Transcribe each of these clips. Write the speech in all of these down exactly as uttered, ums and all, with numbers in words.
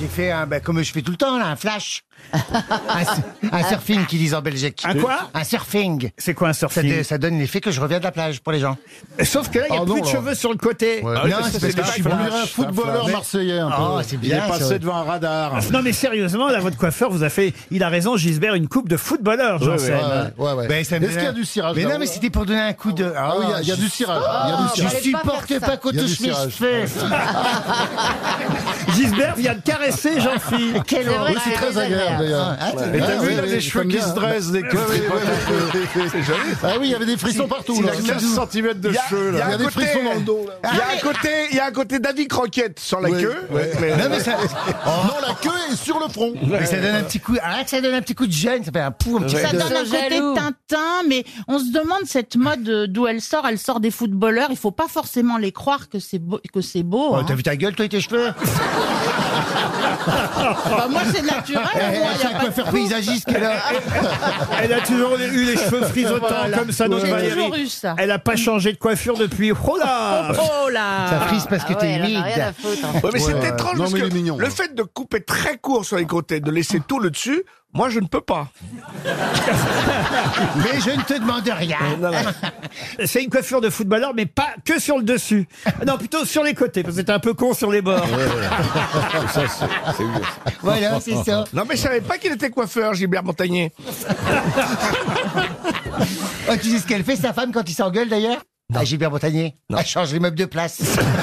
j'ai fait un, bah, comme je fais tout le temps, là, un flash. un, un surfing, qu'ils disent en Belgique. Un quoi? Un surfing. C'est quoi un Ça, surfing? de- ça donne l'effet que je reviens de la plage pour les gens. Sauf que là, il n'y a Ah, plus non, de là. cheveux sur le côté. Ouais. non, c'est parce que je suis On blanc. dirait un footballeur Mais- marseillais un peu. Oh, c'est Il bien, est passé ça. devant un radar. Non mais sérieusement, là, votre coiffeur vous a fait, il a raison, Gisbert, une coupe de footballeur, Ouais, Janssen. ouais, ouais, ouais. Ben, ça me Est-ce qu'il y a donne- du cirage Mais non, là-haut, mais là c'était pour donner un coup de. Ah oui, il y a- il y, a du cirage. Il y a du Je cirage. supporte pas qu'on Il y a du touche mes cirage. cheveux. Gisbert vient de caresser Jean-Philippe. Quelle C'est vrai Oui, que c'est c'est très désagréable. agréable d'ailleurs. Ah, Ouais. t'as Ah, vu, oui, il a oui, des j'aime cheveux qui bien. se dressent dès que Ah oui, il y avait des frissons partout. Il là. a quinze centimètres de Il y a- cheveux. il y là. a Il y a un des côté- frissons dans le dos. là. Il y a un côté, il y a un côté David Croquette sur la Oui, queue. ouais. mais- Non, mais ça, Non, la queue est sur le front. mais ça donne un petit coup. Ah, que ça donne un petit coup de gêne, ça fait un pou, un petit Ça coup de- donne un côté jaloux. Tintin, mais on se demande cette mode euh, d'où elle sort. Elle sort des footballeurs. Il faut pas forcément les croire que c'est beau. Que c'est beau. Oh, hein. t'as vu ta gueule, toi, et tes cheveux? Bah, moi, c'est naturel. Eh, moi, y C'est a un pas de coiffeur fou. paysagiste qu'elle a. Elle a toujours eu les cheveux frisotants Voilà. comme ça, notre J'ai Valérie. toujours eu ça. Elle a pas changé de coiffure depuis. Oh là! Oh là. Ça frise parce que Ah t'es ouais, elle en a humide. rien à foutre. hein. Ouais, mais c'est Ouais. étrange Non, parce mais que il est mignon, le hein. fait de couper très court sur les côtés, de laisser tout le dessus, moi je ne peux pas. Mais je ne te demande rien. C'est une coiffure de footballeur, mais pas que sur le dessus. Non, plutôt sur les côtés, parce que c'était un peu con sur les bords. Voilà, c'est ça. Non mais je savais pas qu'il était coiffeur, Gilbert Montagnier. Oh, tu sais ce qu'elle fait, sa femme, quand il s'engueule, d'ailleurs? Ah, Gilbert Montagnier. Elle change les meubles de place.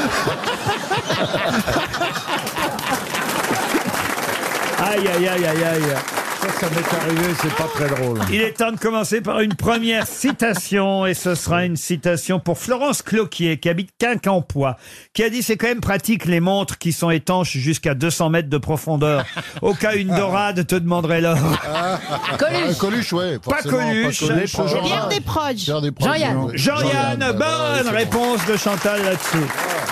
Aïe, aïe, aïe, aïe, aïe. Ça, ça m'est arrivé, c'est pas très drôle. Il est temps de commencer par une première citation, et ce sera une citation pour Florence Cloquier, qui habite Quincampoix, qui a dit « C'est quand même pratique les montres qui sont étanches jusqu'à deux cents mètres de profondeur. Au cas une dorade te demanderait l'or. Ah, Coluche. Coluche, ouais. Pas forcément, Coluche. Coluche, Pierre Jean- Pierre Desproges. Pierre Desproges, Jean-Yann. non. » Jean-Yann, bah, bonne ouais, réponse de Chantal là-dessous.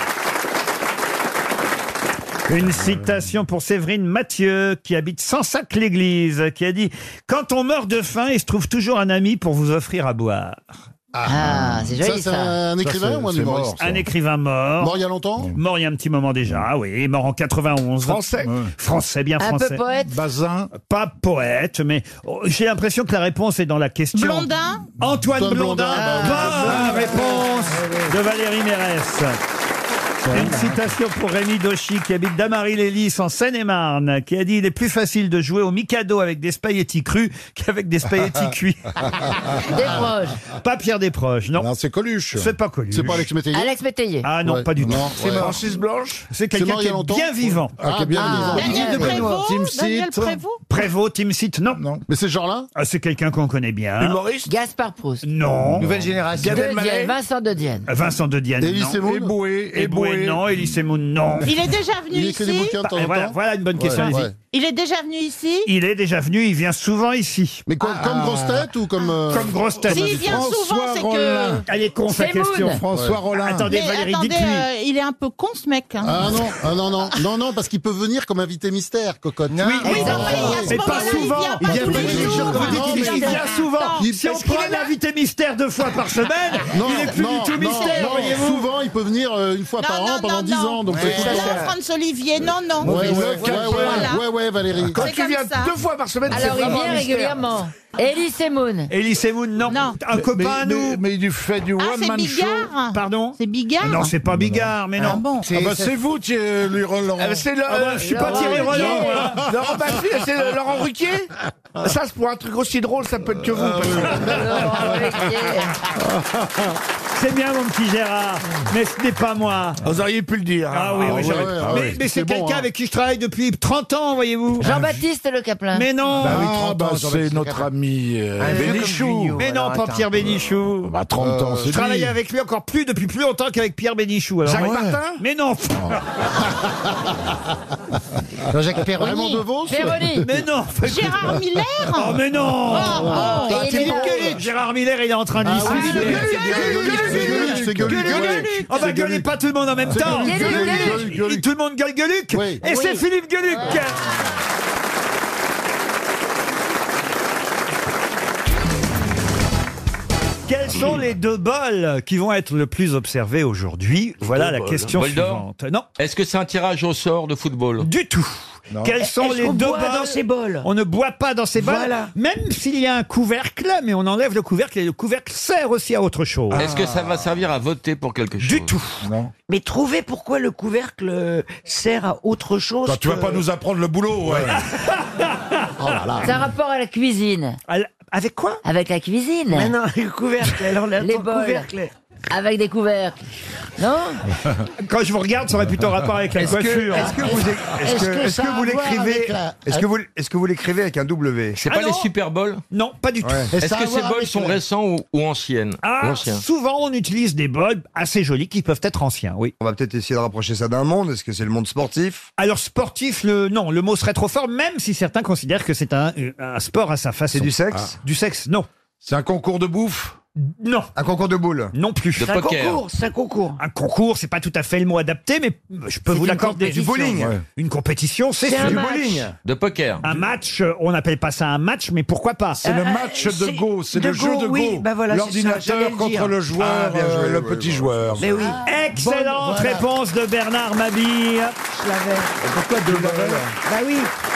Une citation pour Séverine Mathieu, qui habite Sansac-l'Église, qui a dit « Quand on meurt de faim, il se trouve toujours un ami pour vous offrir à boire. Ah, c'est Ça, joli c'est ça. un écrivain ou un c'est humoriste mort, » ça. Un écrivain mort. Mort il y a longtemps Mort il y a un petit moment déjà, oui, mort en quatre-vingt-onze. Français. Français, bien Un français. peu poète. Bazin. Pas poète, mais oh, j'ai l'impression que la réponse est dans la question. Blondin. Antoine Antoine Blondin. Blondin, bah, Bonne réponse de Valérie Mérès. Une citation pour Rémi Dauchy, qui habite Damary-les-Lys en Seine-et-Marne, qui a dit « Il est plus facile de jouer au Mikado avec des spaghettis crus qu'avec des spaghettis cuits. Des proches. » Pas Pierre Desproges, non. Non, c'est Coluche. C'est pas Coluche. C'est pas Alex Métayer Alex Métayer. Ah non, Ouais. pas du tout. Non, ouais. Francis Blanche. C'est quelqu'un mort il y qui a est longtemps bien vivant. Ah, qui est bien Ah. vivant. Daniel de Benoît. Prévost. Tim Daniel Seat. Prévost. Prévost, Tim Seat, non. Non. Mais c'est ce genre-là Ah, c'est quelqu'un qu'on connaît bien. Humoriste. Gaspard Proust. Non. Nouvelle génération. Gad De Elmaleh. Dienne, Vincent de Dienne. Vincent de Dienne, Elie non. Semoun Eboué. Eboué, non. Elie Semoun, non. Il est déjà venu Il écrit des ici. bouquins de temps Et en voilà, temps voilà une bonne question, Ouais, allez-y. ouais. Il est déjà venu ici. Il est déjà venu, il vient souvent ici. Mais comme, comme grosse tête ou comme... euh, Comme grosse tête. S'il vient souvent, François c'est que. Rollin. Elle est con sa Semoun. question. François Ouais. Rollin. Attendez, Mais Valérie, attendez, dites-lui. euh, il est un peu con ce mec. hein. Ah non, ah non, non, non, non, parce qu'il peut venir comme invité mystère, cocotte. Non. Oui, Oui, oui, non, mais à ce mais pas moment-là, il souvent. vient Il pas vient tous pas les tous les jours. jours, comme vous Non, dites, il mais vient attends. souvent. Il- Si on parce prend qu'il est là. l'invité mystère deux fois par semaine, Non, il est plus non, du tout non, mystère, non, voyez-vous. souvent il peut venir euh, une fois Non, par non, an pendant non, dix non. ans, donc Ouais. c'est tout le Non, temps. Franz Olivier, non, non. Ouais, ouais, ouais, Voilà. ouais, ouais, ouais, Valérie. Quand C'est tu comme viens ça. deux fois par semaine, c'est Alors il vraiment vient un mystère. régulièrement. Elie Semoun. Elie Semoun, non. Non. Un copain à mais, nous. mais, mais il fait du Ah, c'est one-man show. Bigard. Pardon. C'est Bigard. Non, c'est pas Bigard, mais Ah non. bon. Ah bah c'est vous, Thierry Louis Roland. Ah, bah, c'est le, Ah bah, je suis pas Laurent Thierry Ruquier. Roland, moi. Laurent Baffy, c'est le- Laurent Ruquier. Ça, c'est pour un truc aussi drôle, ça peut être que vous. parce que- Laurent Ruquier. C'est bien, mon petit Gérard, mais ce n'est pas moi. Vous auriez pu le dire. Ah oui, oui, ouais, j'aurais- ouais, ah mais, ouais, mais c'est c'est bon, quelqu'un hein. avec qui je travaille depuis trente ans, voyez-vous. Jean-Baptiste Le Caplin. Mais non. Bah oui, Ah trente bah ans, Jean-Baptiste c'est notre Capin. ami euh, Un vieux comme Bénichou. Junio. Mais non, Alors, pas attends. Pierre Bénichou. Bah trente ans, c'est Je lui. travaillais avec lui encore plus depuis plus longtemps qu'avec Pierre Bénichou. Alors, Jacques ouais. Martin. Mais non. Jean-Jacques Perroni. Raymond DeVos. Véronique. Mais non. Gérard Miller. Oh mais non. Oh, Et Philippe Elia. Gueluc. Gérard Miller, il est en train de Ah oui, suicider. c'est Gueuluc, c'est Gueuluc, ouais. Oh bah gueulez pas tout le monde en même temps. Gueuluc, Gueuluc, Gueuluc, Gueuluc. Et tout le monde gueule Gueuluc. Oui. Et c'est Oui. Philippe Gueluc. Quels sont les deux bols qui vont être le plus observés aujourd'hui? Voilà la question Bol d'or. suivante. Non, Est-ce que c'est un tirage au sort de football? du tout. Quels sont Est-ce les qu'on deux boit bols dans ces bols? On ne boit pas dans ces bols, Voilà. même s'il y a un couvercle, mais on enlève le couvercle et le couvercle sert aussi à autre chose. Est-ce que ça va servir à voter pour quelque chose? Du tout. Mais trouvez pourquoi le couvercle euh, sert à autre chose. Toi, tu vas que- pas nous apprendre le boulot, ouais. C'est un rapport à la cuisine. Al- Avec quoi? Avec la cuisine. Mais non, le couvercle, alors le Les bols. couvercle. Avec des couvercles. Non? Quand je vous regarde, ça aurait plutôt rapport avec la Est-ce que, coiffure. est-ce que vous, est-ce Est-ce que, que est-ce ça que a vous à voir l'écrivez, avec la- est-ce que vous, est-ce que vous l'écrivez avec un W? C'est Ah pas non. les Super Bowls? Non, pas du tout. Ouais. Est-ce ça a que à ces voir bols avec sont la- récents ou, ou anciennes? Ah, Ou anciens. souvent on utilise des bols assez jolis qui peuvent être anciens, oui. On va peut-être essayer de rapprocher ça d'un monde. Est-ce que c'est le monde sportif? Alors sportif, le non, le mot serait trop fort, même si certains considèrent que c'est un, un sport à sa façon. C'est du sexe? Du sexe, non. C'est un concours de bouffe. Non, Un concours de boules? non plus. De C'est un poker. concours, c'est un concours. Un concours, c'est pas tout à fait le mot adapté, mais je peux C'est vous une l'accorder. compétition. Du bowling? Ouais. Une compétition, c'est C'est un sûr. Du match. bowling? De poker. Un match, euh, on n'appelle pas ça un match, mais pourquoi pas? C'est le Euh, match de c'est- Go, c'est de le jeu Go, de oui, Go. bah voilà, c'est ça, j'allais L'ordinateur le contre dire. le joueur, Ah, bien joué, euh, le ouais, petit ouais. joueur. Mais oui, Excellente Bon, voilà. réponse de Bernard Mabille. je l'avais. Pourquoi deux bols? Bah oui.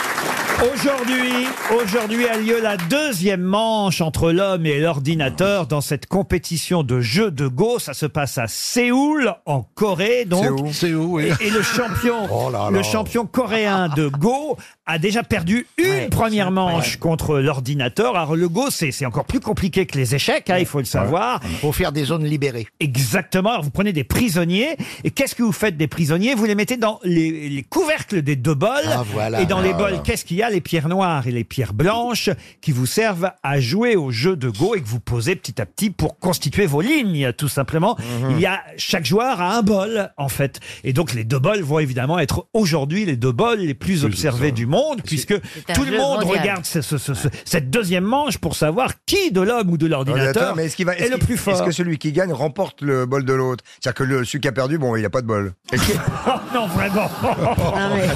Aujourd'hui, aujourd'hui a lieu la deuxième manche entre l'homme et l'ordinateur dans cette compétition de jeux de Go. Ça se passe à Séoul, en Corée, donc. C'est où? C'est où, oui. Et, et le champion, Oh là là. le champion coréen de Go a déjà perdu une Ouais, première manche contre l'ordinateur. Alors le Go, c'est c'est encore plus compliqué que les échecs, hein, il faut le savoir. Faut faire des zones libérées. Exactement. Alors, vous prenez des prisonniers. Et qu'est-ce que vous faites des prisonniers? Vous les mettez dans les, les couvercles des deux bols. Ah, voilà. Et dans les Ah, bols, voilà. qu'est-ce qu'il y a? Les pierres noires et les pierres blanches qui vous servent à jouer au jeu de Go et que vous posez petit à petit pour constituer vos lignes, tout simplement. Il y a, chaque joueur a un bol, en fait. Et donc, les deux bols vont évidemment être aujourd'hui les deux bols les plus observés du monde, puisque un tout le jeu monde mondial. regarde ce- ce- ce- ce- cette deuxième manche pour savoir qui de l'homme ou de l'ordinateur Mais est-ce qu'il va, est est-ce le qu'il- plus fort. Est-ce que celui qui gagne remporte le bol de l'autre? C'est-à-dire que le, celui qui a perdu, bon, il a pas de bol. Oh, non, vraiment. Non mais,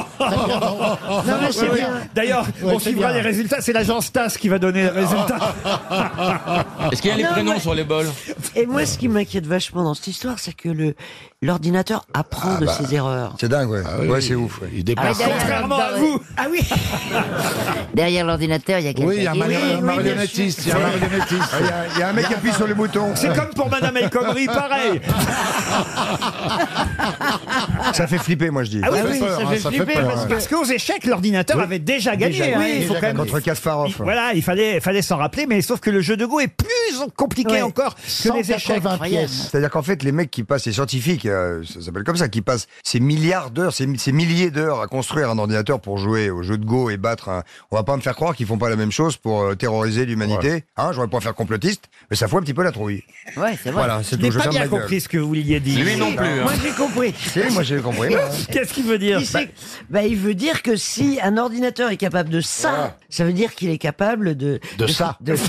non, mais c'est Oui, oui. bien. D'ailleurs, Ouais, on c'est suivra bien. les résultats. C'est l'agence T A S qui va donner les résultats. Est-ce qu'il y a les Non, prénoms mais- sur les bols? Et moi, ce qui m'inquiète vachement dans cette histoire, c'est que le l'ordinateur apprend de ses erreurs. C'est dingue, ouais. Ah oui, Ouais, c'est ouf. ouais. Il Ah, dépasse. derrière Contrairement à l'ordinateur- vous. Ah oui. Derrière l'ordinateur, il y a quelqu'un Oui, il y a un qui- mari- oui, un oui, marionnettiste. Il y a un marionnettiste. Ah, Il y a- il y, a un mec qui appuie sur le bouton. C'est comme pour Madame El Khomri, pareil. Ça fait flipper, moi, je dis. Ah oui, Ça fait oui, peur, ça hein, fait ça fait flipper peur, parce hein. que- Parce qu'aux échecs, l'ordinateur avait déjà gagné. Déjà hein. gagné, Il faut déjà quand même- contre Kasparov. il- Voilà, il fallait, il fallait s'en rappeler, mais sauf que le jeu de Go est plus compliqué Ouais. encore que les échecs. cent quatre-vingts Incroyable. pièces. C'est-à-dire qu'en fait, les mecs qui passent, les scientifiques, euh, ça s'appelle comme ça, qui passent ces milliards d'heures, ces, ces milliers d'heures à construire un ordinateur pour jouer au jeu de Go et battre un... On va pas me faire croire qu'ils font pas la même chose pour euh, terroriser l'humanité. Hein, j'aurais pas faire complotiste, mais ça fout un petit peu la trouille. Ouais, c'est vrai. Voilà, c'est Je tout. n'ai Je pas ferme bien ma gueule. compris ce que vous vouliez dire. Lui non plus. hein. Moi, j'ai compris. Si, moi j'ai compris. moi. Qu'est-ce qu'il veut dire? Il, sait- bah, il veut dire que si un ordinateur est capable de ça, ça veut dire qu'il est capable de De ça. de, de,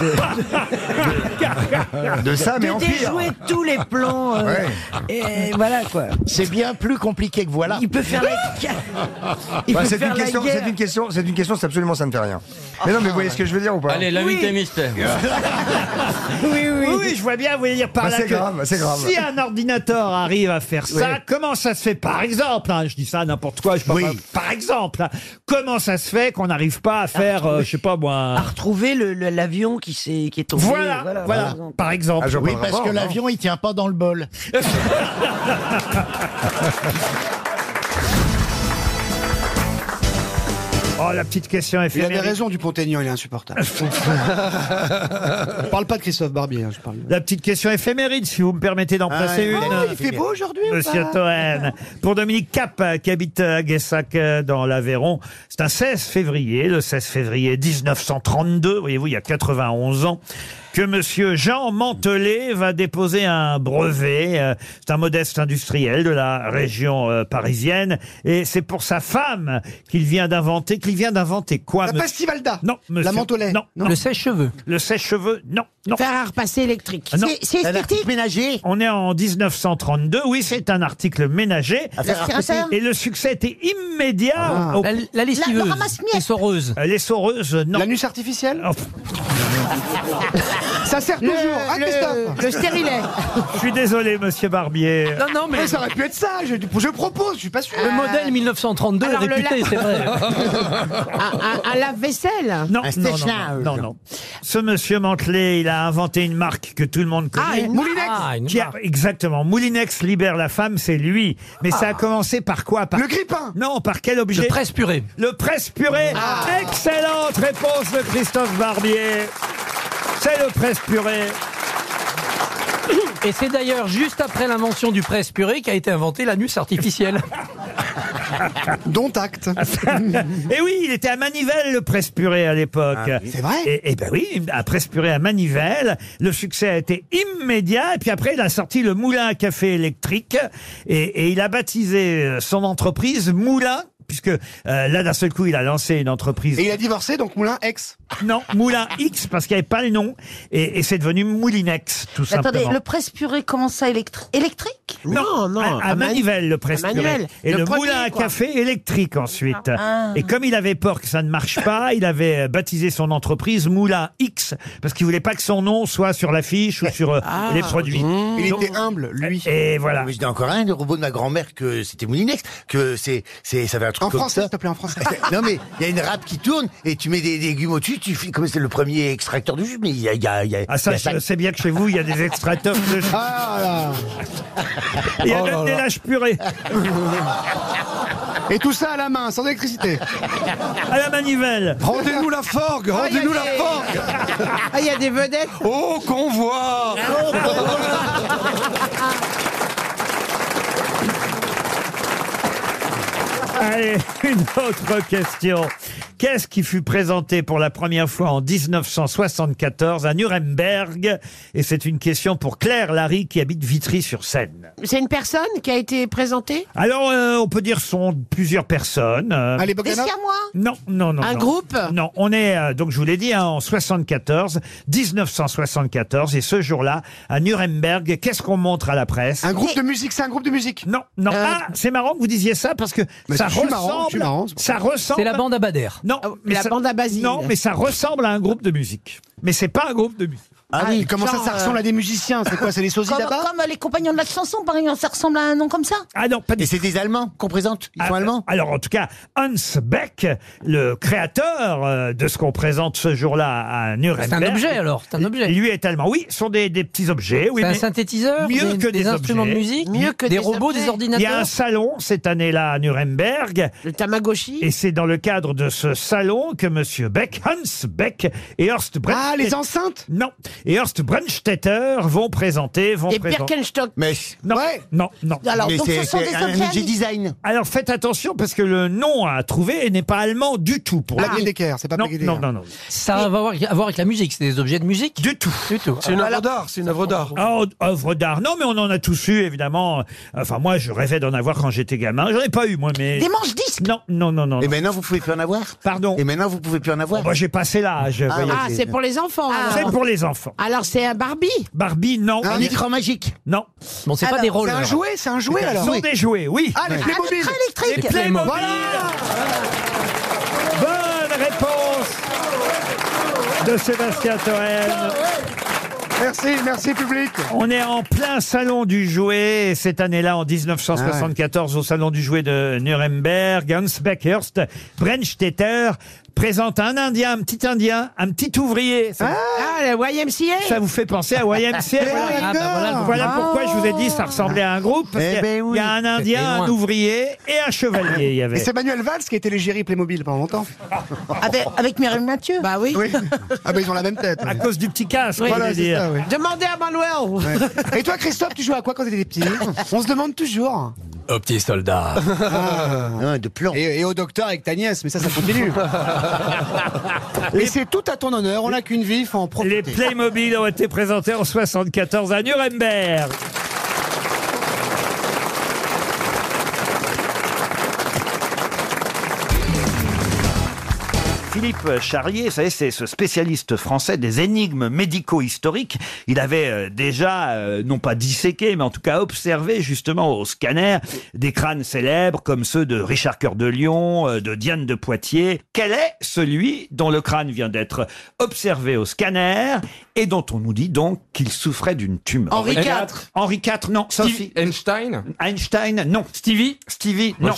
De ça, mais de en pire. déjouer tous les plans. euh, Ouais. Et voilà quoi. C'est bien plus compliqué que voilà. Il peut faire la. Il Bah, peut c'est faire une la question, guerre. c'est une question, c'est une question, c'est absolument ça ne fait rien. Mais non, mais vous voyez ce que je veux dire ou pas? Allez, l'invité Oui. mystère. Oui, oui, oui, je vois bien, vous voulez dire par Bah, là c'est que grave, c'est grave. si un ordinateur arrive à faire ça, Oui. comment ça se fait, par exemple, hein, je dis ça n'importe quoi, je sais pas, Oui. par- par exemple, hein, comment ça se fait qu'on n'arrive pas à faire, euh, je sais pas moi, À retrouver le- le- l'avion qui s'est qui est tombé. voilà, voilà, voilà, par exemple. par exemple. Ah, je vois Oui, pas parce rapport, que non. l'avion, il tient pas dans le bol. Oh, la petite question Il éphémère. avait raison, Dupont-Aignan, il est insupportable. Je parle pas de Christophe Barbier, hein, je parle. La petite question éphéméride, si vous me permettez d'en placer une. Ah, il fait beau aujourd'hui ou Monsieur pas Toen. Pour Dominique Cap, euh, qui habite à Guessac, euh, dans l'Aveyron, c'est un seize février, le seize février mille neuf cent trente-deux, voyez-vous, il y a quatre-vingt-onze ans, que monsieur Jean Mantelet va déposer un brevet. Euh, C'est un modeste industriel de la région euh, parisienne. Et c'est pour sa femme qu'il vient d'inventer, qu'il vient d'inventer quoi, La monsieur- Pastivalda. Non, monsieur. La Mantelet. Non, non. Le sèche-cheveux. Le sèche-cheveux, non, non. Faire un repassé électrique. Ah, non. C'est esthétique ménager. On est en mille neuf cent trente-deux, oui, c'est un article ménager. L'aspirateur. Et le succès était immédiat. au- La, la lessiveuse. le ramasse-miettes. Les soreuses. Les soreuses, non. L'anus artificiel. Oh, Ça sert toujours, hein, Christophe? Le stérilet. Je suis désolé, monsieur Barbier. Non, non, mais ça aurait pu être ça. Je, je propose, je suis pas sûr. Le modèle mille neuf cent trente-deux est Alors, le réputé, la- c'est vrai. Un, un- un lave-vaisselle. Non, Un non, sèche-linge. non, non, non. Ce monsieur Mantelet, il a inventé une marque que tout le monde connaît. Ah, une Moulinex. Ah, une Qui a- marque. exactement. Moulinex libère la femme, c'est lui. Mais ça a commencé par quoi? Par... Le grippin. Non, par quel objet? Le presse-purée. Le presse-purée. Excellente réponse de Christophe Barbier. C'est le presse-purée. Et c'est d'ailleurs juste après l'invention du presse-purée qu'a été inventé l'anus artificiel. Dont acte. Et oui, il était à Manivelle, le presse-purée à l'époque. C'est vrai? Et, et ben oui, à presse-purée à Manivelle. Le succès a été immédiat. Et puis après, il a sorti le moulin à café électrique. Et, et il a baptisé son entreprise Moulin. Puisque euh, là, d'un seul coup, il a lancé une entreprise. Et il a divorcé, donc Moulin ex. Non, Moulin X, parce qu'il n'y avait pas le nom. Et, et c'est devenu Moulinex, tout Attendez, simplement. le presse-purée, comment ça, électri- électrique? Non, non, à, à à Mani- Manivelle, le à presse-purée. Manivelle. Et Le le, premier, moulin à quoi. café électrique ensuite. Ah. Et comme il avait peur que ça ne marche pas, il avait euh, baptisé son entreprise Moulin X, parce qu'il voulait pas que son nom soit sur l'affiche ou sur euh, Ah. les produits. Il Donc, était humble, lui. Et voilà. Mais je dis encore un, le robot de ma grand-mère, que c'était Moulinex, que c'est, c'est, ça avait un truc En comme français, ça. s'il te plaît, en français. Non mais il y a une râpe qui tourne et tu mets des légumes au-dessus, tu fais comme c'est le premier extracteur de jus, mais il y a, il y a, il y a- Ah ça, il y a je sais bien que chez vous, il y a des extracteurs de jus. Ah là. Il y a Oh même là des là. lâches purées. Et tout ça à la main, sans électricité. À la Manivelle. Rendez-nous la forgue, rendez-nous la forgue. Ah, il y a des vedettes. Oh, convoi. Allez, une autre question. Qu'est-ce qui fut présenté pour la première fois en dix-neuf cent soixante-quatorze à Nuremberg? Et c'est une question pour Claire Larry qui habite Vitry-sur-Seine. C'est une personne qui a été présentée? Alors, euh, on peut dire sont plusieurs personnes. euh, Allez, Des Bogdanov. Siamois? Non, non, non. Un non. groupe? Non, on est, euh, donc je vous l'ai dit, hein, en soixante-quatorze, dix-neuf cent soixante-quatorze, et ce jour-là, à Nuremberg, qu'est-ce qu'on montre à la presse? Un groupe de musique, c'est un groupe de musique. Non, non. Euh, Ah, c'est marrant que vous disiez ça parce que Mais ça je suis ressemble. marrant, je suis marrant, c'est pour ça ressemble. C'est la bande à Bader. Non, mais la ça- bande à Basile. Non, mais ça ressemble à un groupe de musique. Mais c'est pas un groupe de musique. Ah Et oui. comment ça, genre, ça ressemble euh, à des musiciens? C'est quoi, c'est les sosies Comme, là-bas? comme les compagnons de la chanson, par exemple, ça ressemble à un nom comme ça? Ah non, pas du Et c'est des Allemands qu'on présente, ils sont Ah, allemands. Alors en tout cas, Hans Beck, le créateur euh, de ce qu'on présente ce jour-là à Nuremberg. C'est un objet alors, c'est un objet. Lui est allemand. Oui, ce sont des, des petits objets. Oui, C'est un mais synthétiseur, mieux des, que des instruments objets. de musique, Mieux que des, des robots, objets. des il y a un ordinateurs. salon cette année-là à Nuremberg. Le Tamagotchi? Et c'est dans le cadre de ce salon que Monsieur Beck, Hans Beck et Horst Ah, Brennstetter... les enceintes? Non. Et Horst Brennstetter vont présenter... Vont Des présenter... Birkenstock? Mais, Non, Ouais. non, non. Alors, mais donc c'est, ce sont c'est des un objets objet design. Alors faites attention parce que le nom à trouver n'est pas allemand du tout. Pour La lui. Decker, c'est pas non, Decker. non, non, non. Ça va avoir à voir avec la musique, c'est des objets de musique? Du tout. Du tout. C'est une œuvre d'art, c'est une œuvre d'art. Oh, œuvre d'art. Non, mais on en a tous eu, évidemment. Enfin, moi, je rêvais d'en avoir quand j'étais gamin. J'en ai pas eu, moi, mais... Des manches-disques? Non, non, non, non. Et non. maintenant, vous pouvez plus en avoir. Pardon. Et maintenant, vous pouvez plus en avoir. Moi, j'ai passé l'âge. Ah, voyez. Ah, c'est pour les enfants. C'est alors. pour les enfants. Alors, c'est un Barbie? Barbie, non. Un écran magique. Non. Bon, c'est pas Alors, des C'est rôles. un jouet, c'est un jouet Ce alors. sont des jouets, oui. Ah, les Un Playmobil. écran Les électrique? Playmobil. Voilà. Bonne réponse de Sébastien Toen. Merci, merci public. On est en plein salon du jouet. Et cette année-là, en dix-neuf cent soixante-quatorze, au salon du jouet de Nuremberg, Hans Beckhurst, Brennstetter présente un Indien, un petit Indien, un petit ouvrier. Ça, Ah, le Y M C A? ça vous fait penser à Y M C A. Ah, bah voilà, le- Voilà pourquoi je vous ai dit ça ressemblait à un groupe. Parce Eh qu'il y a- ben oui. il y a un Indien, C'était loin. un ouvrier et un chevalier. Il y Et avait. c'est Manuel Valls qui a été l'égérie Playmobil pendant longtemps. Avec, avec Mireille Mathieu? Bah oui. Oui. Ah bah ils ont la même tête. À cause du petit casque, Voilà, je veux c'est dire. ça, oui. Demandez à Manuel. Ouais. Et toi, Christophe, tu jouais à quoi quand t'étais petit? On se demande toujours. Au petit soldat. Ah, de plomb. Et, et au docteur avec ta nièce, mais ça, ça continue. Et c'est tout à ton honneur, on n'a qu'une vie, faut en Les profiter. Playmobil ont été présentés en soixante-quatorze à Nuremberg. Philippe Charlier, vous savez, c'est ce spécialiste français des énigmes médico-historiques. Il avait euh, déjà, euh, non pas disséqué, mais en tout cas observé justement au scanner des crânes célèbres comme ceux de Richard Cœur de Lion, euh, de Diane de Poitiers. Quel est celui dont le crâne vient d'être observé au scanner et dont on nous dit donc qu'il souffrait d'une tumeur? Henri quatre. Henri quatre, non. Sophie. Einstein. Einstein, non. Stevie. Stevie, non.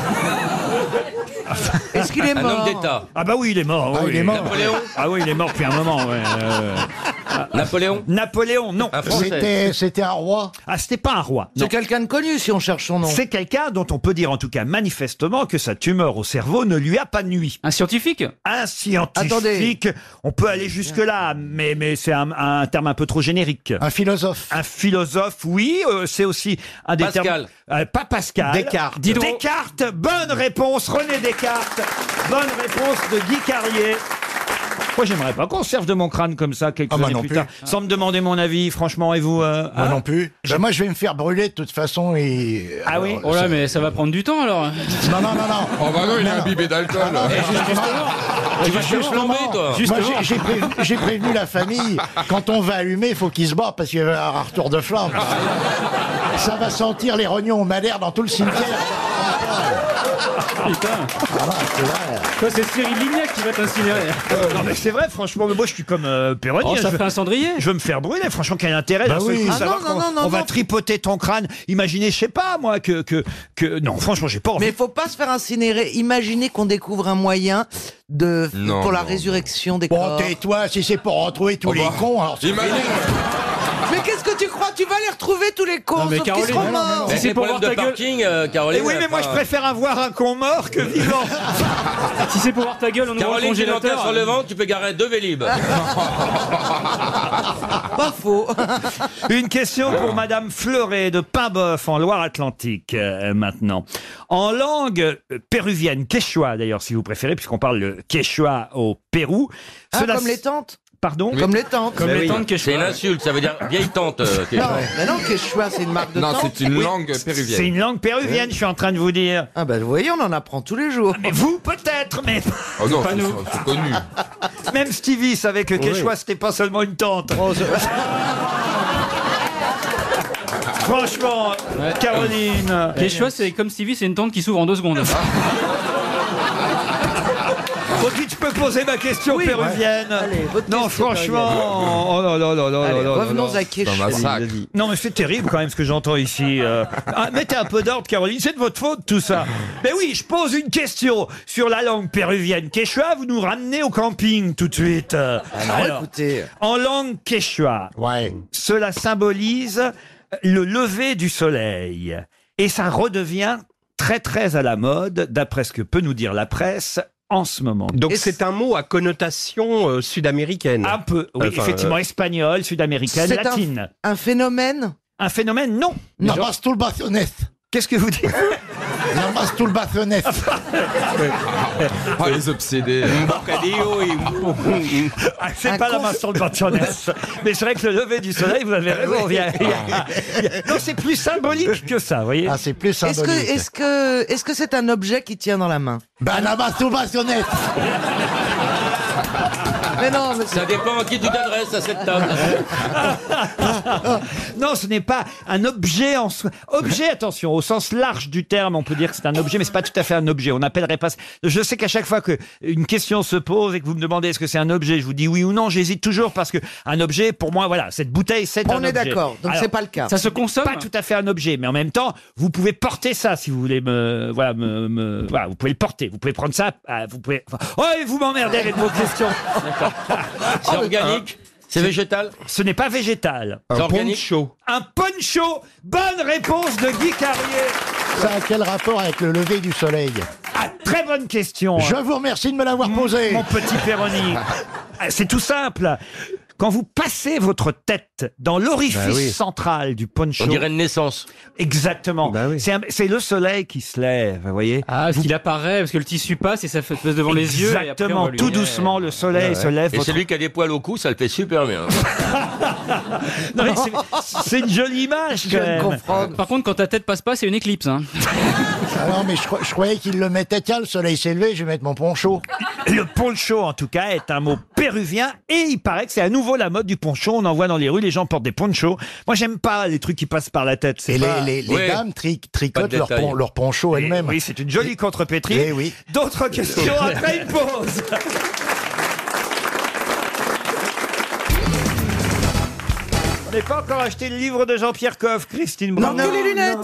Est-ce qu'il est Un mort homme d'État. Ah bah oui, il est mort. Ah, oui. il est mort. Napoléon. Ah oui, il est mort depuis un moment. Ouais. Euh, Napoléon. Napoléon, non. Un Français. C'était, c'était un roi. Ah, c'était pas un roi. Non. C'est quelqu'un de connu si on cherche son nom. C'est quelqu'un dont on peut dire en tout cas manifestement que sa tumeur au cerveau ne lui a pas nui. Un scientifique? Un scientifique, Attendez. on peut aller jusque-là, mais, mais c'est un, un terme un peu trop générique. Un philosophe. Un philosophe, oui, euh, c'est aussi un des Pascal. termes... Euh, pas Pascal. Descartes. Diderot. Descartes, bonne réponse, René Descartes. Bonne réponse de Guy Carlier. Moi, j'aimerais pas qu'on se serve de mon crâne comme ça quelques Ah bah années non plus plus. tard, sans me demander mon avis, franchement, et vous euh, Moi hein non plus. Ben, moi, je vais me faire brûler de toute façon et. Ah oui. Oh là, mais ça va prendre du temps alors. Non, non, non, non. Oh bah non, il est Non, non. imbibé d'alcool. Tu vas jamais tomber, toi. Moi, j'ai- j'ai prévenu, j'ai prévenu la famille. Quand on va allumer, il faut qu'ils se barrent parce qu'il y a un retour de flamme. Ça va sentir les rognons au madère dans tout le cimetière. Putain. Toi, c'est Cyril Lignac qui va t'incinérer. Non mais c'est vrai, franchement, mais moi je suis comme euh, Péroni. Oh, ça je, fait un cendrier. je veux me faire brûler, franchement, quel intérêt Bah d'un seul oui. coup, Ah savoir non, non, qu'on- non, on va non. tripoter ton crâne. Imaginez, je sais pas moi, que, que, que... Non, franchement, j'ai pas envie. Mais faut pas se faire incinérer. Imaginez qu'on découvre un moyen de Non, pour la non. résurrection des Bon, corps. tais-toi, si c'est pour retrouver tous Oh les bah. cons, alors c'est- Imagine. Mais qu'est-ce que tu crois? Tu vas les retrouver tous les cons, Non, mais sauf qu'ils Caroline, seront non, non, morts. Si Mais c'est c'est pour problème voir de ta gueule- parking, euh, Eh Caroline. oui, mais moi je enfin, préfère avoir un con mort que vivant. Si c'est pour voir ta gueule, on ouvre le Caroline, tu l'enterres congélateur. sur le ventre, tu peux garer deux Vélib. Pas faux. Une question pour Madame Fleuret de Paimboeuf en Loire-Atlantique euh, maintenant. En langue euh, péruvienne, quechua d'ailleurs si vous préférez, puisqu'on parle le quechua au Pérou. Ah, cela comme s- les tantes. Pardon. Comme les tantes. Comme Mais les oui, tantes Quechua. C'est une insulte, ça veut dire vieille tante. euh, Non, Quechua. mais non, Quechua, c'est une marque de tante. une langue C'est une langue péruvienne, je suis en train de vous dire. Ah bah vous voyez, on en apprend tous les jours. Mais vous peut-être, mais Oh non, Pas nous. c'est connu. même Stevie savait que quechua c'était pas seulement une tante. Franchement, Caroline. Quechua, c'est comme Stevie, c'est une tente qui s'ouvre en deux secondes. Faut que tu peux poser ma question Oui, péruvienne. Allez, votre Non, question franchement. Oh là là là là Allez, là là revenons là. à Quechua. Non, mais c'est terrible quand même ce que j'entends ici. euh. Ah, mettez un peu d'ordre, Caroline, c'est de votre faute tout ça. Mais oui, je pose une question sur la langue péruvienne quechua, vous nous ramenez au camping tout de suite. Ah non, Alors, écoutez. en langue quechua, Ouais. cela symbolise le lever du soleil. Et ça redevient très très à la mode, d'après ce que peut nous dire la presse en ce moment. Donc Et c'est un mot à connotation euh, sud-américaine. Un peu, oui, Enfin, effectivement, euh, espagnol, sud-américaine, C'est un- latine. Un phénomène. Un phénomène, non. La masturbaciones. Qu'est-ce que vous dites? La masturbaciones. Oh, les obsédés. Ah, c'est Un pas la conf- masturbation. Mais c'est vrai que le lever du soleil, vous avez raison. il y a- il y a- il y a- Non, c'est plus symbolique que ça, vous voyez. Ah, c'est plus Est-ce que symbolique. est-ce que est-ce que c'est un objet qui tient dans la main? Ben, la masturbaciones. Mais non, mais Ça dépend à qui tu t'adresses à cette table. Non, ce n'est pas un objet en soi. Objet, attention, au sens large du terme, on peut dire que c'est un objet, mais c'est pas tout à fait un objet. On n'appellerait pas. Je sais qu'à chaque fois que une question se pose et que vous me demandez est-ce que c'est un objet, je vous dis oui ou non. J'hésite toujours parce que un objet, pour moi, voilà, cette bouteille, c'est un on est objet. d'accord. Donc Alors, c'est pas le cas. Ça se consomme. pas tout à fait un objet, mais en même temps, vous pouvez porter ça si vous voulez me, voilà, me, me- voilà, vous pouvez le porter. Vous pouvez prendre ça, euh, vous pouvez. enfin, oh, et vous m'emmerdez avec vos questions. C'est organique. C'est végétal. Ce n'est pas végétal. C'est organique. Un poncho. Bonne réponse de Guy Carlier. Ça a quel rapport avec le lever du soleil? Ah, très bonne question. Je vous remercie de me l'avoir posé. Mon petit Péroni. Ah, c'est tout simple. Quand vous passez votre tête dans l'orifice Bah oui. central du poncho. On dirait une naissance. Exactement. Bah oui. C'est un- c'est le soleil qui se lève, vous voyez. Ah, parce qu'il apparaît, parce que le tissu passe et ça fait passe devant les yeux. Et après, on Exactement. voit le- Tout doucement, le soleil se lève. Et votre- celui qui a des poils au cou, ça le fait super bien. Non, mais c'est- c'est une jolie image, quand même. Par contre, quand ta tête passe pas, c'est une éclipse. Hein. Ah non, mais je, cro- je croyais qu'il le mettait. Tiens, le soleil s'est levé, je vais mettre mon poncho. Le poncho, en tout cas, est un mot péruvien et il paraît que c'est à nouveau la mode du poncho. On en voit dans les rues, les gens portent des ponchos. Moi, j'aime pas les trucs qui passent par la tête. C'est Et pas- les, les, les Ouais. dames tri- Pas tricotent de leur, détails. pon- leur poncho Et elles-mêmes. oui, c'est une jolie contrepétrie. Eh oui. D'autres questions après une pause. On n'est pas encore acheté le livre de Jean-Pierre Coff, Christine Bravo. Non, que les lunettes.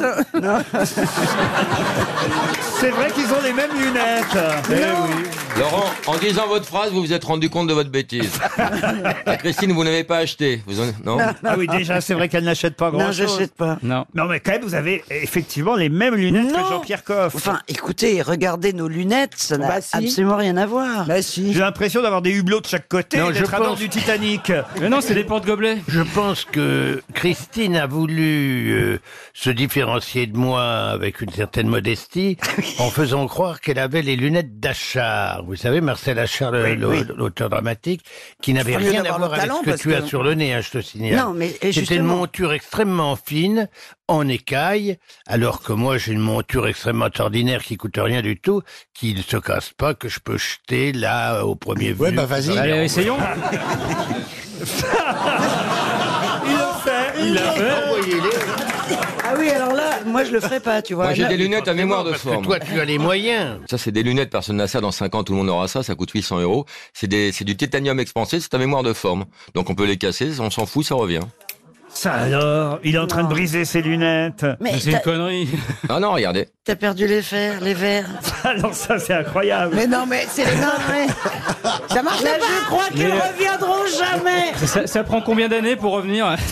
C'est vrai qu'ils ont les mêmes lunettes. Eh oui. Laurent, en disant votre phrase, vous vous êtes rendu compte de votre bêtise. Ah, Christine, vous n'avez pas acheté. Vous en... Non. Ah oui, déjà, c'est vrai qu'elle n'achète pas grand-chose. j'achète pas. Non. Non, mais quand même, vous avez effectivement les mêmes lunettes que Non. Jean-Pierre Coff. Enfin, écoutez, regardez nos lunettes, ça n'a Bah, si. absolument rien à voir. Bah si. J'ai l'impression d'avoir des hublots de chaque côté Non, et je d'être à bord pense- du Titanic. Mais non, c'est des porte-gobelets. Je pense que Christine a voulu euh, se différencier de moi avec une certaine modestie en faisant croire qu'elle avait les lunettes d'Achard. Vous savez, Marcel Achard, le- Oui, le- oui. l'auteur dramatique, qui n'avait ferait mieux rien à d'avoir voir le avec talent, ce que parce tu as que- sur le nez, hein, je te signale. Non, mais et C'était une justement- monture extrêmement fine, en écaille, alors que moi j'ai une monture extrêmement ordinaire qui coûte rien du tout, qui ne se casse pas, que je peux jeter là au premier Ouais, vue. bah vas-y. Allez, essayons. Il le fait, il le fait. Ah oui, alors là, moi je le ferai pas, tu vois. Moi, j'ai Là- des lunettes à mémoire de Parce que forme. toi tu as les moyens. Ça, c'est des lunettes, personne n'a ça. Dans cinq ans, tout le monde aura ça. Ça coûte huit cents euros. C'est des, c'est du titanium expansé, c'est à mémoire de forme. Donc, on peut les casser, on s'en fout, ça revient. Ça alors, il est en train de briser ses lunettes. Mais C'est une t'as- connerie. Ah non, regardez. t'as perdu les fers, les verres. Alors ça, c'est incroyable. Mais non, mais c'est les non, mais ça marche Là, pas. je crois qu'ils Mais- reviendront jamais. Ça, ça prend combien d'années pour revenir? Non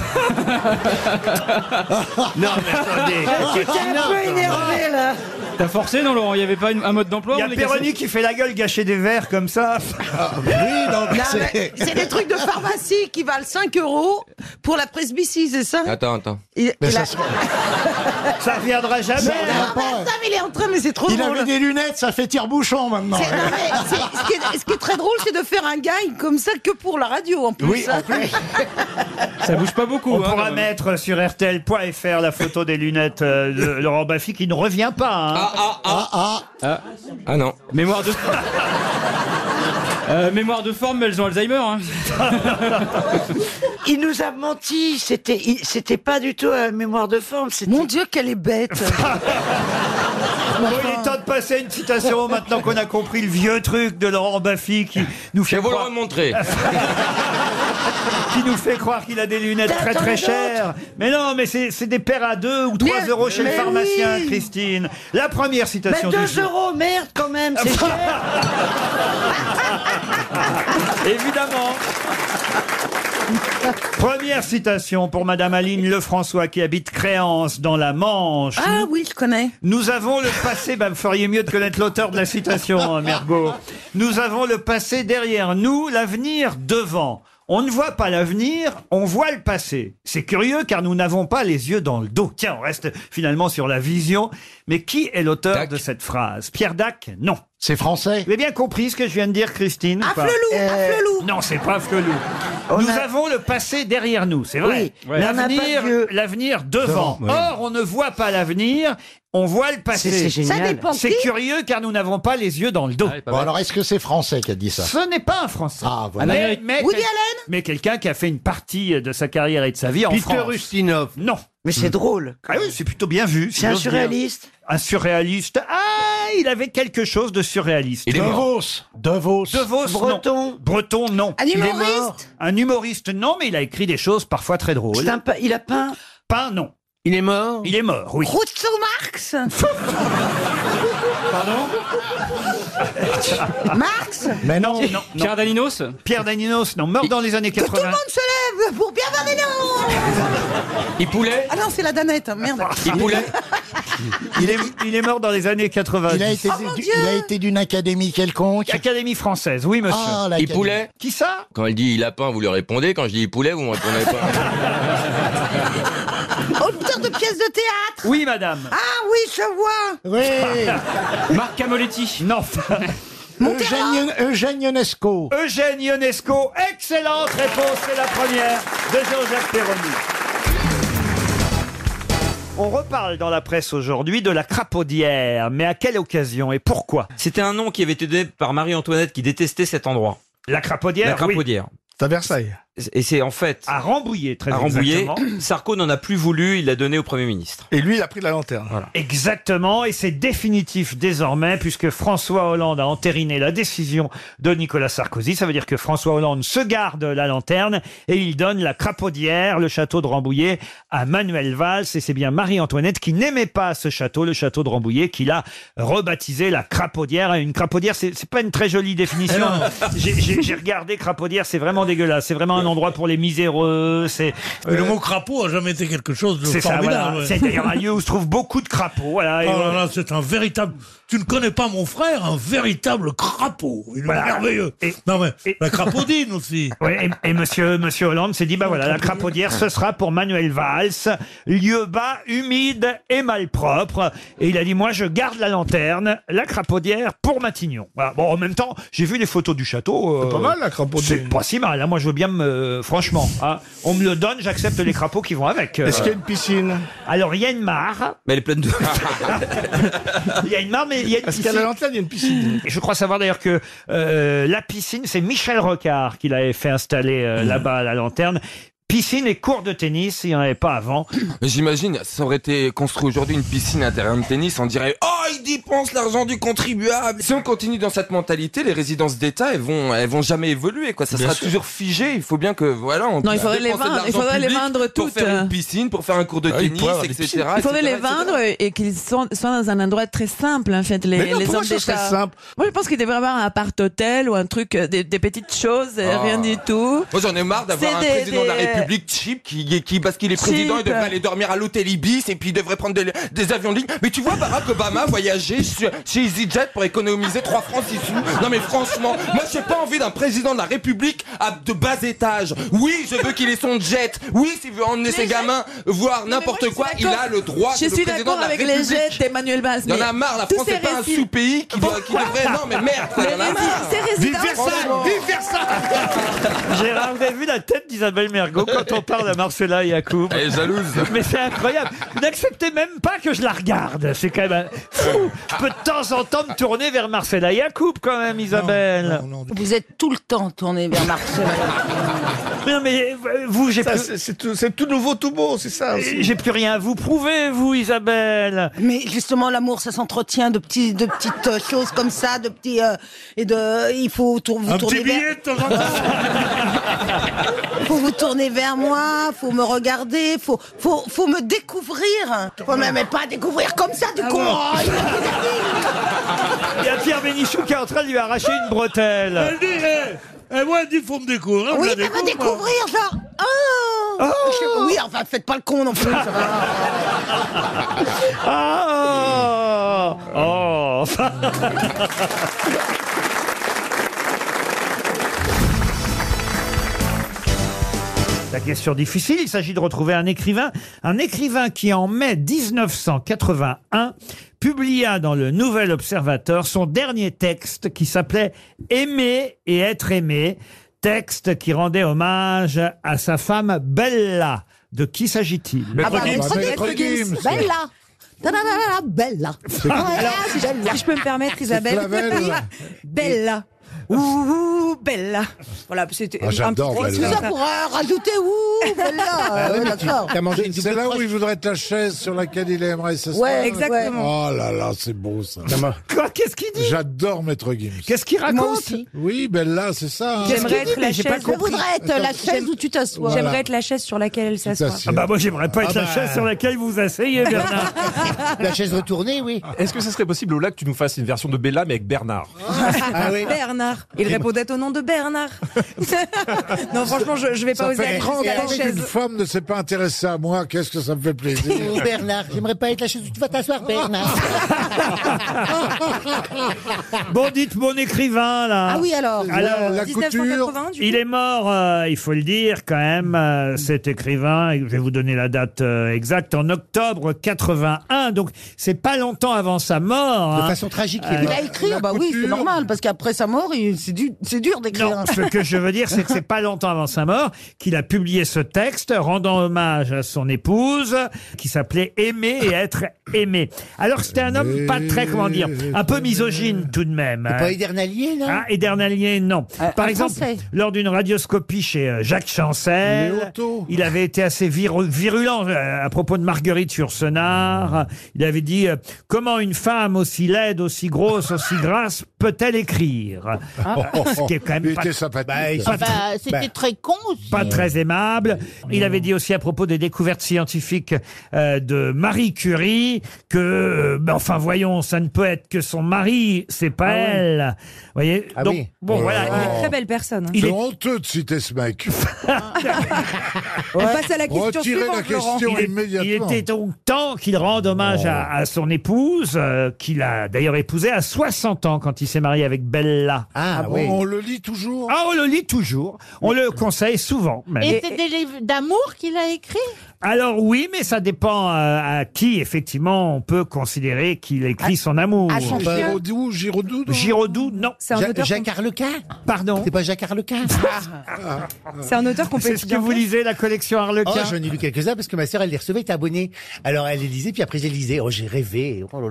mais attendez. T'es un peu énervé là. T'as forcé, non, Laurent? Il n'y avait pas une- un mode d'emploi? Il y on a les Péroni qui fait la gueule gâcher des verres comme ça. Oui, non, mais Non, c'est- mais c'est des trucs de pharmacie qui valent cinq euros pour la presbytie, c'est ça? Attends, attends. Il, mais il ça a- se- Ça reviendra jamais. Ça Non, reviendra mais pas. ça, mais il est en train, mais c'est trop Il drôle. avait des lunettes, ça fait tire-bouchon maintenant. C'est- non, mais c'est- ce, qui est, ce qui est très drôle, c'est de faire un gag comme ça que pour la radio en plus. Oui, en hein. plus. Ça bouge pas beaucoup. On hein, pourra quand même. mettre sur R T L point F R la photo des lunettes euh, de Laurent Baffy qui ne revient pas. hein. Ah, ah, ah. Ah, Ah, ah non. Mémoire de... Euh, mémoire de forme, mais elles ont Alzheimer. Hein. Il nous a menti. C'était, il- c'était pas du tout à mémoire de forme. C'était... Mon Dieu, qu'elle est bête. Bon, il est temps de passer à une citation maintenant qu'on a compris le vieux truc de Laurent Baffy qui nous Je fait vais vous le croire, remontrer. qui nous fait croire qu'il a des lunettes très très chères. Mais non, mais c'est c'est des paires à deux ou trois Mais- euros chez le mais pharmacien, oui. Christine. La première Mais citation du deux jour. euros, merde quand même, c'est cher. Évidemment. Première citation pour Madame Aline Lefrançois qui habite Créance dans la Manche. Ah oui, je connais. Nous avons le passé, bah, vous feriez mieux de connaître l'auteur de la citation, hein, Mergo. Nous avons le passé derrière nous, l'avenir devant. On ne voit pas l'avenir, on voit le passé. C'est curieux car nous n'avons pas les yeux dans le dos. Tiens, on reste finalement sur la vision. Mais qui est l'auteur Dac. de cette phrase? Pierre Dac? Non. c'est français. Vous avez bien compris ce que je viens de dire, Christine? ou pas Afflelou, Euh, afflelou. Non, c'est pas Afflelou. On Nous a- avons le passé derrière nous, c'est vrai. Oui, mais on n'a pas L'avenir, de yeux. l'avenir devant. Devant, oui. Or, on ne voit pas l'avenir, on voit le passé. C'est- c'est Ça génial. dépend C'est qui. curieux car nous n'avons pas les yeux dans le dos. Ah, pas Bon, mal. alors est-ce que c'est français qui a dit ça? Ce n'est pas un Français. Ah, voilà. Un mais, Américain. mais, Woody quel- Allen mais quelqu'un qui a fait une partie de sa carrière et de sa vie en Peter France. Ustinov. Non. Mais c'est drôle. Ah oui, c'est plutôt bien vu. si C'est un j'ose dire. surréaliste. Un surréaliste. Ah, il avait quelque chose de surréaliste. Il est mort. Devos. Devos. De Vos, non. Breton. Breton, non. Un Il est mort. humoriste. Un humoriste, non, mais il a écrit des choses parfois très drôles. C'est un pa- Il a peint. Pain, non. Il est mort. Il est mort, oui. Rousseau Marx. Pardon Marx. Mais non. Non, non. Pierre Daninos. Pierre Daninos, non, mort dans les années Que tout le quatre-vingts. monde se lève pour Pierre Daninos. Il poulet. Ah non, c'est la Danette, merde. Il poulet. Il est, il est mort dans les années quatre-vingts. Il a été, Oh, mon du- Dieu. il a été d'une académie quelconque. Académie française, oui, monsieur. Ah, Il l'académie. poulet. Qui ça? Quand elle dit lapin, vous lui répondez. Quand je dis poulet, vous me répondez pas. Auteur de pièces de théâtre. Oui, madame. Ah oui, je vois. Oui. Marc Camoletti. Non. Eugène, Eugène Ionesco. Eugène Ionesco, excellente réponse, c'est la première de Jean-Jacques Perroni. On reparle dans la presse aujourd'hui de la crapaudière, mais à quelle occasion et pourquoi? C'était un nom qui avait été donné par Marie-Antoinette qui détestait cet endroit. La crapaudière, La crapaudière. oui. C'est à Versailles. Et c'est en fait... À Rambouillet, très à Rambouillet. exactement. Sarko n'en a plus voulu, il l'a donné au Premier ministre. Et lui, il a pris de la lanterne. Voilà. Exactement, et c'est définitif désormais, puisque François Hollande a entériné la décision de Nicolas Sarkozy. Ça veut dire que François Hollande se garde la lanterne et il donne la crapaudière, le château de Rambouillet, à Manuel Valls. Et c'est bien Marie-Antoinette qui n'aimait pas ce château, le château de Rambouillet, qu'il a rebaptisé la crapaudière. Une crapaudière, c'est c'est pas une très jolie définition. J'ai j'ai- j'ai regardé crapaudière, c'est vraiment dégueulasse. C'est vraiment un endroit pour les miséreux. C'est Mais le euh, mot crapaud a jamais été quelque chose de c'est ça, formidable. voilà. ouais. C'est d'ailleurs un lieu où se trouvent beaucoup de crapauds. Voilà. Et Oh là voilà. là, c'est un véritable. Tu ne connais pas mon frère, un véritable crapaud. Il est Voilà. merveilleux. Et- non mais et- la crapaudine aussi. Ouais, et, et monsieur, monsieur Hollande s'est dit, bah voilà, la crapaudière, ce sera pour Manuel Valls, lieu bas, humide et malpropre. Et il a dit, moi, je garde la lanterne, la crapaudière pour Matignon. Voilà. Bon, en même temps, j'ai vu les photos du château. euh, C'est pas mal, la crapaudière. C'est pas si mal. Hein. Moi, je veux bien me, franchement, hein, on me le donne, j'accepte les crapauds qui vont avec. Euh, Est-ce qu'il y a une piscine? Alors, il y a une mare. Mais elle est pleine de... Il y a une mare, mais il y a une Parce qu'à piscine. la lanterne, il y a une piscine. Et je crois savoir d'ailleurs que euh, la piscine, c'est Michel Rocard qui l'avait fait installer euh, là-bas à la lanterne. Piscine et cours de tennis, il n'y en avait pas avant. Mais j'imagine, ça aurait été construit aujourd'hui une piscine, un terrain de tennis, on dirait « Oh, ils dépensent l'argent du contribuable !» Si on continue dans cette mentalité, les résidences d'État, elles vont, elles vont jamais évoluer, quoi. Ça Bien sera sûr. toujours figé. Il faut bien que, voilà, on Non, il puisse faudrait les dépenser de vendre, il l'argent faudrait les public vendre pour toutes. faire une piscine, pour faire un cours de Ah, il tennis, pourrait avoir des et cetera. piscines. Il faudrait et les cetera, et cetera. vendre et qu'ils sont, soient dans un endroit très simple, en fait, les, Mais non, les pourquoi hommes ce serait d'État. simple? Moi, je pense qu'il devrait y avoir un appart-hôtel ou un truc, euh, des, des petites choses, euh, Ah. rien du tout. Moi, j'en ai marre d'avoir C'est un des- président de la des- République cheap qui, qui parce qu'il est président, il Cheap. devrait aller dormir à l'hôtel Ibis et puis il devrait prendre des, des avions de ligne. Mais tu vois, Barack Obama voyager chez, chez EasyJet pour économiser trois francs six sous. Non mais franchement, moi j'ai pas envie d'un président de la République à de bas étage. Oui, je veux qu'il ait son jet. Oui, s'il veut emmener ses gamins voir n'importe quoi, il a le droit. Je c'est le suis président d'accord de la avec République. les jets d'Emmanuel Valls. Il y en mais a marre, la tous France ces n'est pas un récits- sous-pays qui, doit- qui devrait... Non mais merde, quoi, il y en a Les marre. rési- ces Vive résidences- Versailles, vive Versailles. Gérard, vous avez vu la tête d'Isabelle Mergo quand on parle à Marcella Yacoub? Elle est jalouse. Mais c'est incroyable. Vous n'acceptez même pas que je la regarde. C'est quand même fou. Je peux de temps en temps me tourner vers Marcella Yacoub quand même, Isabelle. Vous êtes tout le temps tourné vers Marcel. Non mais vous, j'ai Ça, plus... c'est- C'est tout, c'est tout nouveau, tout beau, c'est ça aussi. J'ai plus rien à vous prouver, vous, Isabelle. Mais justement, l'amour, ça s'entretient de, petits, de petites euh, choses comme ça, de petits. euh, et de. Il faut tour- vous Un tourner petit vers. billet de temps en temps. Faut vous tourner vers moi, faut me regarder, faut, faut, faut me découvrir. Faut même pas découvrir comme ça, du coup. Oh, il a- Il y a Pierre Bénichou qui est en train de lui arracher une bretelle. Elle dit, eh, eh, moi, elle dit, faut me découvrir. Oui, je la mais me découvre, moi. découvrir, genre. Oh, Je- Oui, enfin, faites pas le con non plus. ça va. Ah oh. La question difficile, il s'agit de retrouver un écrivain, un écrivain qui en mai dix-neuf cent quatre-vingt-un publia dans le Nouvel Observateur son dernier texte qui s'appelait « Aimer et être aimé », texte qui rendait hommage à sa femme Bella. De qui s'agit-il? Ah bah, Gims. Maître Maître Gims. Gims. Bella. Ta-da-da-da-da, Bella. Alors, si je, si je peux me permettre, Isabelle. Flavelle. Bella. Ouh, Bella. Voilà, c'était Ah, j'adore un petit Bella. Tout ça pour euh, rajouter ouh, Bella. Ah oui, Ouais, mais tu- d'accord. t'as mangé une C'est là où il voudrait être la chaise sur laquelle il aimerait s'asseoir. Ouais, Exactement. Oh là là, c'est beau ça. Quoi? Qu'est-ce qu'il dit? J'adore Maître Gims. Qu'est-ce qu'il Moi raconte? aussi. Oui, Bella, c'est ça. hein. J'aimerais être la J'ai pas chaise. Je voudrais être la chaise où tu t'assois. Voilà. J'aimerais être la chaise sur laquelle elle s'assoit. t'assieds. Ah bah moi j'aimerais pas être Ah la bah. chaise sur laquelle vous vous asseyez, Bernard. La chaise retournée, oui. Est-ce que ce serait possible, Lola, que tu nous fasses une version de Bella, mais avec Bernard? Ah oui. Bernard. Bernard. Il répondait au nom de Bernard. Non, franchement, je, je vais pas Ça oser fait aller trente jusqu'à ans la qu'une chaise. femme ne s'est pas intéressée à moi, qu'est-ce que ça me fait plaisir. Oh Bernard, j'aimerais pas être la chaise où tu vas t'asseoir, Bernard. Bon, dites mon écrivain, là. Ah oui, alors. Alors, la dix-neuf cent couture. quatre-vingts, du Il coup. est mort, euh, il faut le dire quand même, euh, cet écrivain, et je vais vous donner la date euh, exacte, en octobre quatre-vingt-un, donc c'est pas longtemps avant sa mort. De hein. façon tragique. Euh, Il a écrit, La bah oui, c'est couture. normal, parce qu'après sa mort, il- c'est du- c'est dur d'écrire. Non, ce que je veux dire, c'est que c'est pas longtemps avant sa mort qu'il a publié ce texte rendant hommage à son épouse, qui s'appelait Aimer et être aimé. Alors c'était un homme pas très, comment dire, un peu misogyne tout de même. C'est pas Edernalier, là Ah, Edernalier, non. Euh, Par un exemple, Français. lors d'une radioscopie chez euh, Jacques Chancel, Léoto. il avait été assez viru- virulent euh, à propos de Marguerite Yourcenar. Il avait dit euh, comment une femme aussi laide, aussi grosse, aussi grasse peut-elle écrire Ce qui est quand Il même pas, était sympathique. pas Bah, très- c'était très con aussi. pas très aimable. Il avait dit aussi à propos des découvertes scientifiques euh, de Marie Curie que, euh, ben, enfin voyons, ça ne peut être que son mari, c'est pas Ah ouais. elle. Vous voyez. Ah Donc oui. bon, Oh voilà. là Une là. très belle personne. hein. Il C'est est- honteux de citer ce mec. On passe à la question Retirez la suivante, Laurent. question Il, est- immédiatement. il était donc temps qu'il rende hommage à, à son épouse, euh, qu'il a d'ailleurs épousée à soixante ans quand il s'est marié avec Bella. Ah, Bon, oui. on le lit toujours. Ah, on le lit toujours. On le conseille souvent. même. Et c'est des livres d'amour qu'il a écrit. Alors oui, mais ça dépend euh, à qui, effectivement, on peut considérer qu'il écrit son amour. à son chien. Giraudoux, Giraudoux, non Giraudoux, non. C'est un Ja- auteur Jacques qu'on- Arlequin. Pardon. C'est pas Jacques Arlequin. c'est un auteur qu'on peut C'est ce que étudier en vous classe. lisez, la collection Oh, Harlequin. j'en ai lu quelques-uns parce que ma sœur, elle les recevait, elle était abonnée. Alors, elle les lisait, puis après, je les lisais. Oh, j'ai rêvé. Oh là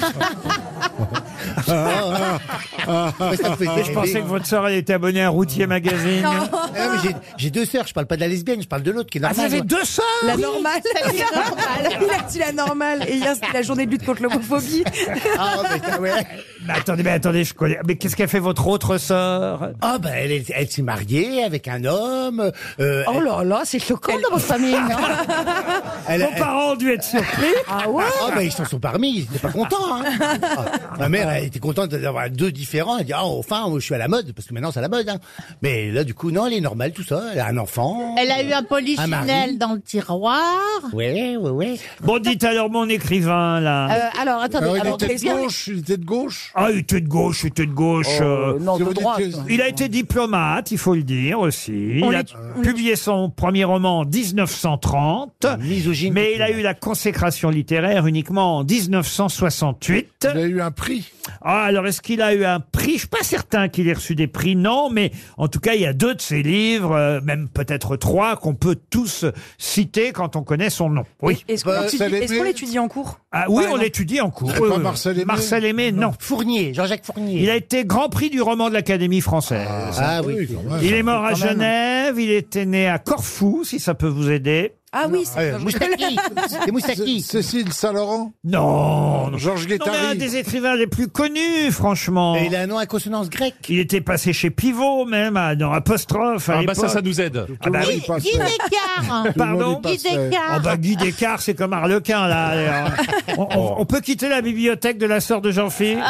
là. Ouais, ça me faisait Je pensais rêver. que votre sœur elle était abonnée à Routier Magazine. Ah, mais j'ai- j'ai deux sœurs, je parle pas de la lesbienne, je parle de l'autre qui est Ah, normale. vous avez deux sœurs La normale, la normale. Il a dit la normale. Et hier, c'était la journée de lutte contre l'homophobie. Ah, mais, ouais. Mais attendez, mais attendez, je connais. Mais qu'est-ce qu'a fait votre autre sœur Ah, ben, elle, est- elle s'est mariée avec un homme. euh, Oh là là, c'est choquant dans votre famille. non elle, Vos elle- parents ont dû être surpris. Ah ouais. Ah, ben, ils s'en sont pas remis, ils étaient pas contents, hein. Ah, ma mère, elle était contente d'avoir deux différents. Elle dit, ah, enfin, moi, je suis à la mode, parce que maintenant, c'est à la mode, hein. Mais là, du coup, non, elle est normale, tout ça. Elle a un enfant. Elle a eu un polichinelle mari. dans le tiroir. Ouais, ouais, ouais. Bon, dites alors mon écrivain, là. Euh, alors, attendez. Alors, il alors, était de bien- gauche, il était de gauche. Ah, il était de gauche, il était de gauche. euh, non, Si de vous dites droite. que- Il a été diplomate, il faut le dire aussi. On Il a l'étu- on publié son premier roman en dix-neuf cent trente, Misogyne. mais il a eu la consécration littéraire uniquement en dix-neuf cent soixante-huit. Il a eu un prix. Ah, alors est-ce qu'il a eu un prix? Je suis pas certain qu'il ait reçu des prix, non, mais en tout cas, il y a deux de ses livres, euh, même peut-être trois, qu'on peut tous citer quand on connaît son nom. Oui. Est-ce qu'on Bah, l'étudie- Marcel est-ce qu'on Aimé. l'étudie en cours Ah oui, Par on exemple. l'étudie en cours. C'est Oui, pas oui. Marcel Aimé Marcel Aimé, non. Fournier, Jean-Jacques Fournier. Il a été grand prix du roman de l'Académie française. Ah oui. quand même. Il est mort à Quand même. Genève, il était né à Corfou, si ça peut vous aider. Ah oui, c'est Euh, Moustaki. C'est Moustaki. Cé- Cécile Saint-Laurent. Non, non. Georges Non, mais un Guettari. des écrivains les plus connus, franchement. Et il a un nom à consonance grecque. Il était passé chez Pivot, même, à- dans Apostrophe, à Ah bah ça, l'époque. ça nous aide. Ah bah Tout le oui. monde y passe. Guy Descartes. Tout le monde y Pardon Guy passe. Descartes. Oh bah Guy Descartes, c'est comme Harlequin, là. Alors, on, on- on peut quitter la bibliothèque de la sœur de Jean-Philippe.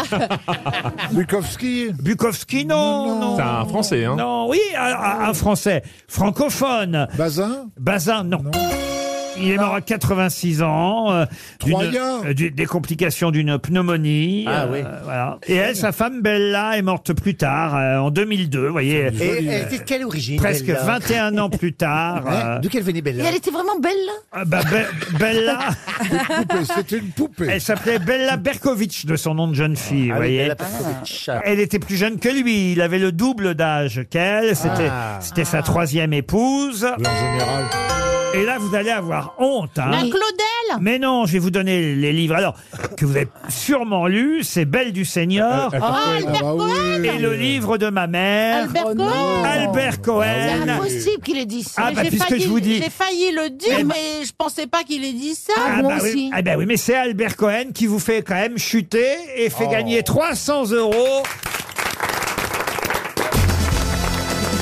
Bukowski. Bukowski, non, non. C'est un Français, hein. Non, oui, un, un- un Français francophone. Bazin. Bazin, non. Il est mort à quatre-vingt-six ans, euh, d'une- Troyen. euh, du- des complications d'une pneumonie. Ah euh, oui. Voilà. Et elle, sa femme Bella, est morte plus tard, euh, en deux mille deux, vous voyez, Et elle était de quelle origine presque Bella vingt et un ans plus tard. Hein euh, D'où qu'elle venait Et Bella elle était vraiment belle, là. ah bah, Be- Bella, Poupée, C'était une poupée. elle s'appelait Bella Berkovitch de son nom de jeune fille, vous Ah oui, voyez. Bella Berkovitch. Elle était plus jeune que lui, il avait le double d'âge qu'elle, c'était Ah. c'était sa troisième épouse. En général. Et là, vous allez avoir honte. Hein. La Claudel. Mais non, je vais vous donner les livres. Alors, que vous avez sûrement lu, c'est Belle du Seigneur Oh, Albert Ah bah oui. et le livre de ma mère, Albert Oh non. Cohen. Albert C'est Cohen. impossible qu'il ait dit ça. Ah Mais bah, j'ai puisque failli- je vous dis- J'ai failli le dire, Eh ben- mais je pensais pas qu'il ait dit ça. Ah moi bah oui, aussi. ah bah oui, mais c'est Albert Cohen qui vous fait quand même chuter et fait gagner trois cents euros.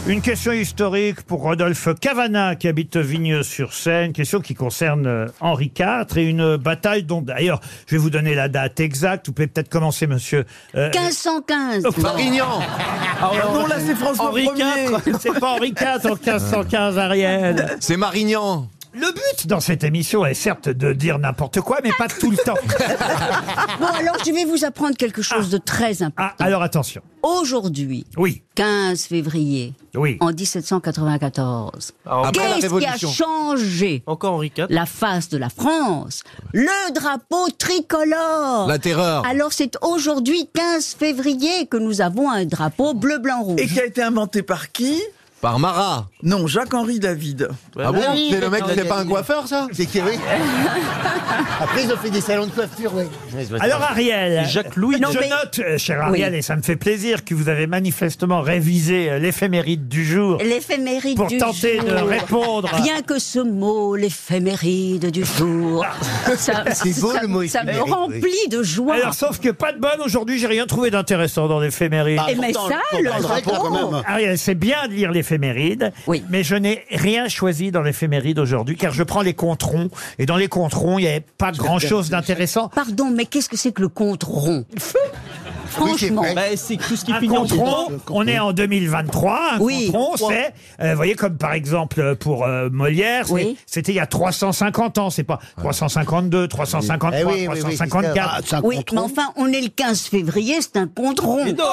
Une question historique pour Rodolphe Cavana qui habite Vigneux-sur-Seine. Question qui concerne euh, Henri quatre et une bataille dont d'ailleurs je vais vous donner la date exacte. Vous pouvez peut-être commencer, monsieur. euh, quinze cent quinze. Marignan. Ah, non, là, c'est François Henri quatre. C'est pas Henri quatre en quinze cent quinze, Ariel. C'est Marignan. Le but dans cette émission est certes de dire n'importe quoi, mais pas tout le temps. Bon, alors je vais vous apprendre quelque chose de très important. Ah, alors attention. Aujourd'hui, Oui. quinze février, Oui. en dix-sept cent quatre-vingt-quatorze, Après la qu'est-ce qui a Révolution. changé Encore Henri quatre. la face de la France? Le drapeau tricolore. La terreur. Alors c'est aujourd'hui, quinze février, que nous avons un drapeau bleu, blanc, rouge. Et qui a été inventé par qui? Par Marat. Non, Jacques-Henri David. Ah bon? oui, C'est le mec qui Jacques-Henri fait pas un David. coiffeur, ça? C'est qui, oui. Après, ils ont fait des salons de coiffure, oui. Alors Ariel, Jacques-Louis. je note, euh, cher Ariel, Oui. et ça me fait plaisir que vous avez manifestement révisé euh, l'éphéméride du jour L'éphéméride pour du tenter jour. de répondre. Rien que ce mot, l'éphéméride du jour, ça, C'est beau, ça- le mot ça me éphéméride, remplit oui. de joie. Alors, sauf que pas de bonne aujourd'hui, j'ai rien trouvé d'intéressant dans l'éphéméride. Et mais ça, le drapeau. Ariel, c'est bien de lire l'éphéméride, Oui. mais je n'ai rien choisi dans l'éphéméride aujourd'hui, car je prends les comptes ronds, et dans les comptes ronds, il n'y avait pas grand-chose d'intéressant. Pardon, mais qu'est-ce que c'est que le compte rond? Franchement. vrai. Bah, c'est tout ce qui Un finit en compte rond, on est en deux mille vingt-trois, un Oui. compte rond, c'est, euh, vous voyez, comme par exemple pour euh, Molière, c'est- Oui. c'était il y a trois cent cinquante ans, c'est pas trois cent cinquante-deux, trois cent cinquante-trois, Eh oui, oui, oui, trois cent cinquante-quatre. c'est ça. Oui, mais enfin, on est le quinze février, c'est un compte rond. Et non.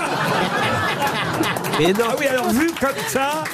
Et non. Ah oui, alors vu comme ça,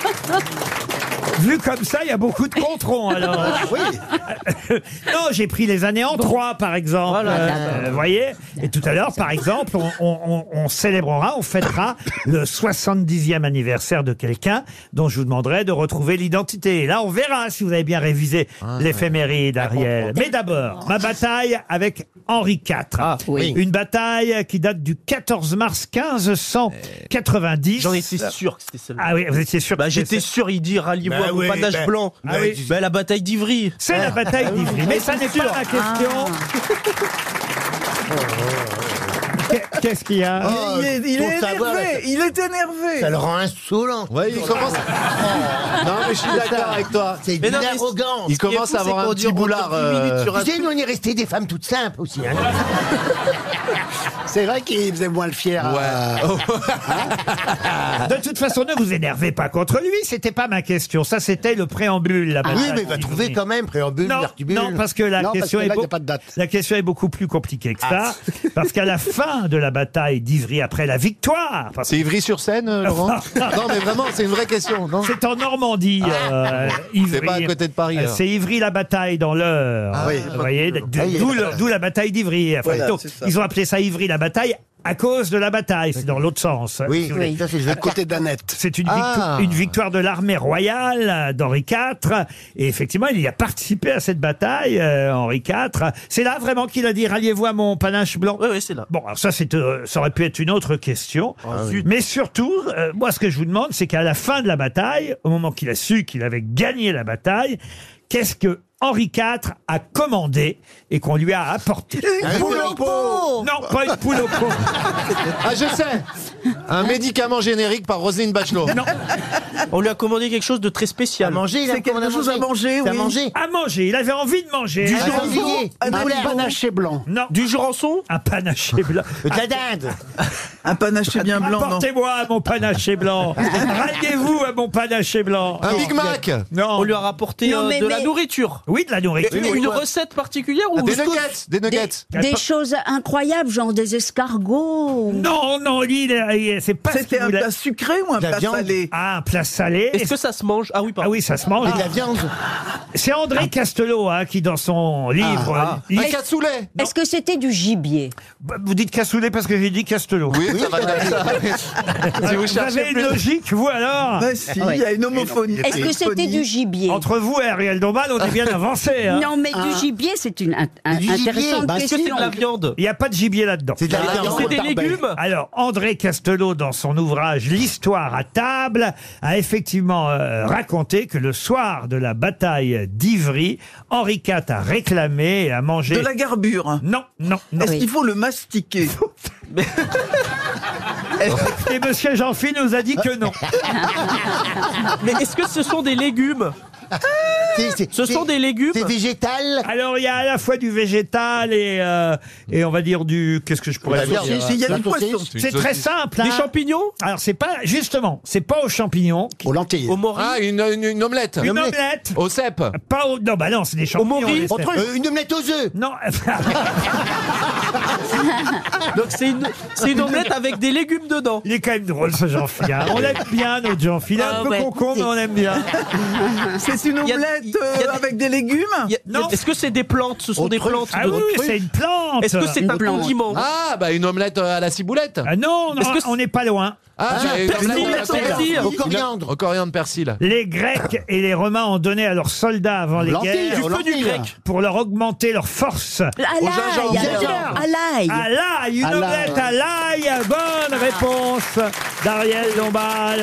vu comme ça, il y a beaucoup de comptes ronds, alors. Oui. Non, j'ai pris les années en trois, par exemple. Voilà, Euh, vous voyez. Et tout à l'heure, par exemple, on, on- on- on célébrera, on fêtera le soixante-dixième anniversaire de quelqu'un dont je vous demanderai de retrouver l'identité. Et là, on verra si vous avez bien révisé l'éphéméride, Ariel. Mais d'abord, ma bataille avec Henri quatre. Ah, oui. Une bataille qui date du quatorze mars quinze cent quatre-vingt-dix. J'en étais sûr que c'était celle-là. Ah oui, vous étiez sûr Bah, que j'étais c'était- sûr, il dit ralliez-vous Bah à vos oui, panaches bah- blancs. bah Ah oui. oui. Bah, la bataille d'Ivry. C'est la bataille d'Ivry. Mais ça n'est pas la question. Qu'est- Qu'est-ce qu'il y a Oh, il est, il pour est savoir, énervé, il est énervé. Ça le rend insolent. Ouais, il commence. Non, mais je suis d'accord avec toi. C'est Mais une non, mais arrogance. Il commence à avoir un petit boulard. euh, Tu sais, nous, on est resté des femmes toutes simples aussi. Hein. C'est vrai qu'il faisait moins le fier. De toute façon, ne vous énervez pas contre lui. C'était pas ma question. Ça, c'était le préambule. La Oui, bataille mais va d'Ivry. trouver quand même préambule, Non, vertibule. non, parce que la Non, parce question que est là, il y a beau- pas de date. la question est beaucoup plus compliquée que ça, parce qu'à la fin de la bataille d'Ivry, après la victoire, parce que C'est Ivry-sur-Seine, euh, Laurent? Non, mais vraiment, c'est une vraie question, non? c'est en Normandie, euh, Ivry. C'est pas à côté de Paris, Euh, alors. C'est Ivry-la-Bataille dans l'Eure. Ah oui. Vous voyez, d- Ah, il y a- d'où le- d'où la bataille d'Ivry. Enfin, Voilà, donc, c'est ça. ils ont appelé ça Ivry-la-Bataille à cause de la bataille. C'est dans l'autre sens. Oui, si vous voulez. ça c'est À côté d'Annette. C'est une, Ah. victo- une victoire de l'armée royale d'Henri quatre. Et effectivement, il y a participé à cette bataille, euh, Henri quatre. C'est là vraiment qu'il a dit ralliez-vous à mon panache blanc. Oui, oui, c'est là. Bon, alors ça, c'est, euh, ça aurait pu être une autre question. Ah, zut. Mais surtout, euh, moi, ce que je vous demande, c'est qu'à la fin de la bataille, au moment qu'il a su qu'il avait gagné la bataille, qu'est-ce que Henri quatre a commandé et qu'on lui a apporté? Une poule au pot. Non, pas une poule au pot. Ah, je sais! Un médicament générique par Roselyne Bachelot. Non. On lui a commandé quelque chose de très spécial. À manger, il a C'est quelque commandé chose à manger, C'est à oui. manger. À manger. Il avait envie de manger. Du Ah, jurançon, un Un poulet. panaché blanc. Non. Du jurançon. Un panaché blanc. De la dinde. Un panaché bien blanc, non? Apportez-moi à mon panaché blanc. Ralliez-vous à mon panaché blanc. Un Big Mac! Non. On lui a rapporté Non, euh, mais- de la mais- nourriture. Oui, de la nourriture. Une, une recette particulière ou Des ce que- nuggets! Des Des, nuggets! des choses incroyables, genre des escargots. Non, non, lui, il est- c'est pas ce C'était qu'il un voulait. plat sucré ou un De la plat viande. salé? Ah, un plat salé. Est-ce que ça se mange? Ah oui, Ah pardon. oui, ça se mange. Et de la viande. C'est André Castelot hein, qui, dans son livre... Ah, lit- un cassoulet! Est-ce que c'était du gibier? Vous dites Cassoulet parce que j'ai dit Castelot. Oui, ça va comme ça. Si vous Vous cherchez avez une plus. logique, vous alors Bah si, il y a une homophonie. Est-ce que c'était du gibier? Entre vous et Ariel Dombal, on est bien avancé. Hein. Non, mais du gibier, c'est une un- un- Du gibier, intéressante bah, Est-ce que c'est question. de la viande? Il n'y a pas de gibier là-dedans. C'est de la Ah, viande. C'est des Tarbelle. légumes? Alors, André Castelot, dans son ouvrage L'histoire à table, a effectivement euh, raconté que le soir de la bataille d'Ivry, Henri quatre a réclamé et a mangé... De la garbure. Non, non, non. Est-ce qu'il faut le mastiquer? Et monsieur Jean-Phil nous a dit que non. Mais est-ce que ce sont des légumes? C'est- c'est- Ce sont c'est- des légumes? C'est végétal. Alors il y a à la fois du végétal et, euh, et on va dire du... Qu'est-ce que je pourrais La dire viande. Il y a La du poisson. saucisse. C'est très simple. Des hein. champignons? Alors c'est pas... Justement, c'est pas aux champignons. Aux lentilles. Au mori? Ah, une, une, une omelette. Une omelette. Au cèpe. Pas au... Non, bah non, c'est des champignons. mori. les Au cèpes. truc. Euh, une omelette aux œufs. Non. Donc c'est une, c'est une omelette avec des légumes dedans. Il est quand même drôle ce Jean-Phil. hein. On l'aime bien notre Jean-Phil. Il est un Ah peu ouais. concombre, mais on l'aime bien. C'est une Il y a- omelette il y a euh, des- avec des légumes? Il y a- Non. Est-ce que c'est des plantes? Ce sont Au des truc. plantes Ah de oui, truc. c'est une plante. Est-ce que c'est Une un plante. condiment? Ah, bah une omelette euh, à la ciboulette. Ah non, non, Est-ce que c'est- on n'est pas loin. Ah, j'ai- une persil, omelette persil. persil. Au coriandre. Au coriandre persil. Les Grecs et les Romains ont donné à leurs soldats avant les Lentilles, guerres aux Du feu du lentilles. grec. pour leur augmenter leur force. À l'ail, alors. À l'ail. À l'ail, une À l'ail. omelette à l'ail. Bonne réponse d'Ariel Dombal.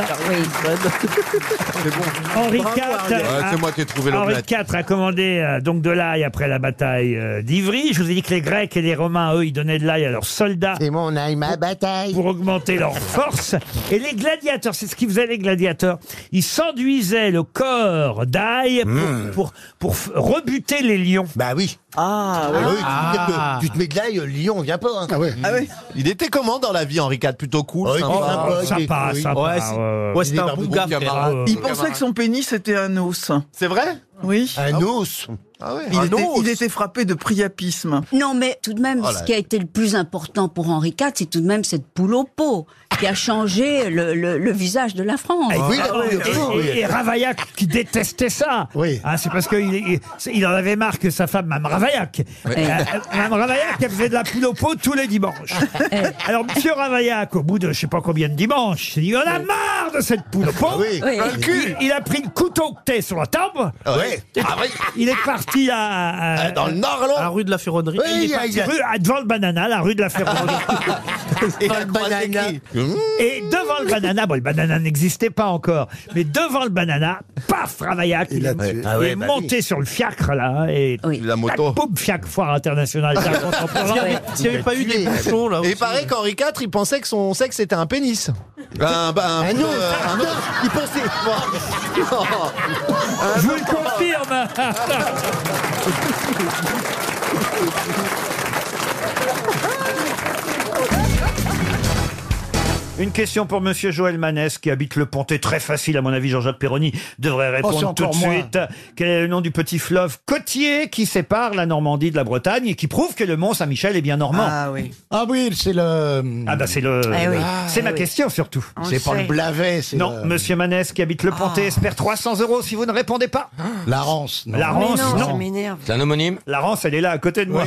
Henri quatre. Ouais, a- c'est moi qui ai trouvé Henri l'omelette. quatre a commandé euh, donc de l'ail après la bataille euh, d'Ivry. Je vous ai dit que les Grecs et les Romains, eux, ils donnaient de l'ail à leurs soldats C'est mon ail, ma bataille. pour augmenter leur force. Et les gladiateurs, c'est ce qu'ils faisaient les gladiateurs. Ils s'enduisaient le corps d'ail pour, pour, pour f- rebuter les lions. Bah oui. Ah, Ah oui, tu, veux dire que tu te mets de l'ail, le lion, on vient pas. Hein. Ah ouais. Ah oui. Il était comment dans la vie, Henri quatre? Plutôt cool, Ouais, sympa. il est sympa. Sympa, oui. sympa. Ouais, c'est- ouais, Ouais, c'était Il est un pas bon bon gars. camarade. ouais. Il pensait que son pénis était un os. C'est vrai? Oui. Un os. Ah ouais. Il, Un était, os. il était frappé de priapisme. Non, mais tout de même, Oh là. ce qui a été le plus important pour Henri quatre, c'est tout de même cette poule au pot qui a changé le, le- le visage de la France. Et, oui, et- ah oui, et- oui. et Ravaillac qui détestait ça. Oui. Hein, c'est parce qu'il il, il en avait marre que sa femme, Mme Ravaillac, euh, Mme Ravaillac, elle faisait de la poule au pot tous les dimanches. Alors, Monsieur Ravaillac, au bout de je sais pas combien de dimanches, il s'est dit on a marre de cette poule au pot. Oui. Oui. Plein le cul. Il, il a pris le couteau que t'es sur la table. Ouais. Ah oui. Il est parti à, à- Dans le Nord, À la là. rue de la Ferronnerie. Oui, il est il y a- parti il y a- rue- à- devant le banana, la rue de la Ferronnerie. Et la croix écrit. Et devant le banana, bon, le banana n'existait pas encore, mais devant le banana, paf, Ravaillac, il, a est- tué. il Ah ouais, est bah monté sur le fiacre, là, et Oui. La moto. boum, fiacre, foire internationale d'art contemporain. S'il n'y avait pas eu des bouchons, là. Et il aussi. paraît qu'Henri quatre, il pensait que son sexe était un pénis. Un, bah, un, Un os. euh, un os. Il pensait. Je vous le confirme. Une question pour Monsieur Joël Manès qui habite le Pontet. Très facile, à mon avis, Jean-Jacques Perroni devrait Oh, c'est répondre tout de encore moi. suite. Quel est le nom du petit fleuve côtier qui sépare la Normandie de la Bretagne et qui prouve que le Mont Saint-Michel est bien normand? Ah oui. Ah oui, c'est le. Ah bah c'est le... Eh oui. c'est ma Eh oui. question surtout. On C'est le pas sait. le Blavet, c'est Non, le- Monsieur Manès qui habite le Pontet espère trois cents euros si vous ne répondez pas. la Rance. non. La Rance, non, non. ça m'énerve. C'est un homonyme? La Rance, elle est là à côté de moi.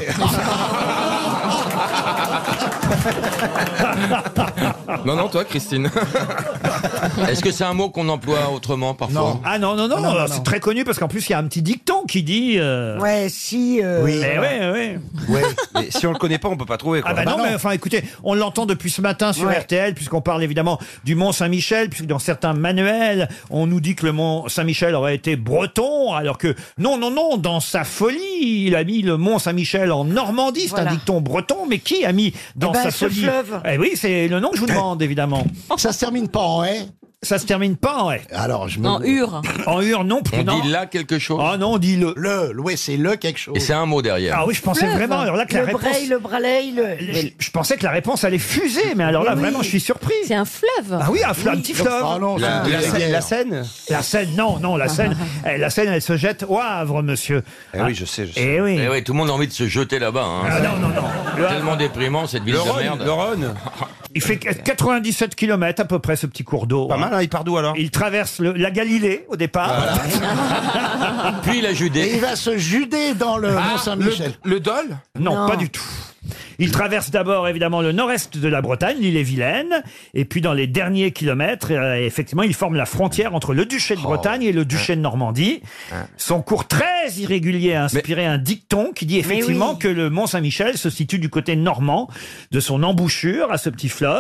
Non, non, toi, Christine. Est-ce que c'est un mot qu'on emploie autrement parfois? Ah non, non, non, non, non, c'est non. très connu parce qu'en plus il y a un petit dicton qui dit... euh, Ouais, si. euh, Oui. Eh ouais, ouais. Ouais. Mais si on le connaît pas, on peut pas trouver. Quoi. Ah bah, Bah non, non. mais enfin écoutez, on l'entend depuis ce matin sur Ouais. R T L puisqu'on parle évidemment du Mont Saint-Michel, puisque dans certains manuels, on nous dit que le Mont Saint-Michel aurait été breton, alors que non, non, non, dans sa folie, il a mis le Mont Saint-Michel en Normandie, c'est Voilà. un dicton breton, mais qui a mis dans Eh ben, sa ce folie fleuve. Eh oui, c'est le nom que je vous demande évidemment. Ça se termine pas en haie. Ça se termine pas en haie. Alors, je me. En hure. En hure non plus, On non. dit là quelque chose? Ah non, on dit le. Le, le- ouais, c'est le quelque chose. Et c'est un mot derrière. Ah oui, je pensais fleuve. vraiment, alors là que la le réponse... Breil, le Braleil, le. Je, je pensais que la réponse allait fuser, mais alors là, Mais oui. vraiment, je suis surpris. C'est un fleuve. Ah oui, un, fleuve, un petit fleuve. Ah non, La- c'est la une Seine- guerre. La Seine La Seine, non, non, la Seine, eh, la Seine, elle se jette au Havre, monsieur. Eh oui, je sais, je sais. Eh oui. Eh oui, tout le monde a envie de se jeter là-bas. Hein. Ah non, non, non. Le Havre, Tellement déprimant cette ville Le de Rhône, merde. le Rhône. il fait quatre-vingt-dix-sept kilomètres à peu près, ce petit cours d'eau. Pas hein. mal, hein, il part d'où alors? Il traverse le- la Galilée au départ. Puis la Et Judée. il va se juder dans le Ah, Mont Saint-Michel. Le, le Dol. Non, Non. pas du tout. Il traverse d'abord évidemment le nord-est de la Bretagne, l'île et Vilaine, et puis dans les derniers kilomètres, euh, effectivement, il forme la frontière entre le duché de Bretagne et le duché de Normandie. Son cours très irrégulier a inspiré un dicton qui dit effectivement oui. que le Mont Saint-Michel se situe du côté normand de son embouchure à ce petit fleuve.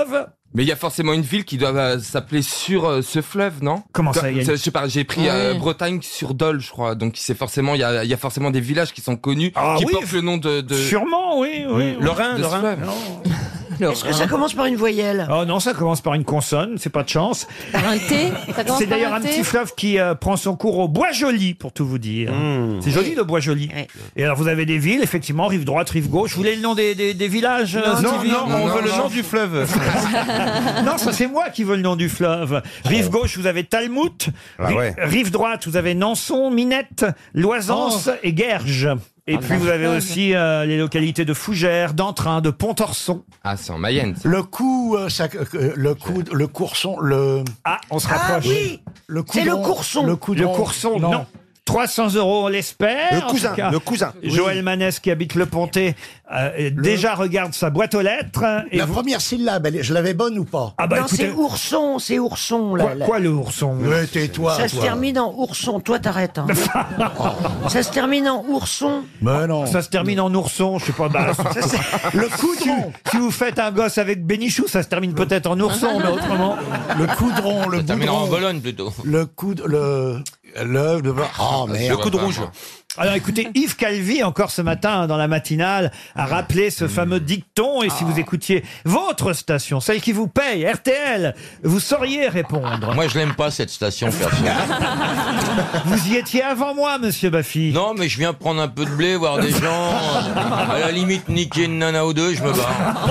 Mais il y a forcément une ville qui doit euh, s'appeler sur euh, ce fleuve, non? Comment ça, il y a une- Je sais pas, j'ai pris euh, Bretagne sur Dole, je crois. Donc c'est forcément, il y a, il y a forcément des villages qui sont connus, Ah qui oui, portent le nom de... de... Sûrement, oui, oui. Le Rhin, le Rhin. Est-ce que ça commence par une voyelle? Oh non, ça commence par une consonne, c'est pas de chance. Par un T. Ça commence C'est par d'ailleurs un T. petit fleuve qui euh, prend son cours au Bois-Joli, pour tout vous dire. C'est joli le Bois-Joli. Et alors vous avez des villes, effectivement, rive droite, rive gauche. Vous voulez le nom des, des, des villages euh, Non, Stevie non, on veut le nom du fleuve. Non, ça c'est moi qui veux le nom du fleuve. Rive gauche, vous avez Talmout. Ah Ri- ouais. Rive droite, vous avez Nançon, Minette, Loisance et Guerges. Et Ah, puis vous avez aussi euh, les localités de Fougères, d'Entrain, de Pontorson. Ah, c'est en Mayenne. ça. Le coup, euh, ça, euh, le coup, le courson, le. Ah, on se Ah rapproche. oui, le c'est le coudron- courson. Le Le coudron. courson, non. trois cents euros, on l'espère. Le En tout cousin, cas, le cousin. Joël Manès, qui habite Le Pontet, euh, déjà regarde sa boîte aux lettres. Et La vous- première syllabe, elle est- je l'avais bonne ou pas? Ah bah non, écoutez, c'est ourson, c'est ourson. Là, quoi, là. quoi, le ourson Ouais, tais-toi. Ça se toi. termine en ourson. Toi, t'arrêtes. Hein. Ça se termine en ourson. Mais non. Ça se termine en ourson, je sais pas. Bah, Ça, c'est- Le coudron. si vous faites un gosse avec Bénichou, ça se termine peut-être en ourson, mais autrement. Le coudron, le Ça terminera en boudron. Bologne plutôt. Le coude, le, le, le, oh Le merde. coup de rouge. Alors écoutez, Yves Calvi, encore ce matin dans la matinale, a rappelé ce fameux dicton. Et si vous écoutiez votre station, celle qui vous paye, R T L, vous sauriez répondre. Moi, je l'aime pas cette station, perso. Vous y étiez avant moi, monsieur Baffy. Non, mais je viens prendre un peu de blé, voir des gens. À la limite, niquer une nana ou deux, je me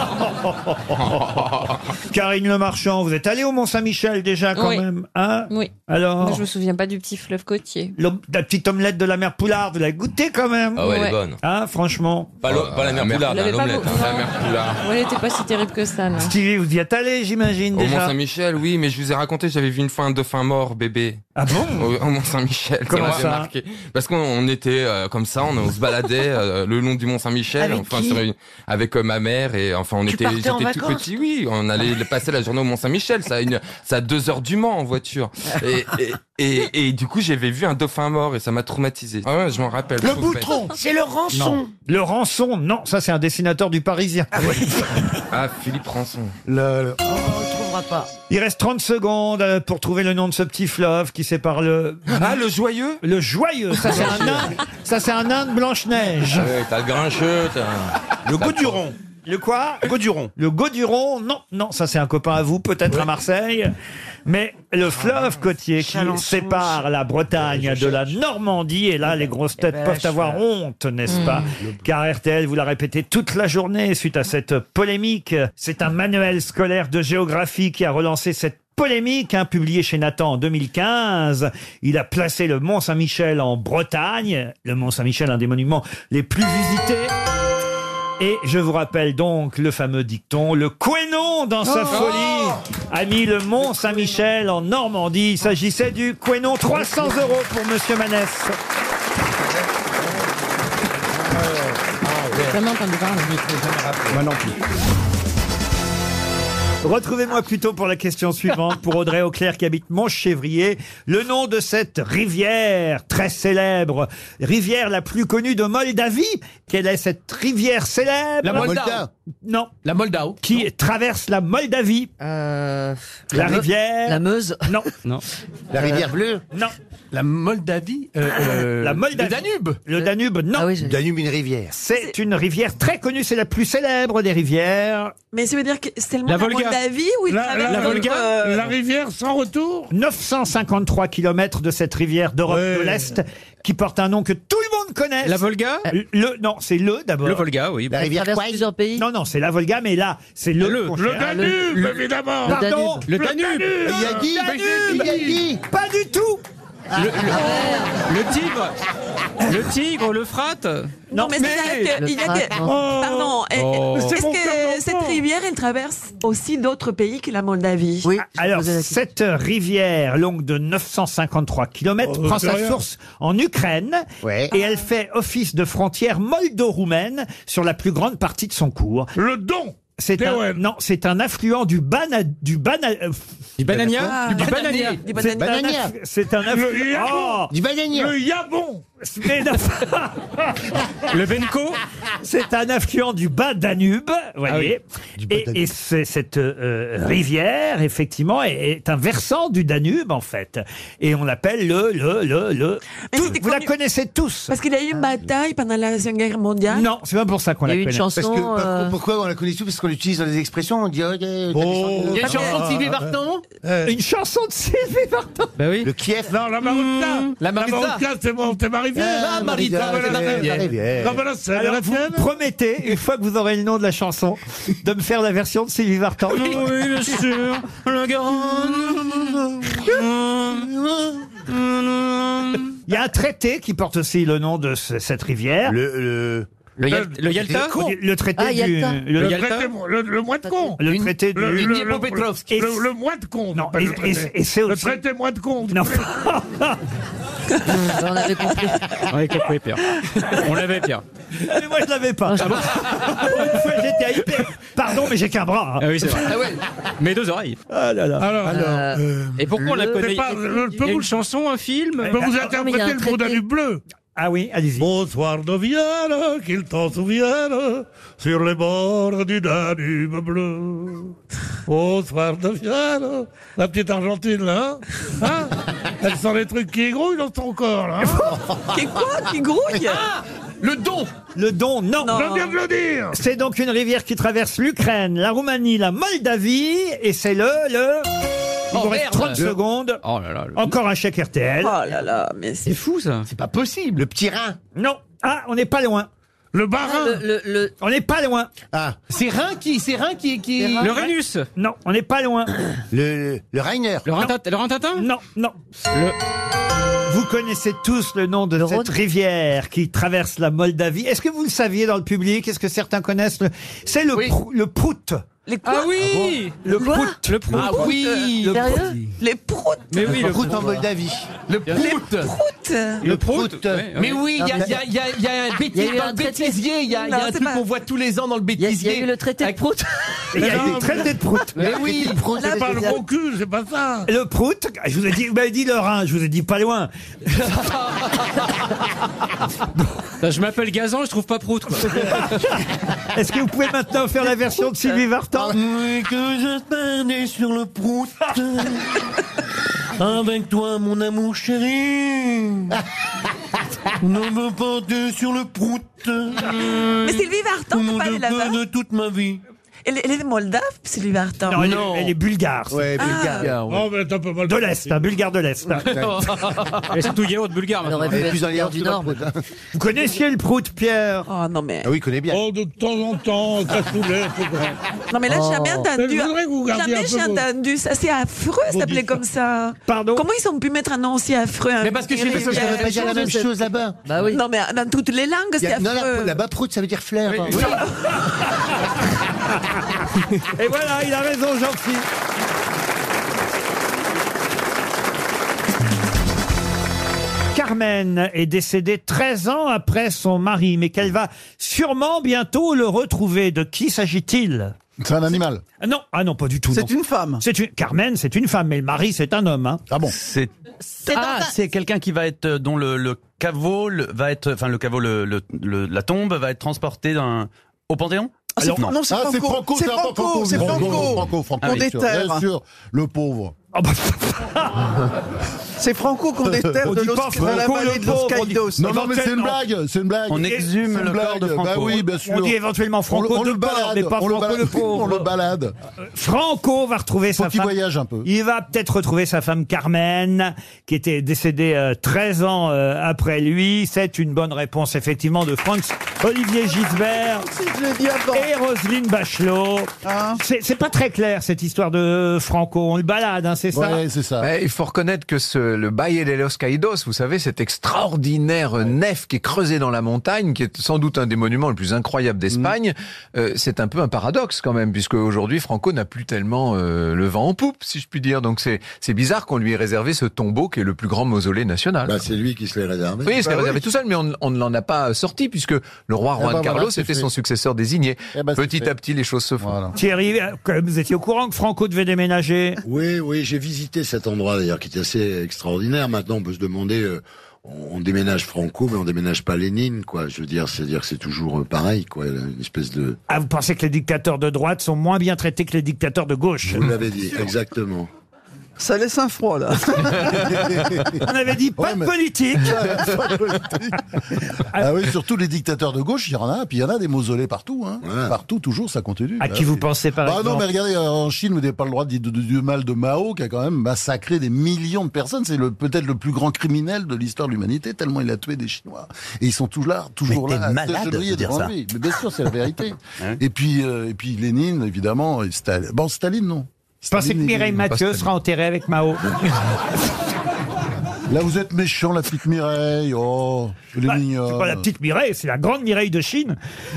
barre. Karine Le Marchand, vous êtes allé au Mont-Saint-Michel déjà quand Oui. même, hein? Oui. Alors, Moi, je me souviens pas du petit fleuve côtier. l'om- la petite omelette de la mère Poulard, vous l'avez goûtée quand même? Ah ouais, elle Ouais. est bonne. Hein, franchement. Pas, l'o- pas la mère Poulard, Vous l'avez pas l'omelette. beau- hein. La mère Poulard. Ouais, elle était pas si terrible que ça, non. Stevie, vous y êtes allé, j'imagine, Au déjà? Mont-Saint-Michel, oui, mais je vous ai raconté, j'avais vu une fois un dauphin mort, bébé. Ah bon? Au, au Mont-Saint-Michel. Comment m'avait ça marqué. Parce qu'on on était euh, comme ça, on, on se baladait euh, le long du Mont-Saint-Michel, Avec enfin qui sur une- avec euh, ma mère et enfin on Tu était, partais en j'étais tout vacances petit, oui, on allait passer la journée au Mont-Saint-Michel, ça a une, ça a deux heures du Mans en voiture. Et, et, et, et du coup j'avais vu un dauphin mort et ça m'a traumatisé. Ah ouais, je m'en rappelle. Le trop boutron. C'est le rançon. Non. Le Rançon, non, ça c'est un dessinateur du Parisien. bête. Ah, Philippe Rançon. Le, le- Oh, on ne trouvera pas. Il reste trente secondes euh, pour trouver le nom de ce petit fleuve qui sépare le... Ah, le joyeux. Le Joyeux, ça c'est un nain, ça c'est un nain de Blanche-Neige. Ouais, t'as le grincheux, t'as... Le Gauduron. Le quoi? Gauduron. Le Gauduron, non, non, ça c'est un copain à vous, peut-être à Marseille. Mais le fleuve côtier qui Chalençon, sépare la Bretagne de la Normandie, et là les grosses têtes ben, peuvent je- avoir honte, n'est-ce pas? Car R T L vous l'a répété toute la journée suite à cette polémique. C'est un manuel scolaire de géographie qui a relancé cette polémique, hein, publié chez Nathan en deux mille quinze. Il a placé le Mont Saint-Michel en Bretagne. Le Mont Saint-Michel, un des monuments les plus visités. Et je vous rappelle donc le fameux dicton, le Quénon dans sa folie a mis le Mont Saint-Michel en Normandie. Il s'agissait du Quénon, trois cents euros pour Monsieur Manès. J'ai jamais entendu parler. moi non plus. Retrouvez-moi plutôt pour la question suivante, pour Audrey Auclair qui habite Montchevrier. Le nom de cette rivière très célèbre, rivière la plus connue de Moldavie. Quelle est cette rivière célèbre? La Moldau. Non. La Moldau. Qui traverse la Moldavie. Euh, La Me- rivière. La Meuse. Non. Non. La rivière bleue. Non. La Moldavie. euh, euh, La Moldavie. Le Danube. Le Danube, non. Ah oui, j'ai- Danube, une rivière. C'est une rivière très connue, c'est la plus célèbre des rivières. Mais ça veut dire que c'est tellement La la, Volga. Moldavie où il La, traverse la- notre, Volga, euh, la rivière sans retour. neuf cent cinquante-trois kilomètres de cette rivière d'Europe Ouais. de l'Est qui porte un nom que tout le monde connaît. La Volga. Le, non, c'est le d'abord. Le Volga, oui. La Elle rivière traverse Kwai. plusieurs pays. Non, non, c'est la Volga, mais là, c'est le. Le- qu'on Le cherche. Danube, le- évidemment. le Pardon. Le Danube. Il a dit. Danube. Il a dit. Pas du tout. Le, le- le Tigre. Le Tigre, le Frat. Non, mais, mais- c'est-à-dire qu'il y a Le que- Frat, Pardon, et- Oh. est-ce C'est mon cœur que d'enfant. cette rivière, elle traverse aussi d'autres pays que la Moldavie? Oui. Alors, cette rivière longue de neuf cent cinquante-trois kilomètres Oh, prend c'est sa rien. source en Ukraine Ouais. et elle fait office de frontière moldo-roumaine sur la plus grande partie de son cours. Le don. C'est un, Théoën. non, c'est un affluent du Bana, du Bana, euh, Du Banania. Ah, Du bananier. Banania. Des c'est un, Banania. aff- c'est un Le affluent. Yabon. Oh, Du bananier. Le Yabon. Mais non. Le Benko. C'est un affluent du bas Danube, vous voyez. Ah oui, du bas et Danube. et c'est- cette euh, rivière, effectivement, est, est un versant du Danube, en fait. Et on l'appelle le, le, le, le. Mais Tout- c'était vous la connu- connaissez tous. Parce qu'il y a eu une bataille pendant la Deuxième Guerre mondiale. Non, c'est pas pour ça qu'on la connaît. Parce que, par- pourquoi on la connaît tous? Parce qu'on l'utilise dans les expressions, on dit... oh, yeah, Oh. t'as des Il y a une chanson de Sylvie Vartan. Une chanson de Sylvie Vartan. Ben oui. Le Kiev. Non, la Maritza. La Maritza. c'est mon, c'est ma rivière. Ah, Maritza, Comme la- c'est la rivière. Comme la Seine, Alors la vous Seine. me promettez, une fois que vous aurez le nom de la chanson, de me faire la version de Sylvie Vartan. Oui, bien sûr. La Garonne. Il y a un traité qui porte aussi le nom de ce- cette rivière. Le, le... Le, Yal- le Yalta. Le traité Ah, du... Yalta. Le, Le, Yalta. traité, le, le mois de con. le traité du... Le, le, le, Dniepropetrovsk. le, le, le mois de con. Non, pas et- le traité. et- et c'est Le aussi- traité mois de con. Non. On avait compris. On avait compris, Pierre. On l'avait, Pierre. Mais moi, je l'avais pas. Une fois, j'étais à hyper... Pardon, mais j'ai qu'un bras. hein. Ah oui, c'est vrai. Mais deux oreilles. Ah là là. Alors, Euh, Et pourquoi on la Le- connaît? C'est pas- le- Il y a peut-vous- une chanson, un film. je peux vous mais il y a interpréter un le mot traité. Danube bleu. Ah oui, allez-y. Bonsoir de Vienne, qu'il t'en souvienne, sur les bords du Danube bleu. Bonsoir de Vienne, la petite Argentine là, hein, hein. Elle sent les trucs qui grouillent dans son corps là. Hein. Qui quoi Qui grouille Le don. Le Don, non. Je viens de le dire. C'est donc une rivière qui traverse l'Ukraine, la Roumanie, la Moldavie, et c'est le... le... Il Oh, vous reste merde. trente secondes. Oh là là. le- Encore un chèque R T L. Oh là là, mais c'est C'est fou, ça. C'est pas possible. Le petit rein. Non. Ah, on n'est pas loin. Le barin. le, le, le- On n'est pas loin. Ah, C'est Rhin qui, c'est Rhin qui, qui... C'est Rhin. Le Rhinus. Non, on n'est pas loin. le, le Rainer. Le Rintat- le Rintintin. Non, non. Vous connaissez tous le nom de Le cette Rhône. rivière qui traverse la Moldavie. Est-ce que vous le saviez dans le public? Est-ce que certains connaissent le... C'est le, Oui. prou- le Prout. les quoi Ah oui. Le Quoi Prout. Le Prout. Ah oui. Le Sérieux Prout. Les proutes. Mais oui, le Prout en Prout. Moldavie. Le Prout. Proutes. Le Prout. Prout. Ouais, ouais. Mais oui, il y, a- il y a- il y a- il y a un Il y a bêtisier eu dans un le traité. bêtisier. Il y a, il y a Non, un c'est truc pas- qu'on voit tous les ans dans le Il y, a- il y bêtisier. a eu le traité de Avec- Prout. Et il y a Non, des traités de Prout. Mais oui. Prout. Là, C'est pas le gros cul, c'est pas ça. Le Prout, je vous ai dit, vous m'avez dit le Rhin, je vous ai dit pas loin. Bah, je m'appelle Gazan, je trouve pas Prout, quoi. Est-ce que vous pouvez maintenant faire la version de Sylvie Vartan? Oui, que je perdais sur le prout. Avec toi, mon amour chéri. Ne me porter sur le prout. Mais Sylvie Vartan, c'est pas elle là-bas. de toute ma vie. Elle, elle est moldave, Sylvie Vartan. Non, elle, est- Non. elle est bulgare. Ouais, bulgare. Oh, mais t'as pas mal De l'Est, un bulgare de l'Est. Et surtout yaourt bulgare, Elle maintenant. aurait pu Elle est être plus dans les Pierre du Nord. Vous connaissiez le Prout, Pierre? Oh non mais. Ah oui, il connaît bien. Oh, de temps en temps, cassoulet, c'est vrai. Non mais là j'ai jamais Oh. entendu. Mais je voudrais que vous gardiez Jamais un peu j'ai vos- entendu ça. C'est affreux vos s'appeler différents. comme ça. Pardon? Comment ils ont pu mettre un nom aussi affreux hein, Mais parce que je suis Rivière. parce que Ça veut pas dire la même chose là-bas. Bah oui. Non mais dans toutes les langues Il y c'est a- Non, affreux. là, là-bas, Prout, ça veut dire fleur. Oui. Oui. Et voilà, il a raison, Jean-Philippe. Carmen est décédée treize ans après son mari, mais qu'elle va sûrement bientôt le retrouver. De qui s'agit-il? C'est un animal. Ah non, ah non, pas du tout. C'est non. une femme. C'est une Carmen, c'est une femme, mais le mari, c'est un homme. Hein. Ah bon? C'est C'est ah, dans un- c'est quelqu'un qui va être euh, dont le, le caveau le- va être enfin le caveau le, le, le- la tombe va être transportée d'un au Panthéon. Ah, c'est Alors, Fran- non, c'est Ah, c'est Franco. Franco, C'est c'est Franco. Franco, C'est Franco, Franco. Franco, Franco, On bien sûr, déterre. bien sûr, le pauvre. Ah bah, C'est Franco qu'on déterre On de dit l'os- pas dans la Franco, vallée le de Los pauvre, on dit- Caídos. Non, non, mais c'est une Éventuellement. blague, c'est une blague. On C'est exhume une le blague. corps de Franco. Bah oui, bien sûr. on dit éventuellement Franco on, le- on de le bord, balade, mais pas on le Franco balade, le pauvre. On le balade. Franco va retrouver Faut sa qu'il femme. voyage un peu. Il va peut-être retrouver sa femme Carmen, qui était décédée euh, treize ans euh, après lui. C'est une bonne réponse, effectivement, de Franck Olivier Gisbert Je l'ai dit avant. et Roselyne Bachelot. Hein C'est c'est pas très clair, cette histoire de Franco. On le balade, hein, c'est ça? Ouais, c'est ça. Ouais, il faut reconnaître que ce, le Valle de los Caídos, vous savez, cette extraordinaire nef qui est creusée dans la montagne, qui est sans doute un des monuments les plus incroyables d'Espagne, euh, c'est un peu un paradoxe quand même, puisque aujourd'hui Franco n'a plus tellement euh, le vent en poupe, si je puis dire. Donc c'est c'est bizarre qu'on lui ait réservé ce tombeau qui est le plus grand mausolée national. Bah, c'est lui qui se l'est réservé. Oui, il se l'est Bah réservé oui. tout seul, mais on, on ne l'en a pas sorti, puisque le roi Eh Juan ben Carlos voilà, c'est était fait. son successeur désigné. Eh ben, c'est Petit fait. à petit, les choses se font. Thierry, euh, quand même, vous étiez au courant que Franco devait déménager? Oui, oui, j'ai visité cet endroit d'ailleurs qui était assez extraordinaire. Maintenant, on peut se demander, euh, on déménage Franco, mais on déménage pas Lénine, quoi. Je veux dire, c'est-à-dire que c'est toujours euh, pareil, quoi. Une espèce de... Ah, vous pensez que les dictateurs de droite sont moins bien traités que les dictateurs de gauche? Vous l'avez dit, exactement. Ça laisse un froid, là. On avait dit pas Ouais, de mais- politique. Ah oui, surtout les dictateurs de gauche, il y en a, puis il y en a des mausolées partout, hein. Ouais. Partout, toujours, ça continue. À Bah qui vous oui. pensez, par Bah exemple? non, mais regardez, euh, en Chine, vous n'avez pas le droit de dire du du mal de Mao, qui a quand même massacré des millions de personnes. C'est le, peut-être le plus grand criminel de l'histoire de l'humanité, tellement il a tué des Chinois. Et ils sont toujours là, toujours Mais là, t'es à malade s'agenouiller de dire devant ça. lui. Mais bien sûr, c'est la vérité. Ouais. Et puis, euh, et puis Lénine, évidemment, et Staline. Bon, Staline, non. Je pensais que Staline, Mireille il- Mathieu sera enterrée avec Mao. Là, vous êtes méchant, la petite Mireille. Oh, elle est Bah, mignonne. c'est pas la petite Mireille, c'est la grande Mireille de Chine.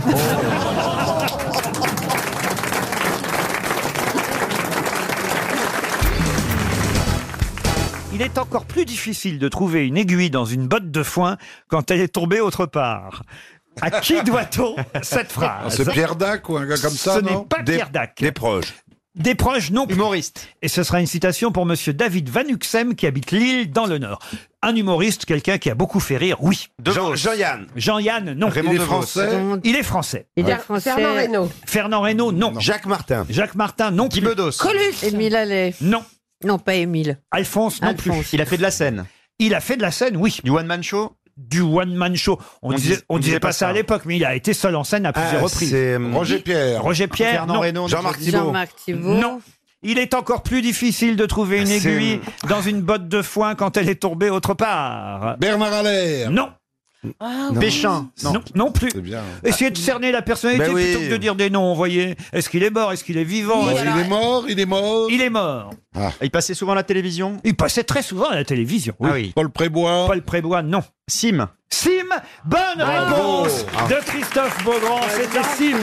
Il est encore plus difficile de trouver une aiguille dans une botte de foin quand elle est tombée autre part. À qui doit-on cette phrase? C'est Pierre Dac ou un gars comme ça, Ce non n'est pas Des- Pierre Dac. Des proches. Des proches non plus. Humoriste. Et ce sera une citation pour monsieur David Van Uxem qui habite Lille dans le Nord. Un humoriste, quelqu'un qui a beaucoup fait rire, oui. Jean- Jean-Yann. Jean-Yann, non. Raymond Il est DeVos. français. Il est français. Il Ouais. est français. Fernand Reynaud. Fernand Reynaud, non. Jacques Martin. Jacques Martin, non Guy plus. Bedos. Coluche. Émile Allais. Non. Non, pas Émile. Alphonse, non Alphonse. plus. Il a fait de la scène. Il a fait de la scène, oui. Du one-man show. Du one-man show. On, On disait, dis- on on disait disait pas pas ça à ça. l'époque, mais il a été seul en scène à plusieurs reprises. C'est euh, Roger Pierre. Roger Pierre, Fernand non. Reynaud. Jean-Marc Thibault. Jean-Marc Thibault. Non. Il est encore plus difficile de trouver une C'est- aiguille dans une botte de foin quand elle est tombée autre part. Bernard Allaire. Non. Péchin. Non, non plus. C'est bien. Essayez de cerner la personnalité Ben oui. plutôt que de dire des noms, vous voyez. Est-ce qu'il est mort? Est-ce qu'il est vivant? Oh, Est-ce- il est mort, il est mort. Il est mort. Il passait souvent à la télévision. Il passait très souvent à la télévision. Ah oui. Paul Prébois. Paul Prébois, non. Sim. Sim, bonne Bravo. réponse Ah. de Christophe Beaugrand, c'était Sim.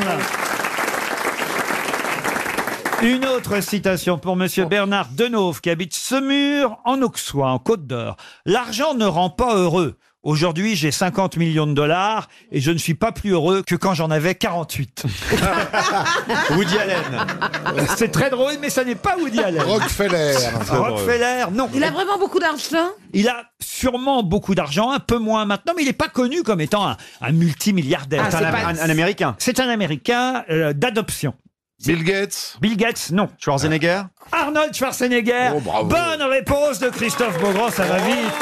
Une autre citation pour monsieur Bernard Denauve qui habite Semur en Auxois, en Côte d'Or. L'argent ne rend pas heureux. Aujourd'hui, j'ai cinquante millions de dollars et je ne suis pas plus heureux que quand j'en avais quarante-huit. Woody Allen. C'est très drôle, mais ça n'est pas Woody Allen. Rockefeller. Rockefeller, non. Il a vraiment beaucoup d'argent. Il a sûrement beaucoup d'argent, un peu moins maintenant, mais il n'est pas connu comme étant un, un multimilliardaire. Ah, C'est c'est un, pas- un- un Américain. C'est un Américain euh, d'adoption. Bill Gates. Bill Gates, non. Schwarzenegger. Arnold Schwarzenegger. Oh, bravo. Bonne réponse de Christophe Beaugrand, ça va vite.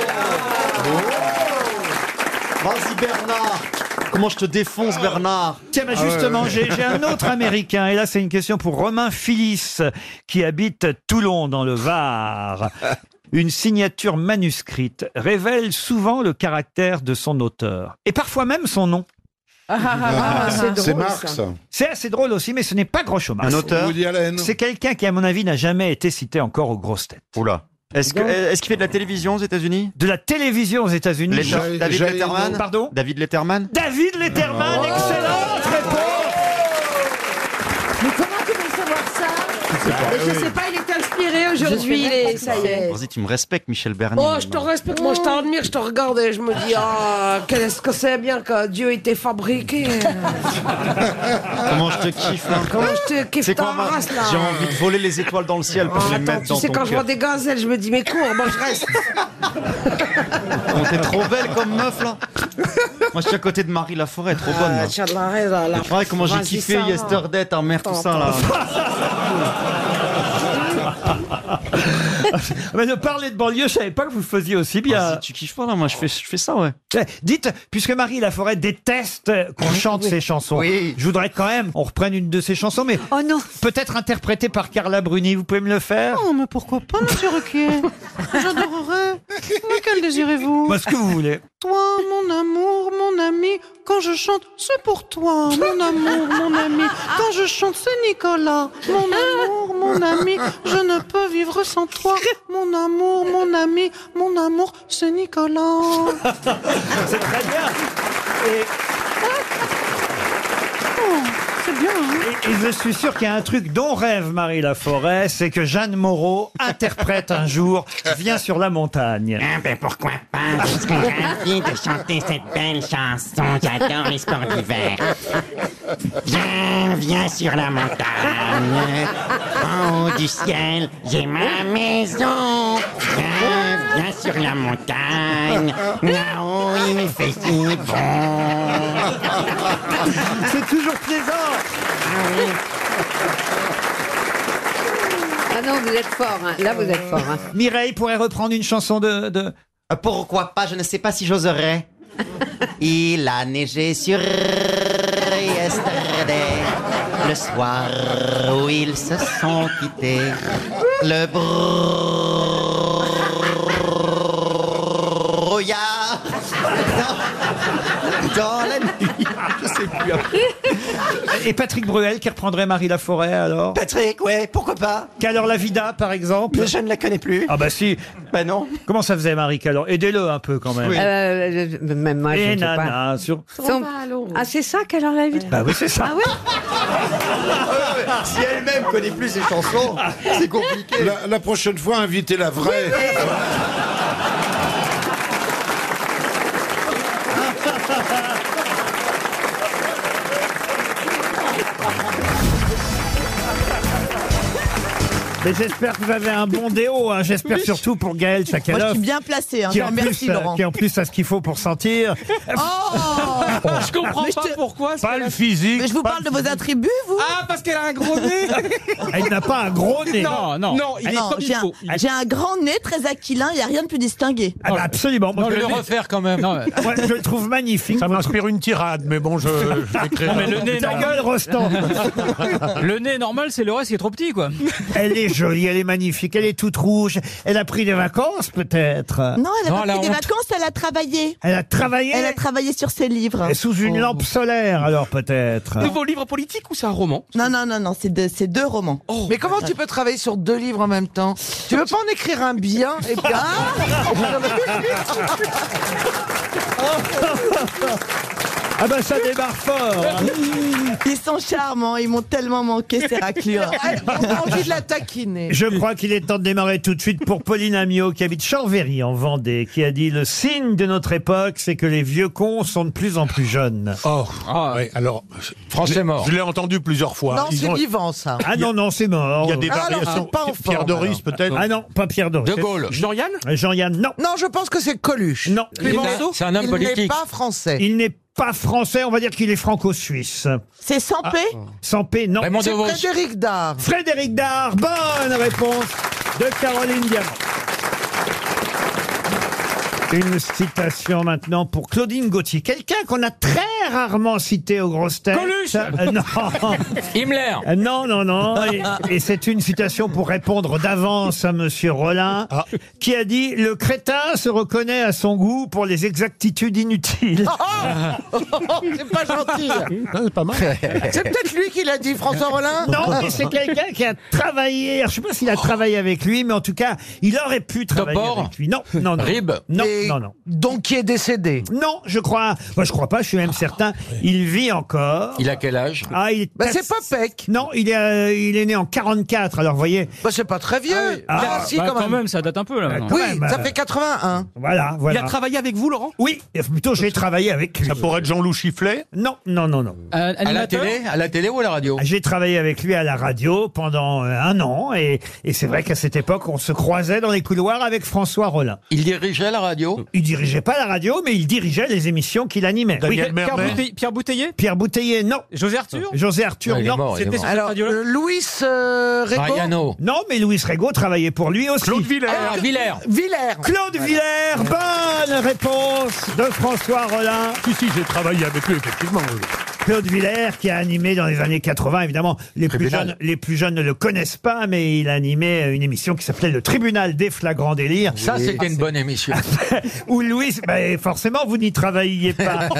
Vas-y Bernard. Comment je te défonce Bernard. Tiens, bah, justement, j'ai j'ai un autre Américain, et là c'est une question pour Romain Philis, qui habite Toulon dans le Var. Une signature manuscrite révèle souvent le caractère de son auteur, et parfois même son nom. Ah, c'est drôle. C'est Marx. ça. C'est assez drôle aussi, mais ce n'est pas Groucho Marx. Un auteur. Woody Allen. C'est quelqu'un qui, à mon avis, n'a jamais été cité encore aux grosses têtes. Oula. Est-ce que est-ce qu'il fait de la télévision aux États-Unis? De la télévision aux États-Unis. Letter- Jay- David Jay Letterman. Pardon David Letterman. David Letterman, excellente réponse. Mais comment tu peux savoir ça Mais Je sais pas, il est inspiré aujourd'hui. il est- Ça y est. Vas-y, tu me respectes, Michel Bernier. Oh, je te respecte, moi je t'admire, je te regarde et je me dis, ah, qu'est-ce que c'est bien que Dieu était fabriqué. Comment je te kiffe là. Comment je te kiffe C'est ta quoi, moi race là. J'ai envie de voler les étoiles dans le ciel pour Ah, les attends, mettre tu dans sais, ton quand je vois cœur. des gazelles, je me dis, mais cours, moi je reste. Oh, t'es trop belle comme meuf là. Moi je suis à côté de Marie Laforêt, trop bonne Ah, là. tu as de la raison, là. Ouais, comment j'ai Vas-y, kiffé ça va. Yesterday, ta mère, tout ça là. Mais de parler de banlieue, je savais pas que vous le faisiez aussi bien. Vas-y, tu kiffes pas là, moi je fais, je fais ça ouais. Eh, Dites, puisque Marie Laforêt déteste qu'on chante ses chansons, Oui. je voudrais quand même on reprenne une de ses chansons, mais Oh non. peut-être interprétée par Carla Bruni. Vous pouvez me le faire? Oh, mais pourquoi pas, monsieur Ruquier? J'adorerais. Lequel désirez-vous? Parce que vous voulez. Toi, mon amour, mon ami, quand je chante, c'est pour toi. Mon amour, mon ami, quand je chante, c'est Nicolas. Mon amour, mon ami, je ne peux vivre sans toi. Mon amour, mon ami, mon amour, c'est Nicolas. C'est très bien. Et, Oh, c'est bien, hein? et- et je suis sûr qu'il y a un truc dont rêve Marie Laforêt, c'est que Jeanne Moreau interprète un jour Viens sur la montagne. Ah ben pourquoi pas, je serais ravie de chanter cette belle chanson, j'adore les sports d'hiver. Viens, viens sur la montagne, en haut du ciel, j'ai ma maison. Viens, viens sur la montagne, là-haut il fait si bon. C'est toujours plaisant. Ah oui. Ah non, vous êtes fort, hein. Là vous êtes fort. Hein. Mireille pourrait reprendre une chanson de... de... Pourquoi pas, je ne sais pas si j'oserais. Il a neigé sur yesterday, le soir où ils se sont quittés. Le brouillard dans, dans la nuit. Je sais plus après. Et Patrick Bruel qui reprendrait Marie Laforêt alors? Patrick, ouais, pourquoi pas? Calor la Vida par exemple? Mais je ne la connais plus. Ah bah si. Bah non. Comment ça faisait Marie Calor? Aidez-le un peu quand même. Oui. Euh, même moi, je Et ne sais pas. nana, sur... Son- Ah, c'est ça qu'elle la vie. Bah oui, c'est ça. Ah oui. Si elle-même connaît plus ses chansons, c'est compliqué. La, la prochaine fois, invitez la vraie. Mais j'espère que vous avez un bon déo. Hein. J'espère Oui. surtout pour Gaël Moi, Chakalov. je suis bien placée. Hein. Qui Je en, remercie, plus, euh, Laurent. qui en plus a ce qu'il faut pour sentir. Oh Je comprends Mais pas je te- pourquoi. Pas le physique. Mais je vous pas parle le de vos attributs, vous Ah, parce qu'elle a un gros nez. Elle n'a pas un gros nez. Non, non, non, il est Non, comme il j'ai un, faut. Il est- j'ai un grand nez, très aquilin, il n'y a rien de plus distingué. Ah bah absolument. Moi, Non, je, le le nez- refaire quand même. Non, moi, je le trouve magnifique. Ça m'inspire une tirade, mais bon, je, je l'écrirai. Non, mais le nez, Ta non. gueule, Rostand. Le nez normal, c'est le reste qui est trop petit, quoi. Elle est jolie, elle est magnifique, elle est toute rouge. Elle a pris des vacances, peut-être. Non, elle a Non, pas elle a pris des honte. vacances, elle a travaillé. Elle a travaillé Elle a travaillé sur ses livres. et sous une lampe solaire, alors peut-être. Nouveau livre politique ou c'est un roman? Non, non, non, non, c'est deux, c'est deux romans. Mais comment tu peux travailler sur deux livres en même temps? Tu veux pas en écrire un bien et puis Ah bah ça démarre fort. hein. Ils sont charmants, ils m'ont tellement manqué, ces raclures. on a envie de la taquiner. Je crois qu'il est temps de démarrer tout de suite pour Pauline Amiot, qui habite Chamvéry, en Vendée, qui a dit « Le signe de notre époque, c'est que les vieux cons sont de plus en plus jeunes. Oh, Ah, ouais, alors. France est mort. Je l'ai entendu plusieurs fois. Non, Ils c'est ont- vivant ça. » Ah non, non, c'est mort. Il y a des Ah, alors, variations. c'est pas en Pierre forme, Doris, alors. peut-être. Ah non, pas Pierre Doris. De Gaulle. Jean-Yann? Jean-Yann, non. Non, je pense que c'est Coluche. Non. Clémenceau? C'est un homme Il n'est politique. pas français. Il n'est pas français, on va dire qu'il est franco-suisse. C'est sans paix. Sans P, non. Raymond C'est Devos. Frédéric Dard. Frédéric Dard, bonne réponse de Caroline Diamant. Une citation maintenant pour Claudine Gauthier, quelqu'un qu'on a très rarement cité aux grosses têtes. Coluche. Euh, Non. Himmler. Euh, Non, non, non. Et, et c'est une citation pour répondre d'avance à Monsieur Rollin, qui a dit « Le crétin se reconnaît à son goût pour les exactitudes inutiles. C'est pas gentil. C'est pas mal. C'est peut-être lui qui l'a dit, François Rollin. » Non, mais c'est quelqu'un qui a travaillé. Alors, je sais pas s'il a travaillé avec lui, mais en tout cas, il aurait pu travailler Topor. avec lui. Non, non, non. Rib. Non, Et non, non. Donc qui est décédé. Non, je crois. Moi, je crois pas. Je suis même certain. Il vit encore. Il a quel âge? Ah, il est. Bah, c'est pas Peck. Non, il est, euh, il est né en quarante-quatre. Alors, vous voyez. Bah, c'est pas très vieux. Ah, Ah, si, Bah, quand même. ça date un peu, là. maintenant. quand Oui, même, ça euh, fait quatre-vingt-un. Voilà, Il voilà. a travaillé avec vous, Laurent? Oui, plutôt j'ai travaillé avec lui. Ça pourrait être Jean-Loup Chifflet. Non, non, non, non. Euh, À la animateur? télé? À la télé ou à la radio? J'ai travaillé avec lui à la radio pendant euh, un an et, et c'est vrai qu'à cette époque, on se croisait dans les couloirs avec François Rollin. Il dirigeait la radio? Il dirigeait pas la radio, mais il dirigeait les émissions qu'il animait. Daniel Oui. Pierre, Mermet. Bouteille- Pierre Bouteiller? Pierre Bouteiller, non. José Arthur? José Arthur, Ah, il est non. mort, il est C'était mort. sur cette Alors, radio-là? euh, Louis euh, Rego. Mariano. Non, mais Louis Rego travaillait pour lui aussi. Claude Villers. Ah, Villers. Villers. Claude Villers, bonne réponse de François Rollin. Si, si, j'ai travaillé avec lui, effectivement. oui. Claude Villers qui a animé dans les années quatre-vingts, évidemment, les plus, Tribunal. jeunes, les plus jeunes ne le connaissent pas, mais il a animé une émission qui s'appelait Le Tribunal des flagrants délires. Ça, c'était une bonne émission. Où Louis, bah, forcément, vous n'y travailliez pas.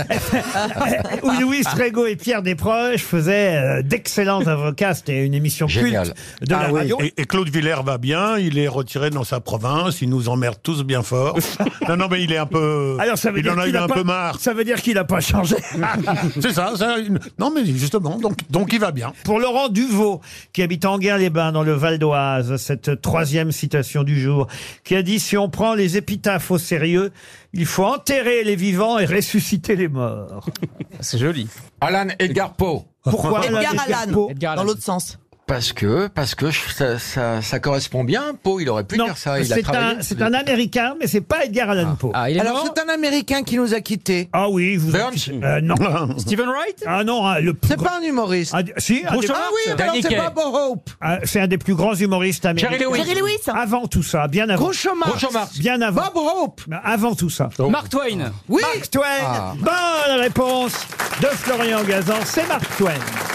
Où Louis Rego et Pierre Desproges faisaient euh, d'excellents avocats. C'était une émission Génial. culte de Ah la oui. radio. Et, et Claude Villers va bien, il est retiré dans sa province, il nous emmerde tous bien fort. non, non, mais il est un peu. Alors, ça veut il dire en a qu'il eu a un pas- peu marre. Ça veut dire qu'il n'a pas changé. C'est ça, ça. une- Non, mais justement, donc, donc il va bien. Pour Laurent Duvaux, qui habite Enghien-les-Bains dans le Val d'Oise, cette troisième citation du jour, qui a dit « Si on prend les épitaphes au sérieux, il faut enterrer les vivants et ressusciter les morts. » C'est joli. Alan Edgar Poe. Pourquoi Edgar Alain Allan, Poe Edgar dans Allan. l'autre sens. Parce que, parce que je- ça, ça, ça correspond bien. Poe, il aurait pu Non, dire ça. Il a c'est travaillé. un, c'est un Américain, mais c'est pas Edgar Allan Poe. Ah, il est Alors, mort c'est un Américain qui nous a quittés. Ah oui, vous. Burns Euh, non. Steven Wright. Ah non, hein, le plus C'est grand- pas un humoriste. un- si, un des- Groucho Ah Marx. oui, mais alors Danny c'est Kaye. pas Bob Hope. ah, c'est un des plus grands humoristes américains. Jerry Lewis. Jerry Lewis. Avant tout ça, bien avant. Groucho Marx. Groucho Marx. Bien avant. Bob Hope. Avant tout ça. Mark Twain. Oui. Mark Twain. Ah. Bonne réponse de Florian Gazan. C'est Mark Twain.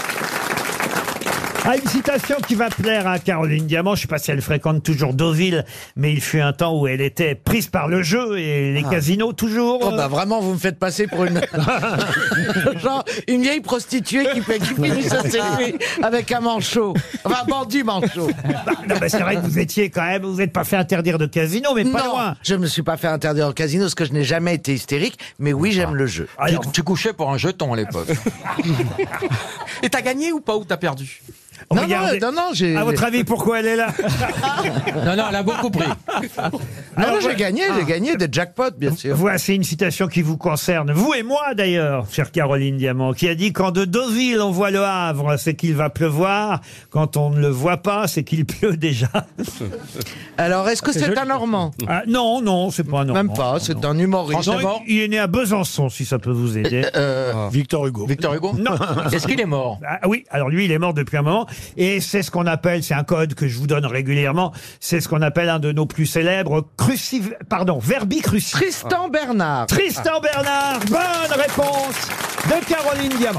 Ah, une citation qui va plaire à Caroline Diamant. Je sais pas si elle fréquente toujours Deauville, mais il fut un temps où elle était prise par le jeu et les casinos toujours. Oh euh, bah vraiment, vous me faites passer pour une genre une vieille prostituée qui, fait, qui finit sa série avec un manchot, enfin un bandit manchot. bah, non, mais c'est vrai que vous étiez quand même, vous n'êtes pas fait interdire de casino, mais pas non, loin. je me suis pas fait interdire au casino parce que je n'ai jamais été hystérique, mais oui, j'aime le jeu. Tu, tu couchais pour un jeton à l'époque. Et t'as gagné ou pas ou t'as perdu? Non, Regardez. non, non, non, j'ai. À votre avis, pourquoi elle est là? Non, non, elle a beaucoup pris. Non, Alors, non, j'ai ouais. gagné, j'ai gagné des jackpots, bien sûr. Voici une citation qui vous concerne, vous et moi d'ailleurs, chère Caroline Diamant, qui a dit « Quand de Deauville on voit le Havre, c'est qu'il va pleuvoir. Quand on ne le voit pas, c'est qu'il pleut déjà. Alors, est-ce que c'est un Normand » Ah, non, non, c'est pas un Normand. Même pas, c'est un humoriste. Non, il, il est né à Besançon, si ça peut vous aider. Euh, Victor Hugo. Victor Hugo. Non. Est-ce qu'il est mort? Ah, oui, alors lui, il est mort depuis un moment. Et c'est ce qu'on appelle, c'est un code que je vous donne régulièrement, c'est ce qu'on appelle un de nos plus célèbres crucif... Pardon, verbicrucis. Tristan Bernard. Tristan Bernard, bonne réponse de Caroline Diamant.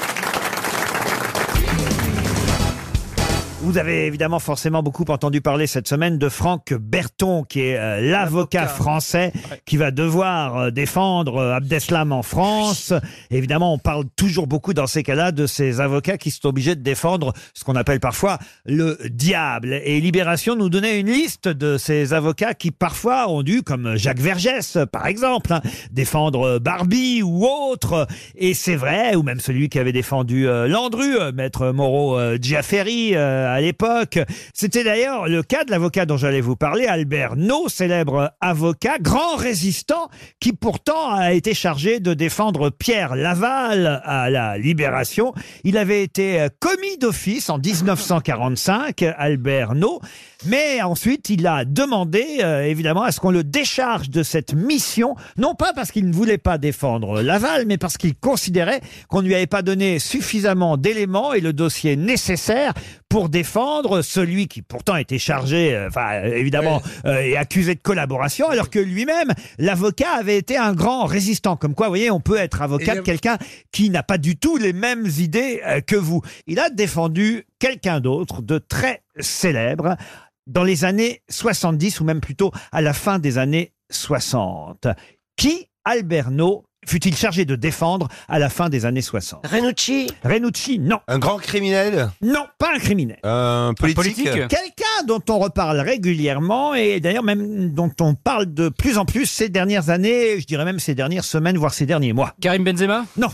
Vous avez évidemment forcément beaucoup entendu parler cette semaine de Franck Berton, qui est euh, l'avocat français qui va devoir euh, défendre euh, Abdeslam en France. Évidemment, on parle toujours beaucoup dans ces cas-là de ces avocats qui sont obligés de défendre ce qu'on appelle parfois le diable. Et Libération nous donnait une liste de ces avocats qui parfois ont dû, comme Jacques Vergès par exemple, hein, défendre Barbie ou autre. Et c'est vrai, ou même celui qui avait défendu euh, Landru, euh, Maître Moreau euh, Giaferi, euh, à l'époque. C'était d'ailleurs le cas de l'avocat dont j'allais vous parler, Albert No, célèbre avocat, grand résistant, qui pourtant a été chargé de défendre Pierre Laval à la Libération. Il avait été commis d'office en dix-neuf cent quarante-cinq, Albert No, mais ensuite il a demandé euh, évidemment à ce qu'on le décharge de cette mission, non pas parce qu'il ne voulait pas défendre Laval, mais parce qu'il considérait qu'on ne lui avait pas donné suffisamment d'éléments et le dossier nécessaire pour défendre celui qui pourtant était chargé, euh, enfin euh, évidemment, euh, et accusé de collaboration, alors que lui-même, l'avocat, avait été un grand résistant. Comme quoi, vous voyez, on peut être avocat de quelqu'un qui n'a pas du tout les mêmes idées euh, que vous. Il a défendu quelqu'un d'autre de très célèbre dans les années soixante-dix, ou même plutôt à la fin des années soixante. Qui, Albert No, fut-il chargé de défendre à la fin des années soixante? Renucci. Renucci, non. Un grand criminel? Non, pas un criminel. Un politique? Quelqu'un dont on reparle régulièrement et d'ailleurs même dont on parle de plus en plus ces dernières années, je dirais même ces dernières semaines, voire ces derniers mois. Karim Benzema? Non.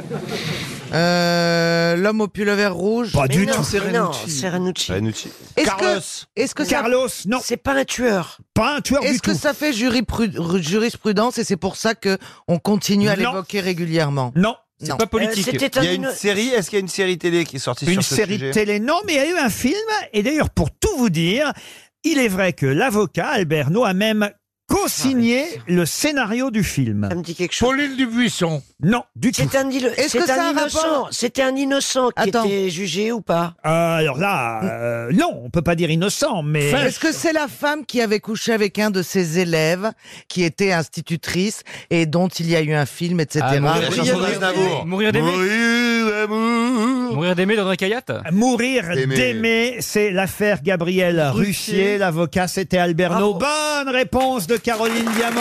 Euh, L'homme au pull-over rouge. Pas du non, tout. c'est non, c'est Renucci. Renucci. Est-ce Carlos. que, est-ce que ça, Carlos, non. C'est pas un tueur. Pas un tueur du est-ce que tout. ça fait juripru- jurisprudence et c'est pour ça que on continue à Non. l'évoquer régulièrement? Non. C'est Non. pas politique. Euh, c'était un Il y a une inno- série, est-ce qu'il y a une série télé qui est sortie Une sur ce série sujet? de télé, non, mais il y a eu un film. Et d'ailleurs, pour tout vous dire, il est vrai que l'avocat, Albert No, a même co-signé le scénario du film. Ça me dit quelque chose. Pauline Dubuisson. Non, du tout. C'est un, il- Est-ce c'est que ça a un un innocent. rapport C'était un innocent qui Attends. était jugé ou pas? Euh, alors là, euh, non, on peut pas dire innocent, mais... Est-ce que c'est la femme qui avait couché avec un de ses élèves, qui était institutrice, et dont il y a eu un film, et cetera Ah, mourir, La chanson d'Aznavour. Mourir d'aimer. Mourir d'amour. Mourir d'aimer d'André Cayatte. Mourir D'aimer. d'aimer, c'est l'affaire Gabriel Russier. L'avocat, c'était Albert No. Bonne réponse de Caroline Diamant.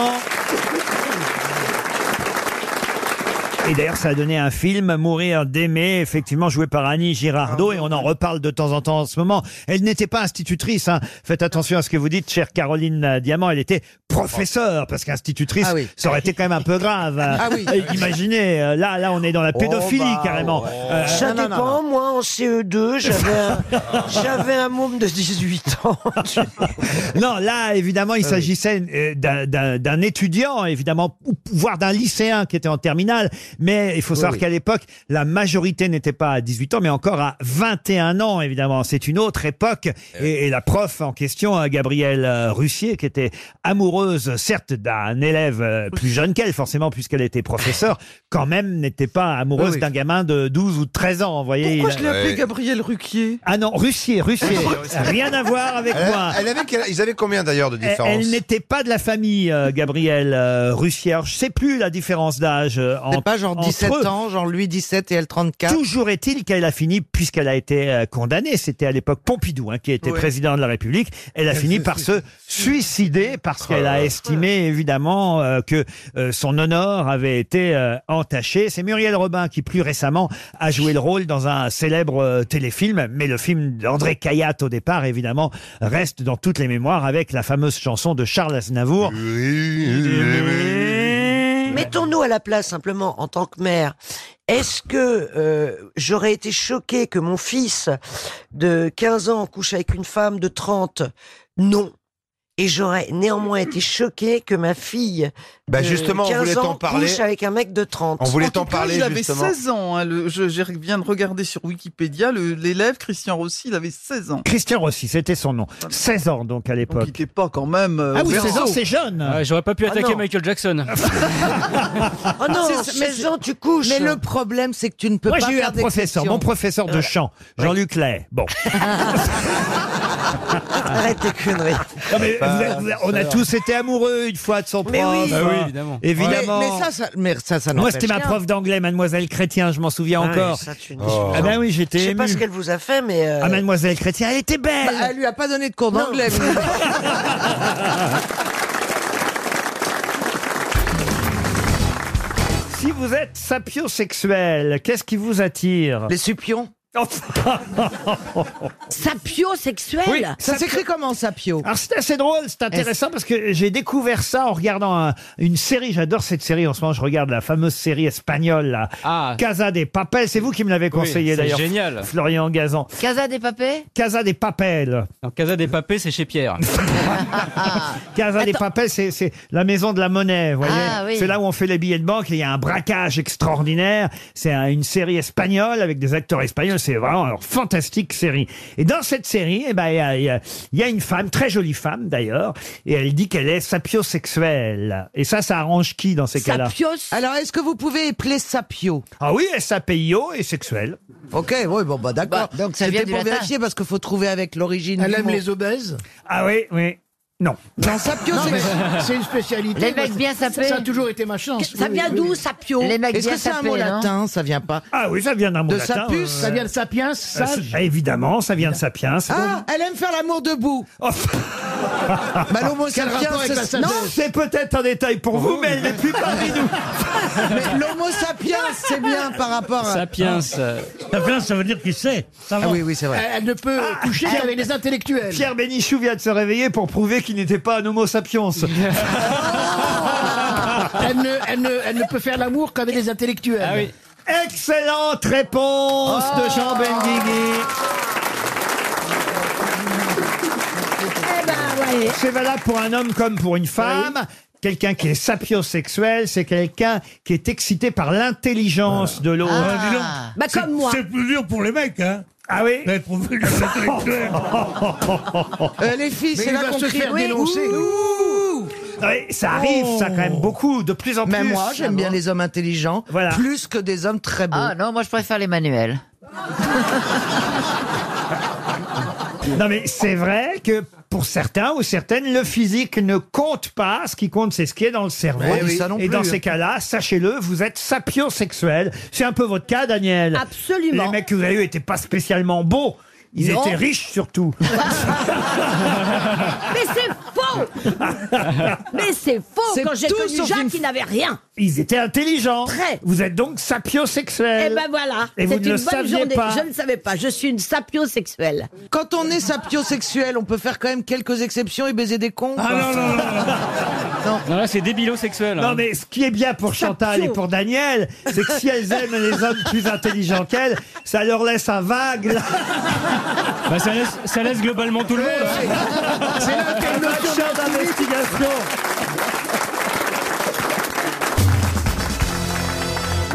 Et d'ailleurs, ça a donné un film, Mourir d'aimer, effectivement joué par Annie Girardot, et on en reparle de temps en temps en ce moment. Elle n'était pas institutrice, hein. Faites attention à ce que vous dites, chère Caroline Diamant, elle était professeure, parce qu'institutrice, Ah oui. ça aurait été quand même un peu grave. Ah oui. Euh, Imaginez, euh, là, là, on est dans la pédophilie, bah, carrément. Euh, Ça non, non, dépend. Moi, en C E deux, j'avais un, j'avais un môme de dix-huit ans. Non, là, évidemment, il s'agissait euh, d'un- d'un d'un étudiant, évidemment, ou- voire d'un lycéen qui était en terminale, Mais il faut Oui, savoir oui. qu'à l'époque, la majorité n'était pas à dix-huit ans, mais encore à vingt et un ans, évidemment. C'est une autre époque. Et, et la prof en question, euh, Gabrielle euh, Russier, qui était amoureuse, certes, d'un élève euh, plus jeune qu'elle, forcément, puisqu'elle était professeure, quand même n'était pas amoureuse Oui, oui. d'un gamin de douze ou de treize ans. Vous voyez, Pourquoi il- je l'ai appelé Gabriel Ruquier? Ah non, Russier, Russier. Rien à voir avec Elle- moi. elle avait quel- Ils avaient combien d'ailleurs de Elle, différence? elle n'était pas de la famille, euh, Gabrielle euh, Russier. Alors, je sais plus la différence d'âge euh, C'est en- pas genre entre dix-sept eux. ans, genre lui dix-sept et elle trente-quatre. Toujours est-il qu'elle a fini, puisqu'elle a été euh, condamnée, c'était à l'époque Pompidou hein, qui était Ouais. président de la République, elle a fini par se suicider parce qu'elle a estimé évidemment euh, que euh, son honneur avait été euh, entaché. C'est Muriel Robin qui plus récemment a joué le rôle dans un célèbre euh, téléfilm, mais le film d'André Cayatte au départ évidemment reste dans toutes les mémoires avec la fameuse chanson de Charles Aznavour. Mettons-nous à la place simplement en tant que mère. Est-ce que euh, j'aurais été choquée que mon fils de quinze ans couche avec une femme de trente? Non. Et j'aurais néanmoins été choquée que ma fille Bah, de justement, on voulait quinze t'en ans parler. couche avec un mec de trente. On voulait En t'en tout cas, parler il avait justement. seize ans. hein, le- je, je viens de regarder sur Wikipédia. le- L'élève, Christian Rossi, il avait seize ans. Christian Rossi, c'était son nom. seize ans donc à Donc il l'époque. n'était pas quand même. euh, Ah oui, au seize ans, berceau. c'est jeune. Ouais, J'aurais pas pu Ah attaquer non. Michael Jackson. Oh non, C'est- mais seize ans, tu couches. Mais le problème, c'est que tu ne peux Moi, pas j'ai eu faire un professeur, d'exception. mon professeur de chant, Jean-Luc Lay. Bon. Arrête tes conneries. Non, mais vous êtes- vous êtes- on a tous été amoureux une fois de son Mais prof. oui. Bah oui, hein. évidemment. Évidemment. Mais, mais ça, ça, mais ça, ça Moi, n'empêche c'était ma rien. prof d'anglais, Mademoiselle Chrétien, je m'en souviens Ah, encore. ça, tu- Ah ben oui, Je j'étais sais pas ému. ce qu'elle vous a fait, mais... euh, Ah, Mademoiselle Chrétien, elle était belle. Bah, elle lui a pas donné de cours Non. d'anglais. Si vous êtes sapiosexuel, qu'est-ce qui vous attire Les supions. Sapiosexuel. Oui. Ça s'écrit comment, sapio? Alors c'est assez drôle, c'est intéressant parce que j'ai découvert ça en regardant un- une série. J'adore cette série en ce moment. Je regarde la fameuse série espagnole, la Ah. Casa des Papel. C'est vous qui me l'avez conseillé c'est d'ailleurs. génial. Florian Gazan. Casa des papés. Casa des Papel. Alors, Casa des Papés, c'est chez Pierre. Casa des Papel, c'est c'est la maison de la monnaie, vous voyez. Ah, oui. C'est là où on fait les billets de banque et il y a un braquage extraordinaire. C'est un- une série espagnole avec des acteurs espagnols. C'est vraiment une fantastique série. Et dans cette série, eh ben, il y a, il y a- il y a une femme, très jolie femme d'ailleurs, et elle dit qu'elle est sapiosexuelle. Et ça, ça arrange qui dans ces cas-là? Sapios. Alors, est-ce que vous pouvez épeler sapio? Ah oui, S A P I O et sexuelle. Ok, oui, bon, bah d'accord. Bah, donc ça vient C'était du pour latin. vérifier parce qu'il faut trouver avec l'origine. Elle du aime mot. les obèses. Ah oui, oui. Non. Non, sapio, Non, mais c'est. c'est une spécialité. Les Moi, mecs ça- bien sapés. Ça a toujours été ma chance. Ça Oui, vient oui, d'où, oui. sapio? Les mecs Est-ce bien que c'est un sapés, mot non latin? Ça vient pas. Ah oui, ça vient d'un mot De latin. sapus, Ça vient de sapiens, euh, sage. euh, évidemment, ça vient de sapiens. Ah, elle aime faire l'amour debout. Oh, Bah, l'homo Quel sapiens, rapport avec la c'est. sagesse? Non, c'est peut-être un détail pour vous, mais elle n'est plus parmi nous. mais l'homo sapiens, c'est bien par rapport à. Sapiens. euh, Sapiens, ça veut dire qu'il sait. Ça Ah oui, oui, c'est vrai. Elle, elle ne peut coucher qu'avec les intellectuels. Pierre Bénichou vient de se réveiller pour prouver qu'il n'était pas un homo sapiens. Elle ne, elle, ne, elle ne peut faire l'amour qu'avec les intellectuels. Ah oui. Excellente réponse de Jean Benguigui. Eh ben, ouais. C'est valable pour un homme comme pour une femme. Quelqu'un qui est sapiosexuel, c'est quelqu'un qui est excité par l'intelligence de l'autre. Ah, dis donc. Bah, C'est- comme moi. C'est plus dur pour les mecs, hein. Ah oui. D'être profil des intellectuels. Euh, les filles, Mais c'est il là va qu'on se crie. faire Oui, dénoncer. ouh. Oui, ça arrive, ça quand même beaucoup, de plus en plus. Mais moi, j'aime bien les hommes intelligents, Voilà. plus que des hommes très beaux. Ah non, moi je préfère les manuels. Non mais c'est vrai que pour certains ou certaines, le physique ne compte pas. Ce qui compte, c'est ce qui est dans le cerveau. Mais oui, ça non Et plus, dans hein. ces cas-là, sachez-le, vous êtes sapiosexuel. C'est un peu votre cas, Daniel. Absolument. Les mecs que vous avez eus n'étaient pas spécialement beaux. Ils Non. étaient riches surtout. Mais c'est faux. Mais c'est faux. C'est Quand j'ai tout connu sauf Jacques, une- il n'avait rien. Ils étaient intelligents. Très. Vous êtes donc sapiosexuel. Eh ben voilà. Et vous C'est ne une le bonne saviez journée. pas. Je ne savais pas. Je suis une sapiosexuelle. Quand on est sapiosexuel, on peut faire quand même quelques exceptions et baiser des cons. Ah quoi. non, non, non. non. Non, là, c'est débilo-sexuel. Non hein. mais ce qui est bien pour Chantal et pour Daniel, c'est que si elles aiment les hommes plus intelligents qu'elles, ça leur laisse un vague. Bah, ça, laisse, ça laisse globalement tout le monde. hein. C'est l'intervention Champ d'investigation.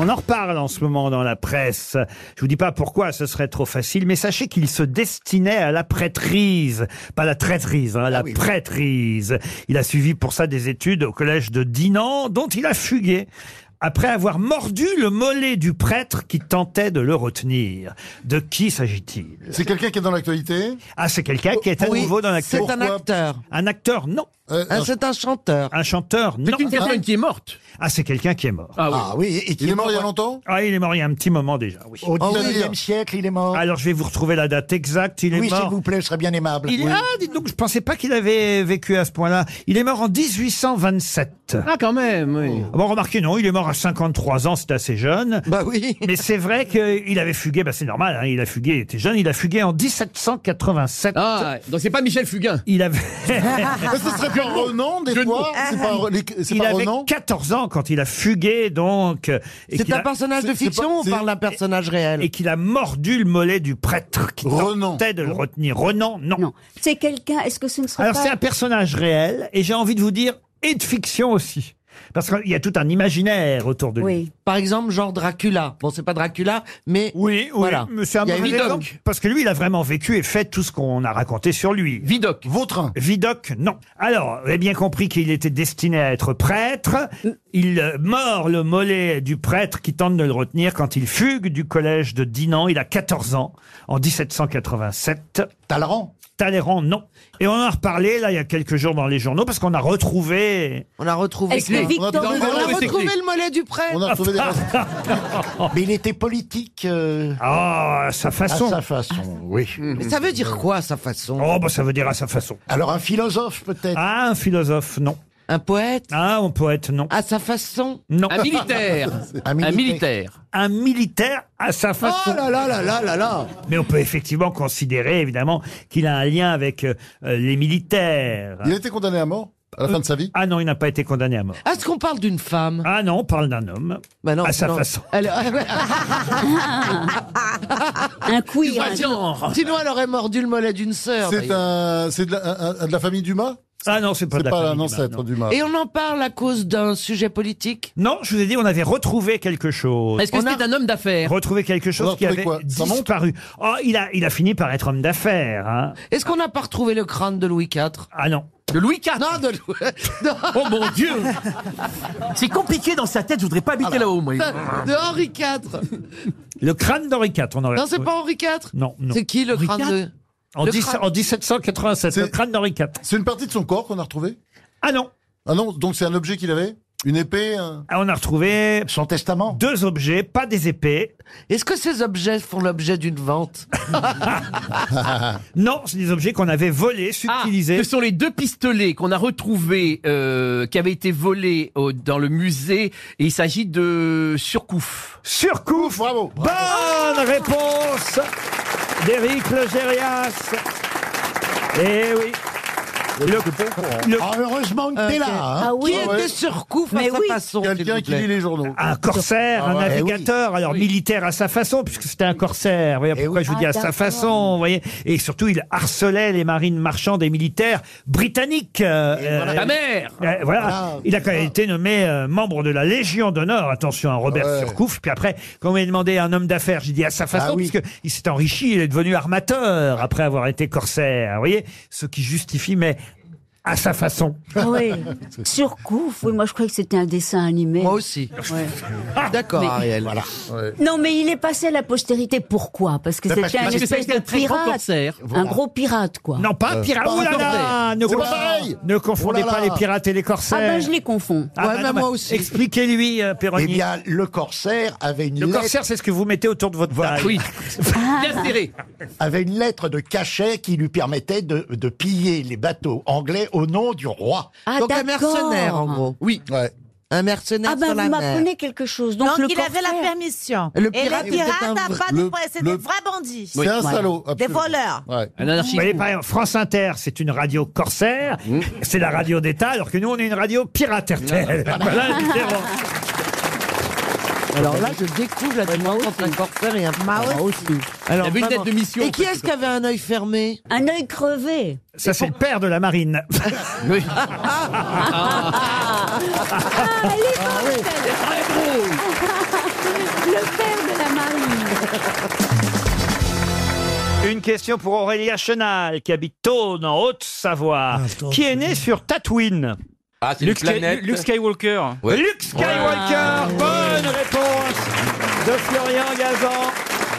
On en reparle en ce moment dans la presse. Je vous dis pas pourquoi, ce serait trop facile, mais sachez qu'il se destinait à la prêtrise. Pas la traîtrise, hein, la prêtrise. Il a suivi pour ça des études au collège de Dinan, dont il a fugué après avoir mordu le mollet du prêtre qui tentait de le retenir. De qui s'agit-il? C'est quelqu'un qui est dans l'actualité? Ah, c'est quelqu'un qui est à Oui, nouveau dans l'actualité. c'est un acteur. Un acteur, non. Euh, Ah, non. c'est un chanteur. Un chanteur, non. C'est une personne qui est morte. Ah, c'est quelqu'un qui est mort. Ah oui. Ah oui, et qui Il est mort il y a longtemps? Ah, il est mort il y a un petit moment déjà, oui. Au Oh, oui. dix-neuvième siècle, il est mort. Alors, je vais vous retrouver la date exacte. Il est Oui, s'il mort. vous plaît, ce serait bien aimable. Il est... Oui. Ah, dites donc, je pensais pas qu'il avait vécu à ce point-là. Il est mort en dix-huit cent vingt-sept. Ah, quand même, oui. Bon, remarquez, non, il est mort à cinquante-trois ans, c'est assez jeune. Bah oui. Mais c'est vrai qu'il avait fugué, bah c'est normal, hein, il a fugué, il était jeune, il a fugué en dix-sept cent quatre-vingt-sept. Ah, donc c'est pas Michel Fugain. Il avait... Mais ce serait pas Renan, des fois? C'est pas, les- c'est Il pas avait Renan? quatorze ans quand il a fugué, donc. et C'est qu'il un a- personnage de c'est- c'est fiction pas- ou on c'est- parle d'un personnage réel? Et qu'il a mordu le mollet du prêtre qui Renan. tentait de le retenir. Renan, non. Non. C'est quelqu'un, est-ce que ce ne serait Alors pas... c'est un personnage réel, et j'ai envie de vous dire, et de fiction aussi. Parce qu'il y a tout un imaginaire autour de lui. Oui. Par exemple, genre Dracula. Bon, c'est pas Dracula, mais Oui, oui, Voilà. mais c'est un Il y a mauvais Vidocq. exemple, parce que lui, il a vraiment vécu et fait tout ce qu'on a raconté sur lui. Vidocq. Vautrin. Vidocq, non. Alors, vous avez bien compris qu'il était destiné à être prêtre. Il euh, mord le mollet du prêtre qui tente de le retenir quand il fugue du collège de Dinan. Il a quatorze ans, en dix-sept cent quatre-vingt-sept. Talleyrand. Talleyrand, non. Et on en a reparlé, là, il y a quelques jours dans les journaux, parce qu'on a retrouvé... on a retrouvé. Est-ce que Victor... On a trouvé des On a restes. retrouvé le mollet du prêtre. On a retrouvé des restes. Mais il était politique. euh, Ah, à sa à façon. sa façon, oui. Mais ça veut dire quoi, sa façon? Oh, bah ça veut dire à sa façon. Alors un philosophe, peut-être. Ah, un philosophe, non. Un poète? Ah, un poète, non. À sa façon? Non. Un militaire. Un Un militaire. militaire. Un militaire à sa façon. Oh là là là là là là. Mais on peut effectivement considérer, évidemment, qu'il a un lien avec euh, les militaires. Il a été condamné à mort à la fin de sa vie? Ah non, il n'a pas été condamné à mort. Est-ce qu'on parle d'une femme? Ah non, on parle d'un homme. Bah non, à sa non. façon. Elle- Un queer. un- genre. Sinon, elle aurait mordu le mollet d'une sœur. C'est d'ailleurs. un, c'est de la, un- un- de la famille Dumas? Ah non, c'est pas de C'est la pas famille un Dumas, ancêtre non. Dumas. Et on en parle à cause d'un sujet politique? Non, je vous ai dit, on avait retrouvé quelque chose. Est-ce que On c'était a- un homme d'affaires? Retrouvé quelque On a chose qui retrouvé avait quoi Ça monte disparu. Oh, il a, il a fini par être homme d'affaires. Hein. Est-ce qu'on n'a pas retrouvé le crâne de Louis quatre? Ah non. De Louis quatre. Non, de Louis... non, Oh mon Dieu. C'est compliqué dans sa tête, je voudrais pas habiter là-haut, moi. de Henri quatre. Le crâne d'Henri quatre, on aurait. Non, c'est pas Henri quatre? Non, non. C'est qui le Henri crâne quatre de... En, le dix- crâne- en dix-sept cent quatre-vingt-sept, le C'est- crâne d'Henri quatre. C'est une partie de son corps qu'on a retrouvé? Ah non. Ah non, donc c'est un objet qu'il avait? Une épée? un- Ah, on a retrouvé Son testament. deux objets, pas des épées. Est-ce que ces objets font l'objet d'une vente? Non, c'est des objets qu'on avait volés, Ah, subtilisés. ce sont les deux pistolets qu'on a retrouvés, euh, qui avaient été volés au- dans le musée, et il s'agit de Surcouf. Surcouf. Bravo! Bonne réponse d'Éric Legérias. Eh oui. Le, le- Ah, heureusement que t'es là. hein. Ah oui. Qui ouais. était surcouf à Mais sa oui. façon, s'il Quelqu'un vous qui plaît? lit les journaux. un corsaire, Ah un ouais, navigateur, alors militaire à sa façon, puisque c'était un corsaire. Vous voyez Eh pourquoi oui. je vous dis Ah, à sa d'accord. façon, vous voyez. Et surtout, il harcelait les marines marchandes et militaires britanniques. euh, euh, Ta mère. euh, voilà. Voilà. Il a quand même été nommé euh, membre de la Légion d'honneur. Attention, à Robert Ouais. Surcouf. Puis après, quand on m'a demandé un homme d'affaires, j'ai dit à sa façon, Ah oui. puisque il s'est enrichi, il est devenu armateur après avoir été corsaire. Vous voyez, ce qui justifie, mais à sa façon. Ah oui. Surcouf, oui, moi je croyais que c'était un dessin animé. Moi aussi. Ouais. D'accord, Mais- Ariel. Voilà. Non, mais il est passé à la postérité. Pourquoi? Parce que Bah, c'était parce que- un parce que espèce c'était de un très grand pirate. corsaire. Un gros pirate, quoi. Non, pas pirate. pas Oh là là, ne, C'est conf- pas pareil. ne confondez Oh là pas là. les pirates et les Ah corsaires. ben, je les confonds. Ah, Ouais, bah mais non, moi bah, aussi. Expliquez-lui, euh, Péroni. Eh bien, le corsaire avait une le lettre, corsaire, c'est ce que vous mettez autour de votre taille. Oui. Bien serré. avait une lettre de cachet qui lui permettait de, de piller les bateaux anglais au nom du roi. Ah, Donc un d'accord. mercenaire, en gros. Oui. Ouais. Un mercenaire Ah ben, sur la vous mer. m'apprenez quelque chose. Donc, Donc, le il avait la corsaire- permission. Le Et pirate les pirates était un n'ont vrai- pas le- de... C'est le- des vrais bandits. C'est un Voilà. salaud. Des absolument. voleurs. Ouais. Un Vous anarchiste. voyez, par exemple, France Inter, c'est une radio corsaire, c'est la radio d'État, alors que nous, on est une radio pirate R T L. Voilà la différence. Alors là, je découvre la différence entre un corsaire et un pirate. Moi aussi. Alors, Il avait une vraiment. lettre de mission. Et qui est-ce qui avait un œil fermé? Un œil crevé. Ça, c'est le père de la marine. Oui. Ah, elle est bonne, celle-là. Le père de la marine. Une question pour Aurélia Chenal, qui habite Thônes, en Haute-Savoie, qui est né sur Tatooine. Ah, c'est Luke, une planète. Sky- Luke Skywalker. Ouais. Luke Skywalker, bonne réponse de Florian Gazan.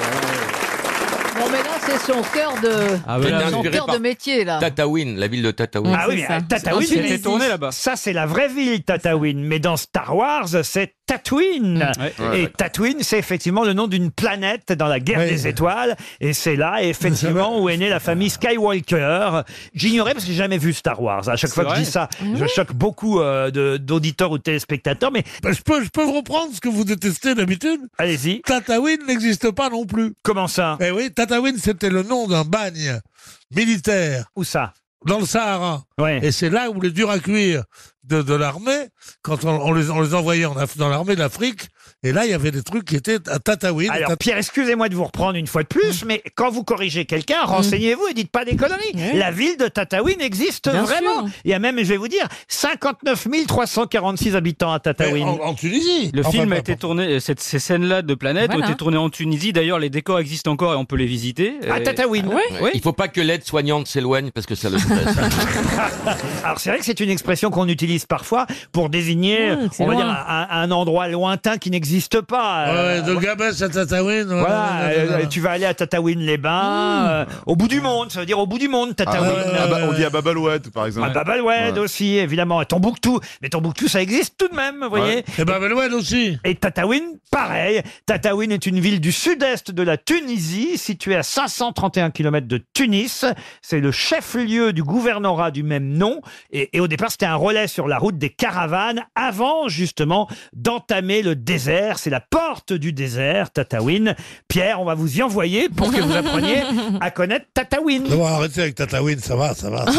Bon, mais là, c'est son cœur de, Ah, ouais, là, son inspiré cœur par de métier, là. Tatooine, la ville de Tatooine. Ah oui, mais Tatooine, Ensuite, c'est- il est tourné là-bas. ça c'est la vraie ville Tatooine, mais dans Star Wars c'est Tatooine. Ouais. Et Ouais, Tatooine, c'est effectivement le nom d'une planète dans la guerre Ouais. des étoiles, et c'est là effectivement où est née la famille Skywalker. J'ignorais parce que j'ai jamais vu Star Wars. À chaque C'est fois que je vrai dis ça, je choque beaucoup euh, de- d'auditeurs ou de téléspectateurs, mais Bah, je, peux, je peux vous reprendre ce que vous détestez d'habitude. allez-y. Tatooine n'existe pas non plus. Comment ça? Eh oui, Tatooine, c'était le nom d'un bagne militaire Où ça? dans le Sahara. Ouais. Et c'est là où les durs à cuire de, de l'armée, quand on, on les, on les envoyait en Af- dans l'armée d'Afrique, et là, il y avait des trucs qui étaient à Tatooine. Alors Tat- Pierre, excusez-moi de vous reprendre une fois de plus, mais quand vous corrigez quelqu'un, renseignez-vous et dites pas des conneries. Ouais. La ville de Tatooine existe Bien vraiment. sûr. Il y a même, je vais vous dire, cinquante-neuf mille trois cent quarante-six habitants à Mais Tatooine. en, en Tunisie. Le Enfin, film a pas- été tourné, euh, cette- ces scènes-là de planètes Voilà. ont été tournées en Tunisie. D'ailleurs, les décors existent encore et on peut les visiter. À Euh, Tatooine. Ouais. Ouais. Il faut pas que l'aide soignante s'éloigne parce que ça le stresse. Alors c'est vrai que c'est une expression qu'on utilise parfois pour désigner, Mmh, c'est on va loin. dire, un, un endroit lointain qui n'existe pas. Ouais, Euh, de Gabès à Tatooine. ouais, Voilà, ouais, ouais, ouais, euh, ouais. tu vas aller à Tatooine-les-Bains, euh, au bout du monde, ça veut dire au bout du monde, Tatooine. Ah, bah, on dit à Babaloued, par exemple. À Babaloued aussi, évidemment. Et Tombouctou. Mais Tombouctou, ça existe tout de même, vous voyez. Et Babaloued aussi. Et Tataouine, pareil. Tataouine est une ville du sud-est de la Tunisie, située à cinq cent trente et un kilomètres de Tunis. C'est le chef-lieu du gouvernorat du même nom. Et, et au départ, c'était un relais sur la route des caravanes avant, justement, d'entamer le désert. C'est la porte du désert, Tataouine. Pierre, on va vous y envoyer pour que vous appreniez à connaître Tataouine. Non, arrêtez avec Tatooine, ça va, ça va.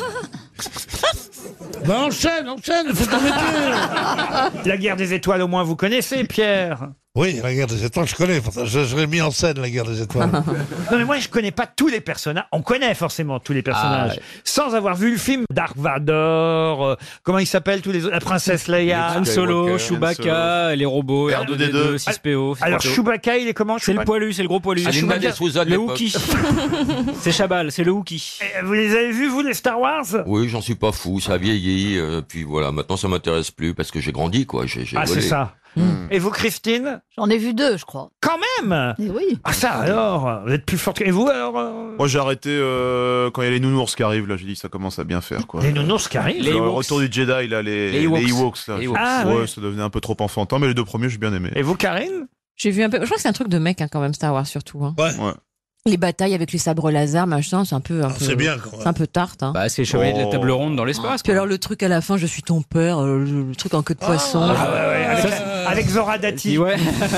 Bah enchaîne, enchaîne, c'est ton métier. La guerre des étoiles, au moins, vous connaissez, Pierre. Oui, la guerre des étoiles, je connais. Enfin, je, je l'ai mis en scène, la guerre des étoiles. Non mais moi je connais pas tous les personnages. On connaît forcément tous les personnages, Ah, ouais. sans avoir vu le film. Dark Vador, euh, comment il s'appelle tous les autres, la princesse Leia. Han Solo, Skywalker, Chewbacca, les robots, R deux D deux, six P O. Alors Chewbacca. Chewbacca, il est comment? C'est le Chewbacca poilu, c'est le gros poilu. Alina Chewbacca, Desouza de le l'époque. Wookie. C'est Chabal, c'est le Wookie. Eh, Vous les avez vus vous les Star Wars? Oui, j'en suis pas fou, ça a vieilli, euh, puis voilà, maintenant ça m'intéresse plus parce que j'ai grandi, quoi. J'ai, j'ai Ah c'est volé. ça. Et vous Christine? J'en ai vu deux, je crois. Quand même. Eh oui. Ah ça alors, vous êtes plus forte que et vous alors euh, Moi, j'ai arrêté euh, quand il y a les nounours qui arrivent. Là, j'ai dit ça commence à bien faire, quoi. les nounours qui arrivent. Les Le Ewoks. retour du Jedi, là, les, Les Ewoks. Ewoks, là. Les Ewoks. Ah, ouais, ouais. ça devenait un peu trop enfantin, mais les deux premiers, j'ai bien aimé. Et vous Karine? J'ai vu un peu. Je crois que c'est un truc de mec hein, quand même Star Wars surtout. Hein. Ouais. Ouais. Les batailles avec les sabres laser, machin, c'est un peu. Un Ah, peu c'est bien, quand même. C'est un peu tarte. Hein. Bah, c'est les chevaliers de la Oh. table ronde dans l'espace. Puis alors le truc à la fin, je suis ton père, euh, le, le truc en queue de poisson. Ah ouais, ouais, avec, Euh, avec Zora Dati. Ouais.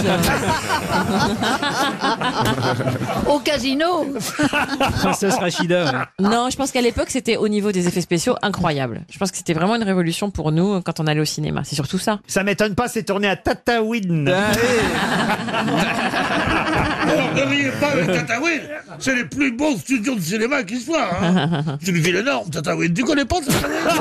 Au casino. Princesse Rachida. ouais. Non, je pense qu'à l'époque, c'était au niveau des effets spéciaux incroyable. Je pense que c'était vraiment une révolution pour nous quand on allait au cinéma. C'est surtout ça. Ça m'étonne pas, c'est tourné à Tataouine. Alors, ne riez pas avec Tatooine. C'est les plus beaux studios de cinéma qui soient. Hein. C'est une ville énorme, Tatooine. Tu connais pas ça?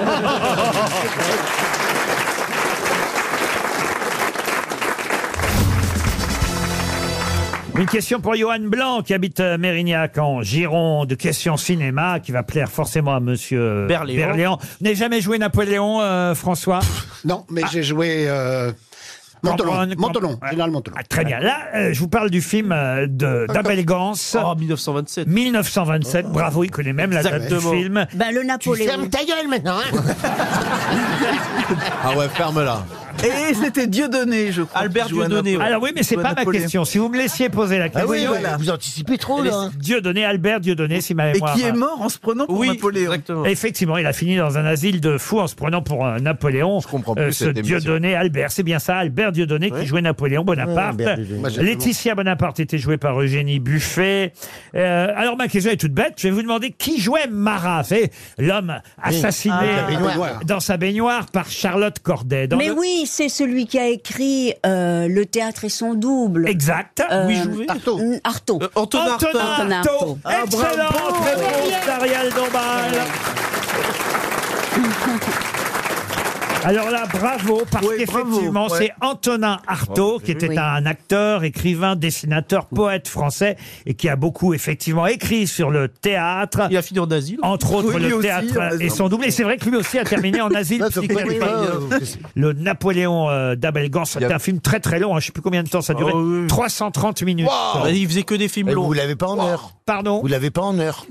Une question pour Johan Blanc qui habite euh, Mérignac en Gironde. Question cinéma qui va plaire forcément à monsieur Berléand. Berléand. Vous n'avez jamais joué Napoléon, euh, François? Non, mais j'ai joué euh, Montelon. Cambronne, Montelon, Cambronne. général Montelon. Ah, très bien. Là, euh, je vous parle du film euh, de d'Abel Gans. Oh, mille neuf cent vingt-sept. mille neuf cent vingt-sept. Bravo, il connaît même la date du Exactement. film. Ben, le Napoléon. Ferme ta gueule maintenant, hein. Ah ouais, ferme-la. Et c'était Dieudonné, je crois. Albert qui jouait Dieudonné, Napo- ouais. Alors oui, mais c'est jouait pas ma Napoléon. question. Si vous me laissiez poser la Ah question. oui, voilà. Vous anticipez trop, là. hein. Dieudonné, Albert Dieudonné, si ma Et mémoire. qui est mort en se prenant pour Oui, Napoléon. exactement. Effectivement, il a fini dans un asile de fous en se prenant pour un Napoléon. Je comprends plus Euh, ce cette émission. Dieudonné Albert, c'est bien ça, Albert Dieudonné qui jouait Napoléon Bonaparte. Ouais, Albert Dieudonné. Moi, j'ai- Laetitia Bonaparte était jouée par Eugénie Buffet. Euh, alors ma question est toute bête, je vais vous demander qui jouait Marat, c'est l'homme assassiné Ah, la baignoire. dans sa baignoire par Charlotte Corday. Dans Mais le- oui, c'est celui qui a écrit euh, Le théâtre et son double. Exact. Euh, oui, joué. Artaud. Mm, Artaud. Antonin Artaud. Antonin Antonin Artaud. Artaud. Ah, Excellente bravo. réponse d'Ariel Dombal. Alors là, bravo, parce Oui, qu'effectivement, bravo, ouais. c'est Antonin Artaud, qui était Oui. un acteur, écrivain, dessinateur, poète français, et qui a beaucoup, effectivement, écrit sur le théâtre. Il a fini en asile. Entre autres, Oui, lui le aussi, théâtre en asile. et son double. Et c'est vrai que lui aussi a terminé en asile Ouais, ça peut psychiatrique. être pas, euh, Le Napoléon euh, d'Abel Gance, c'était un film très très long, hein, je sais plus combien de temps ça durait. Oh, oui. trois cent trente minutes. Wow. Il faisait que des films Et longs. vous l'avez pas en heure. Pardon Vous l'avez pas en heure.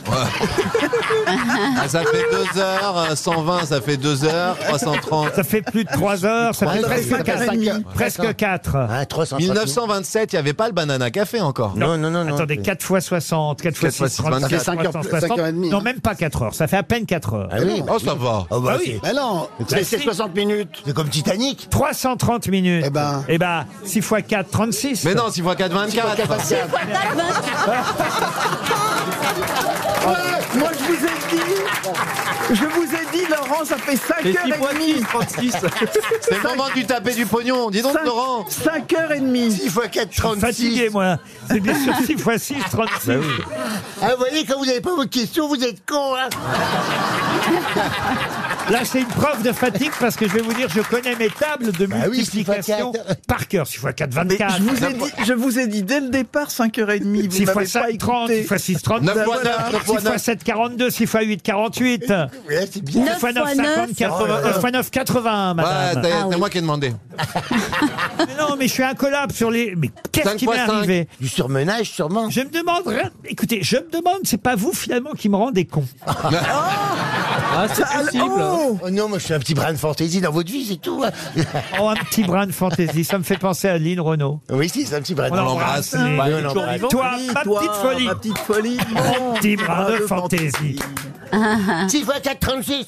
Ah, ça fait deux heures, euh, cent vingt, ça fait deux heures, trois cent trente. Ça fait plus de trois heures, ça fait Ouais, presque ça fait quatre. cinq heures. Presque quatre. Ah, trois cent trente. mille neuf cent vingt-sept, il n'y avait pas le Banana Café encore. Non, non, non, non. Attendez, quatre fois soixante, quatre fois quatre fois six, six, trente-quatre, vingt-quatre. Ça fait cinq heures- trois cent soixante. cinq heures et demie, Non, hein. même pas quatre heures, ça fait à peine quatre heures. Ah oui. Oh, ça va. Oh, bah, Ah oui. c'est- Mais non, Bah, c'est c'est si. soixante minutes. C'est comme Titanic. trois cent trente minutes. Eh ben. Eh ben, six fois quatre, trente-six. Mais non, six fois quatre, vingt-quatre. Moi, je vous ai dit, je vous ai dit, Laurent, ça fait cinq Et heures six et fois demie. six, trente-six. C'est le moment du taper du pognon. Dis donc, Cinq- Laurent. cinq heures et demie. six fois quatre, Je suis fatigué, trente-six. moi. C'est bien sûr six fois six, trente-six. Ah, vous voyez, quand vous n'avez pas votre question, vous êtes con, hein. Là, c'est une preuve de fatigue parce que je vais vous dire, je connais mes tables de Bah oui, six fois multiplication quatre. par cœur. six fois quatre, Mais vingt-quatre. je vous ai dit, je vous ai dit dès le départ cinq heures et demie. Vous six fois m'avez pas cinq, trente. écouté. six fois six, trente. neuf Ben fois voilà. neuf, neuf fois six fois neuf. sept, quarante-deux. six fois huit, quarante-huit. Ouais, c'est bien. six fois neuf, cinquante-quatre. neuf fois neuf, quatre-vingts, Ouais, madame. t'as- Ah c'est oui. moi qui ai demandé. Mais non, mais je suis incollable sur les... Mais qu'est-ce Cinq qui fois m'est cinq. arrivé? Du surmenage, sûrement. Je me demande... rien- Écoutez, je me demande, c'est pas vous, finalement, qui me rendez con. Ah, c'est possible. Oh, Oh non, moi je suis un petit brin de fantaisie dans votre vie, c'est tout. hein. Oh, un petit brin de fantaisie. Ça me fait penser à Lynn Renaud. Oui, si, c'est un petit brin de On l'embrasse. l'embrasse. Oui, Ouais, on toujours l'embrasse. vivant. Toi, oui, ma toi, petite folie. ma petite folie. Mon petit brin de fantaisie. six fois quatre, trente-six.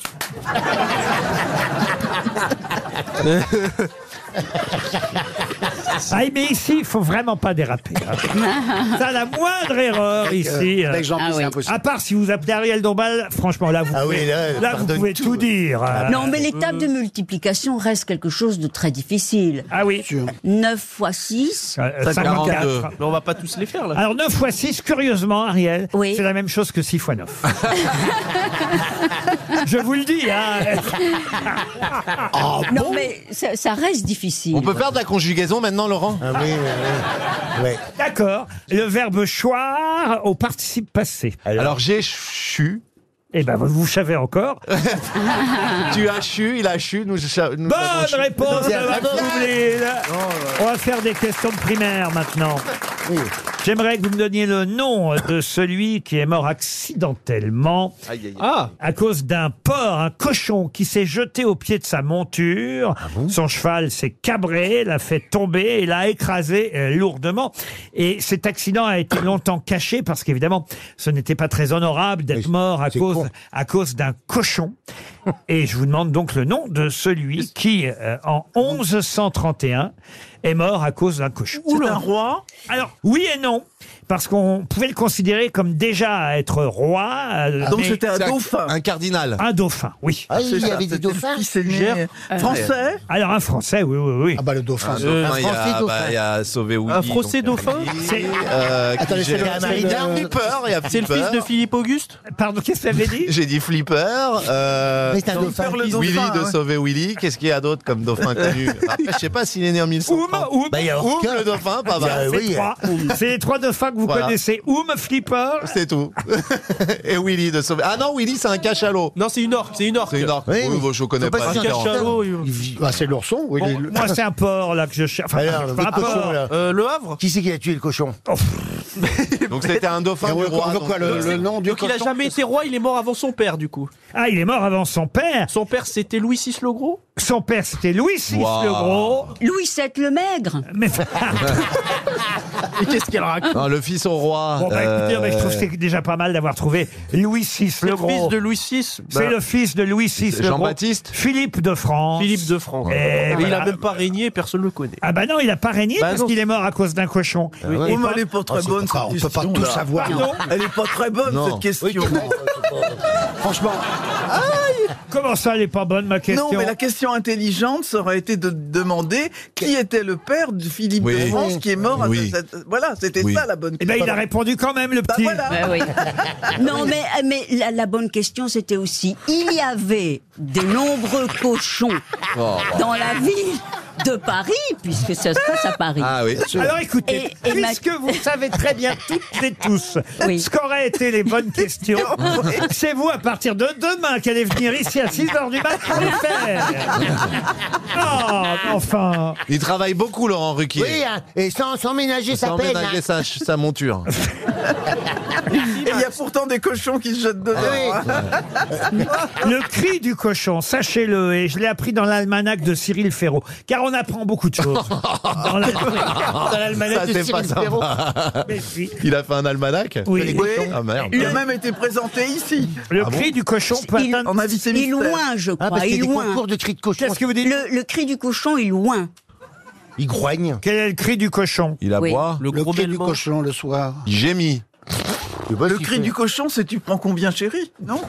Ah, mais ici, il faut vraiment pas déraper. hein. Ça, la moindre erreur ici. euh, Avec Jean-Pierre, Ah oui. c'est impossible. À part si vous appelez Ariel Dombal, franchement, là, vous Ah pouvez, oui, là, elle vous pardonne pouvez tout. tout, dire. euh. Non, mais les tables de multiplication restent quelque chose de très difficile. Ah oui. neuf fois six. Euh, quarante-deux. cinquante-quatre. Mais on va pas tous les faire, là. Alors neuf fois six, curieusement, Ariel, Oui. c'est la même chose que six fois neuf. Je vous le dis, hein. non, mais ça, ça reste difficile. On peut faire de la conjugaison maintenant, Laurent? Ah oui, oui, oui. Ouais. D'accord. Le verbe choir au participe passé. Alors, j'ai chu. Eh ben, vous, vous savez encore. Tu as chu, il a chu, nous, cha- nous avons Bonne chu. réponse de Bravo. Marc Doublé. On va faire des questions de primaire maintenant. J'aimerais que vous me donniez le nom de celui qui est mort accidentellement Aïe, aïe, aïe. Ah, à cause d'un porc, un cochon qui s'est jeté au pied de sa monture. Son cheval s'est cabré, l'a fait tomber et l'a écrasé euh, lourdement. Et cet accident a été longtemps caché parce qu'évidemment, ce n'était pas très honorable d'être Oui, mort à c'est cause, con. à cause d'un cochon. Et je vous demande donc le nom de celui qui, euh, en onze cent trente et un, est mort à cause d'un cochon. C'est un roi. Alors, oui et non, parce qu'on pouvait le considérer comme déjà être roi. euh, Donc mais- c'était un C'est dauphin. Un cardinal. un dauphin, oui. Ah, il y C'est ça, avait des c'était le dauphins. fils aîné. Gère. Français. Alors un Français, oui, oui, oui. Ah bah le dauphin. Un Euh, dauphin, il y Français a, dauphin. bah, il y a Sauvé Willy. Un Français donc, dauphin C'est- euh, qui Attendez, c'est gère- le- c'est c'est le- Flipper, il y a C'est le Flipper. fils de Philippe Auguste Pardon, qu'est-ce que ça veut dire? J'ai dit Flipper. Euh, Mais c'est un dauphin. le dauphin, Willy de ouais. Sauvé Willy. Qu'est-ce qu'il y a d'autre comme dauphin connu? Après, je sais pas s'il est né en mille cent Oum, trente. Oum. Bah, il y a Oum, Orca. le dauphin, pas Bah, mal. C'est oui. trois. C'est les trois dauphins que vous Voilà. connaissez. Oum, Flipper. C'est tout. Et Willy de Sauvé. Ah non, Willy, c'est un cachalot. Non, c'est une orque, c'est une orque. C'est une orque. Oui, Oui, oui. bon, je connais Faut pas pas. se la dire différence. Cachalot, il- Bah, c'est l'ourson. Oui, Bon, les- moi, c'est un porc là que je cherche. Enfin, Alors, c'est le pas un cochon, porc. là. Euh, le Havre Qui c'est qui a tué le cochon? Donc c'était un dauphin Et du on veut- roi. on veut quoi, donc, le, euh, le nom du Donc il a cochon jamais été roi, il est mort avant son père, du coup. Ah, il est mort avant son père. Son père, c'était Louis six le Gros. Son père, c'était Louis six Wow. le Gros. Louis sept le Maigre. Mais Et qu'est-ce qu'elle raconte? Non, le fils au roi. bon, bah écoutez, euh, mais je trouve que c'est déjà pas mal d'avoir trouvé Louis six C'est le le Gros. fils de Louis six. C'est Bah, le fils de Louis six le Gros. Jean-Baptiste. Philippe de France. Philippe de France. Et Mais il voilà. a même pas régné, personne ne le connaît. Ah bah non, il a pas régné Bah parce non. qu'il est mort à cause d'un cochon. Oui, Et mais pas- elle est pas très c'est bonne pas- cette on peut pas question. tout là. savoir. Pardon. Elle est pas très bonne Non. cette question. Franchement, Comment ça, elle est pas bonne, ma question? Non, mais la question intelligente, ça aurait été de demander qui était le père de Philippe Oui. de France qui est mort. à Oui. cette- Voilà, c'était Oui. ça la bonne Eh question. ben, il a répondu quand même, le Bah, petit. voilà. Ben oui. Non, mais, mais la, la bonne question, c'était aussi, il y avait des nombreux cochons Oh. dans la ville de Paris, puisque ça se passe à Paris. Ah oui. Alors écoutez, Et- et ma- puisque vous savez très bien toutes et tous Oui. ce qu'auraient été les bonnes questions, c'est vous à partir de demain qui allez venir ici à six heures du matin pour les faire. Ah, mais enfin. Il travaille beaucoup, Laurent Ruquier. Oui, hein, et sans, sans ménager sa Sans peine. ménager hein. sa, sa monture. Et il y a pourtant des cochons qui se jettent dedans. hein. Le cri du cochon, sachez-le, et je l'ai appris dans l'almanach de Cyril Ferraud, car on apprend beaucoup de choses. Dans la- dans l'almanach Ça, de c'est pas Cyril Ferraud. sympa. Mais si. Il a fait un almanach Oui. Oui. Ah merde. Il a même été présenté ici. Le Ah cri bon du cochon peut Il- atteindre... On a vu ses Il mystères. loin, je crois. Ah, parce qu'il y a il des loin. concours de cris de cochon. Qu'est-ce que vous dites? Le, le cri du cochon, il loin. Il groigne. Quel est le cri du cochon? Il Oui. aboie. Le cri du cochon le soir. Il gémit. Le cri du cochon, c'est tu prends combien, chérie? Non?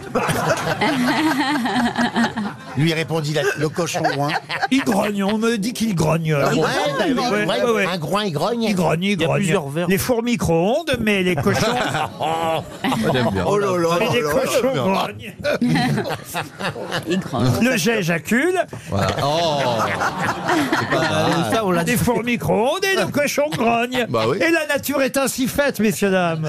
Lui répondit la- le cochon. Hein. Il grogne, on me dit qu'il grogne. Ouais, Ouais, bah oui, ouais, ouais, ouais, ouais. Un groin, il grogne. Il grogne, il grogne. Les fours micro-ondes, mais les cochons... J'aime bien. Oh là là mais là les là. cochons grognent. Le jet éjacule, Voilà. Oh. C'est pas mal. Ça, on l'a les fours micro-ondes et le cochon grogne. Bah oui. Et la nature est ainsi faite, messieurs, dames.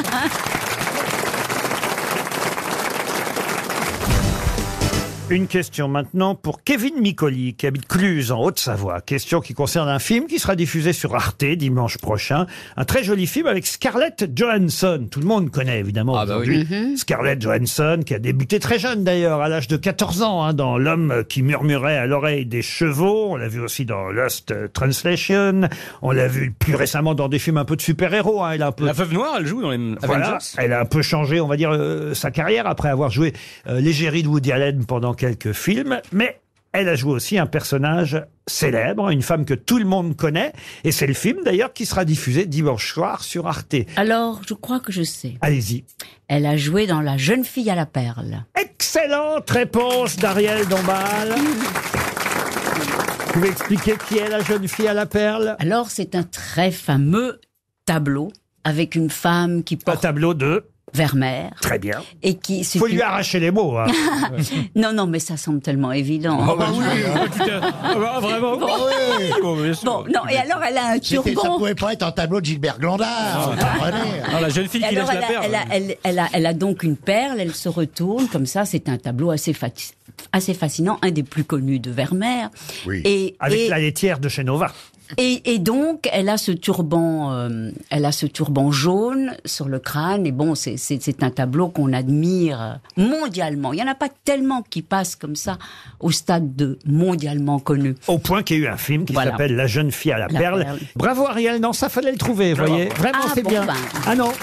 Une question maintenant pour Kevin Micoli, qui habite Cluse, en Haute-Savoie. Question qui concerne un film qui sera diffusé sur Arte dimanche prochain. Un très joli film avec Scarlett Johansson. Tout le monde connaît évidemment Ah bah aujourd'hui oui. Scarlett Johansson, qui a débuté très jeune d'ailleurs, à l'âge de quatorze ans, hein, dans L'homme qui murmurait à l'oreille des chevaux. On l'a vu aussi dans Lost Translation. On l'a vu plus récemment dans des films un peu de super-héros. Hein. Elle a un peu... La Veuve Noire, elle joue dans les Voilà, Avengers. elle a un peu changé, on va dire, euh, sa carrière après avoir joué euh, l'égérie de Woody Allen pendant quelques films, mais elle a joué aussi un personnage célèbre, une femme que tout le monde connaît, et c'est le film d'ailleurs qui sera diffusé dimanche soir sur Arte. Alors, je crois que je sais. Allez-y. Elle a joué dans La jeune fille à la perle. Excellente réponse d'Ariel Dombal. Vous pouvez expliquer qui est la jeune fille à la perle? Alors, c'est un très fameux tableau avec une femme qui Un porte tableau de... Vermeer. Très bien. Et qui, c'est Faut une- lui arracher les mots. Hein. Non, non, mais ça semble tellement évident. Ah bah oui, tout à- ah bah vraiment. Bon. Bon, bien sûr. Bon, non, et alors elle a un C'était- Ça turban. pouvait pas être un tableau de Gilbert Glandard. vous comprenez Ah, la jeune fille Et qui alors, lâche elle la a, perle. elle, a, elle, elle a, elle a donc une perle, elle se retourne comme ça, c'est un tableau assez, fati- assez fascinant, un des plus connus de Vermeer. Oui. Et, Avec et, la laitière de chez Nova. et, et donc, elle a ce turban, euh, elle a ce turban jaune sur le crâne. Et bon, c'est, c'est, c'est un tableau qu'on admire mondialement. Il y en a pas tellement qui passent comme ça au stade de mondialement connu. Au point qu'il y a eu un film qui Voilà. s'appelle La jeune fille à la, La perle. perle. Bravo Ariel, non, ça fallait le trouver, vous voyez. Vraiment, Ah, c'est bon, bien. ben. Ah non.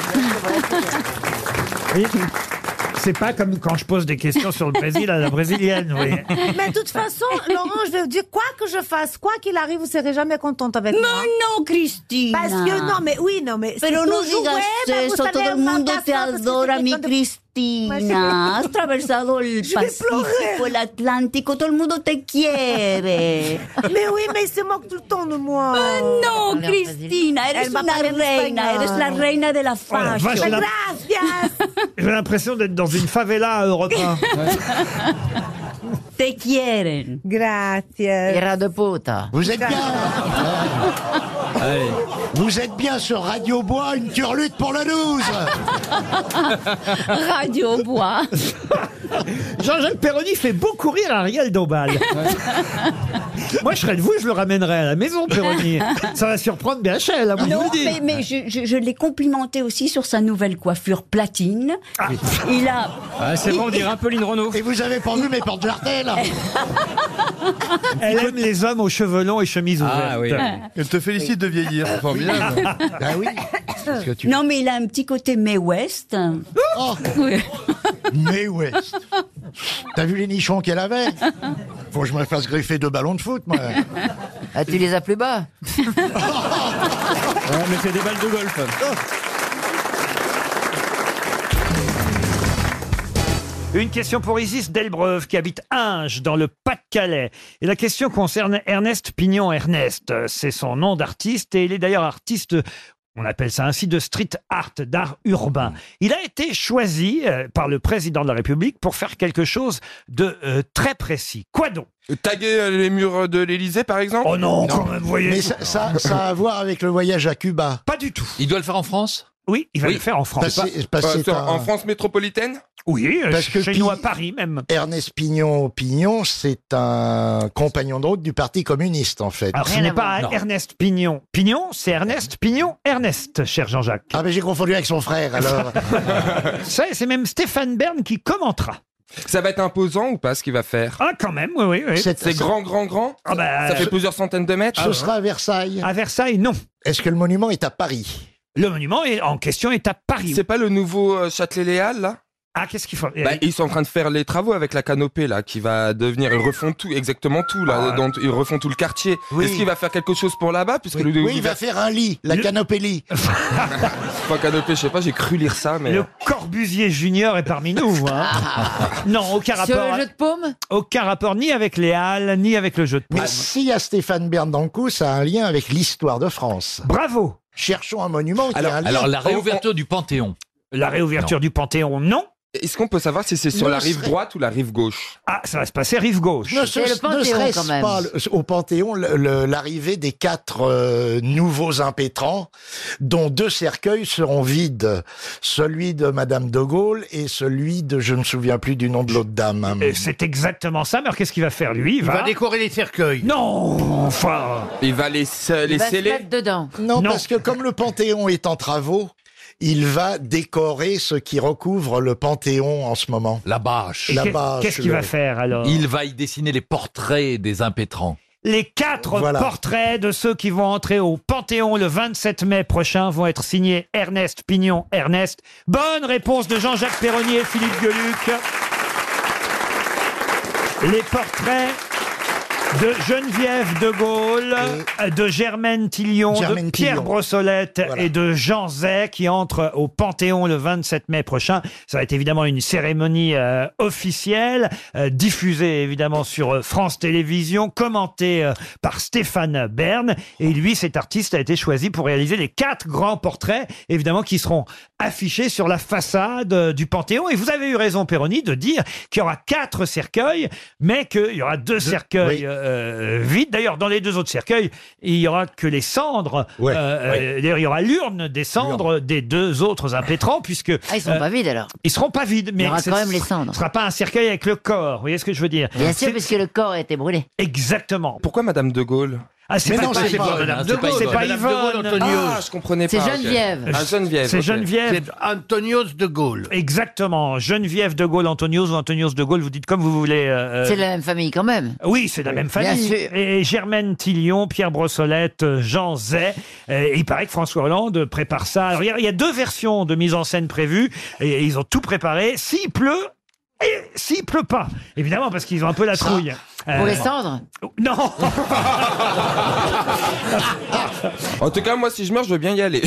Oui. C'est pas comme quand je pose des questions sur le Brésil à la brésilienne, vous voyez. Mais de toute façon, Laurent, je vais vous dire, quoi que je fasse, quoi qu'il arrive, vous serez jamais contente avec moi. No, Cristina. Parce que, non, mais oui, non, mais... Pero si no tú digas jouais, eso, vous todo savez, el mundo fantasma, te parce que adora, c'est mi quelqu'un de- Cristina. Has atravesado el Je vais Pacífico, pleurer. el Atlántico, todo el mundo te quiere. Mais oui, mais il se moque tout le temps de moi. No, Cristina, eres Elle m'a una parlé en reina, espagnol. eres la reina de la Oh la vache, fashion. on a- Gracias. J'ai l'impression d'être dans une favela à Europe un. Te quieren. Gracias. Ira de puta. Vous êtes bien. Vous êtes bien sur Radio Bois, une turlute pour le douze. Radio Bois. Jean-Jacques Perroni fait beaucoup rire Ariel Dombal. Moi, je serais de vous, je le ramènerais à la maison, Perroni. Ça va surprendre B H L, à vous Non, le dis. mais, mais je, je, je l'ai complimenté aussi sur sa nouvelle coiffure platine. Il a. Ah, c'est bon, on dirait un peu Lynn Renault. Et vous avez pas vu mes portes jartelles? Elle aime les hommes aux cheveux longs et chemises ouvertes. Ah oui. Elle te félicite de vieillir, c'est formidable. Ah oui. Parce que tu... Non, mais il a un petit côté Mae West. Oh, Oui. mais West. T'as vu les nichons qu'elle avait? Faut que je me fasse griffer deux ballons de foot, moi. Ah, tu les as plus bas. Ouais, mais c'est des balles de golf. Une question pour Isis Delbreuve qui habite Inge dans le Pas-de-Calais. Et la question concerne Ernest Pignon. Ernest, c'est son nom d'artiste et il est d'ailleurs artiste, on appelle ça ainsi, de street art, d'art urbain. Il a été choisi euh, par le président de la République pour faire quelque chose de euh, très précis. Quoi donc? Taguer euh, les murs de l'Élysée, par exemple? Oh non, quand même, vous voyez. Mais ça, ça, ça a à voir avec le voyage à Cuba. Pas du tout. Il doit le faire en France? Oui, il va Oui. le faire en France. Parce- Euh, parce que c'est sur- un- En France métropolitaine? Oui, euh, Parce que chez Pi- nous à Paris même. Ernest Pignon, Pignon, c'est un compagnon de route du Parti communiste, en fait. Alors ce n'est pas Ernest Pignon. Pignon, c'est Ernest Pignon Ernest, cher Jean-Jacques. Ah, mais j'ai confondu avec son frère, alors. Ça, c'est même Stéphane Bern qui commentera. Ça va être imposant ou pas ce qu'il va faire? Ah, quand même, oui, oui. oui. C'est- C'est grand, grand, grand? Ah bah, Ça fait euh, plusieurs centaines de mètres? Ce sera à Versailles. À Versailles, non. Est-ce que le monument est à Paris? Le monument est, en question est à Paris. C'est pas le nouveau euh, Châtelet-Léal, là? Ah, qu'est-ce qu'il faut Bah, ils sont en train de faire les travaux avec la canopée là, qui va devenir. Ils refont tout, exactement tout là. Ah. dont- ils refont tout le quartier. Oui. Est-ce qu'il va faire quelque chose pour là-bas, puisque Oui, le oui, il va faire un lit, la Le- canopée lit. Pas canopée, je sais pas. J'ai cru lire ça, mais. Le Corbusier Junior est parmi nous. Hein. non, aucun Sur rapport. le jeu de paume? Aucun rapport ni avec les Halles, ni avec le jeu de paume. Mais s'il y a Stéphane Bern dans le coup, ça a un lien avec l'histoire de France. Bravo. Cherchons un monument qui Alors- a un lien. Alors, la réouverture du Panthéon. La réouverture du Panthéon, non. Est-ce qu'on peut savoir si c'est sur Ne la rive serait- droite ou la rive gauche? Ah, ça va se passer rive gauche. Ne, C'est se- le Panthéon, ne serait-ce quand même. pas le- au Panthéon le- le- l'arrivée des quatre euh, nouveaux impétrants, dont deux cercueils seront vides, celui de Madame de Gaulle et celui de je ne me souviens plus du nom de l'autre dame. Et c'est exactement ça. Mais alors, qu'est-ce qu'il va faire lui? Il va décorer les cercueils. Non, enfin. Il va les, se- les Il va se sceller. mettre dedans. Non, Non. parce que comme le Panthéon est en travaux, il va décorer ce qui recouvre le Panthéon en ce moment. La bâche. Et La qu'est- bâche, Qu'est-ce qu'il le- va faire alors? Il va y dessiner les portraits des impétrants. Les quatre Voilà. portraits de ceux qui vont entrer au Panthéon le vingt-sept mai prochain vont être signés Ernest Pignon Ernest. Bonne réponse de Jean-Jacques Perronier et Philippe Gueluc. Les portraits de Geneviève de Gaulle, de Germaine Tillion, Germaine de Pierre Tillion. Brossolette Voilà. et de Jean Zay qui entrent au Panthéon le vingt-sept mai prochain. Ça va être évidemment une cérémonie euh, officielle, euh, diffusée évidemment sur euh, France Télévisions, commentée euh, par Stéphane Bern. Et lui, cet artiste a été choisi pour réaliser les quatre grands portraits, évidemment, qui seront affichés sur la façade euh, du Panthéon. Et vous avez eu raison, Péroni, de dire qu'il y aura quatre cercueils, mais qu'il y aura deux cercueils oui. euh, vides. D'ailleurs, dans les deux autres cercueils, il y aura que les cendres. Ouais, Euh, ouais. euh, D'ailleurs, il y aura l'urne des cendres des deux autres impétrants, puisque Ah, ils sont euh, pas vides alors. ils seront pas vides, mais Il y aura ce quand même les Ce cendres. sera pas un cercueil avec le corps. Vous voyez ce que je veux dire? Bien sûr, C'est- puisque le corps a été brûlé. Exactement. Pourquoi Madame de Gaulle? Ah, c'est Mais pas, non, c'est pas Madame Madame de de Gaulle, Gaulle, c'est pas Madame de Gaulle, Yvonne. Antonios. Ah, je comprenais C'est pas. ok. Geneviève. Ah, Geneviève. C'est ok. Geneviève. Antonios de Gaulle. Exactement. Geneviève de Gaulle, Antonios ou Antonios de Gaulle, vous dites comme vous voulez. euh, C'est la même famille quand même. Oui, c'est la même Bien famille. sûr. Et Germaine Tillion, Pierre Brossolette, euh, Jean Zay. Euh, il paraît que François Hollande prépare ça. Alors, il y a- il y, a deux versions de mise en scène prévues et ils ont tout préparé. S'il pleut, et s'il pleut pas, évidemment, parce qu'ils ont un peu la trouille. Pour Euh, les cendres. Non. En tout cas, moi, si je meurs, je veux bien y aller.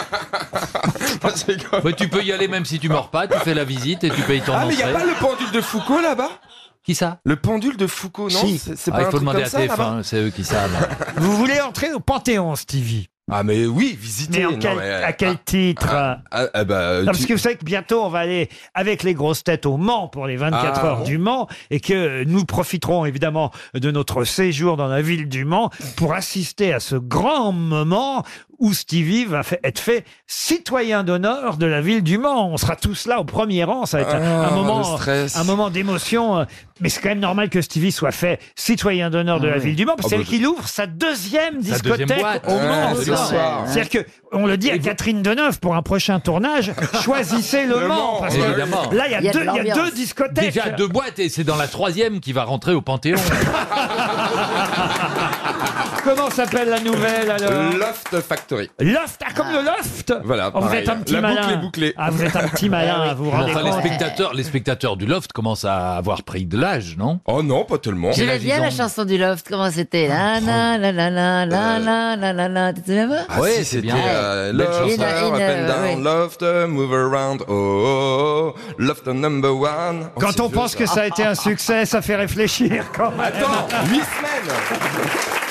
Mais tu peux y aller même si tu meurs pas, tu fais la visite et tu payes ton Ah, mais il entrée. n'y a pas le pendule de Foucault là-bas? Qui ça? Le pendule de Foucault, non? Si. C'est c'est Ah, pas il un faut truc demander comme à ça, T F là-bas? un, c'est eux qui savent. Vous voulez entrer au Panthéon, Stevie? Ah, mais oui, visiter. Mais en non, quel- mais, euh, à quel ah, titre? ah, ah, ah, bah, Non, parce tu- que vous savez que bientôt on va aller avec les grosses têtes au Mans pour les vingt-quatre Ah, heures bon du Mans et que nous profiterons évidemment de notre séjour dans la ville du Mans pour assister à ce grand moment où Stevie va fa- être fait citoyen d'honneur de la ville du Mans. On sera tous là au premier rang, ça va être un- Ah, un le moment, stress. un moment d'émotion. euh, Mais c'est quand même normal que Stevie soit fait citoyen d'honneur de Ah la oui. ville du Mans parce Ah que c'est bah, elle qui ouvre sa deuxième Sa discothèque deuxième boîte. au Ah, Mans. c'est ce ça. soir. C'est-à-dire que on le dit à Catherine Deneuve pour un prochain tournage, choisissez le, Le Mans. Mans, Parce que évidemment. là, il y a, Il y a de deux, il y a l'ambiance. deux discothèques. Déjà deux boîtes et c'est dans la troisième qui va rentrer au Panthéon. Comment s'appelle la nouvelle alors? Loft Factory. Loft, ah, comme le loft. Voilà, Oh, vous pareil. êtes un petit La malin. boucle est bouclée. Ah, vous êtes un petit malin, vous vous rendez Enfin, les compte. spectateurs, les spectateurs du loft commencent à avoir pris de l'âge, non? Oh non, pas tellement. J'aimais bien la chanson du Loft, comment c'était? La la la la la la la la la la, tu te souviens pas? Ah Ouais, si, c'est c'était bien. euh, Belle Loft, chanson. In a- up in a- and down, ouais. Loft, move around, oh, oh, oh, Loft number one. Oh, Quand c'est on vieux, pense que ça a été un succès, ça fait réfléchir quand même. Attends, huit semaines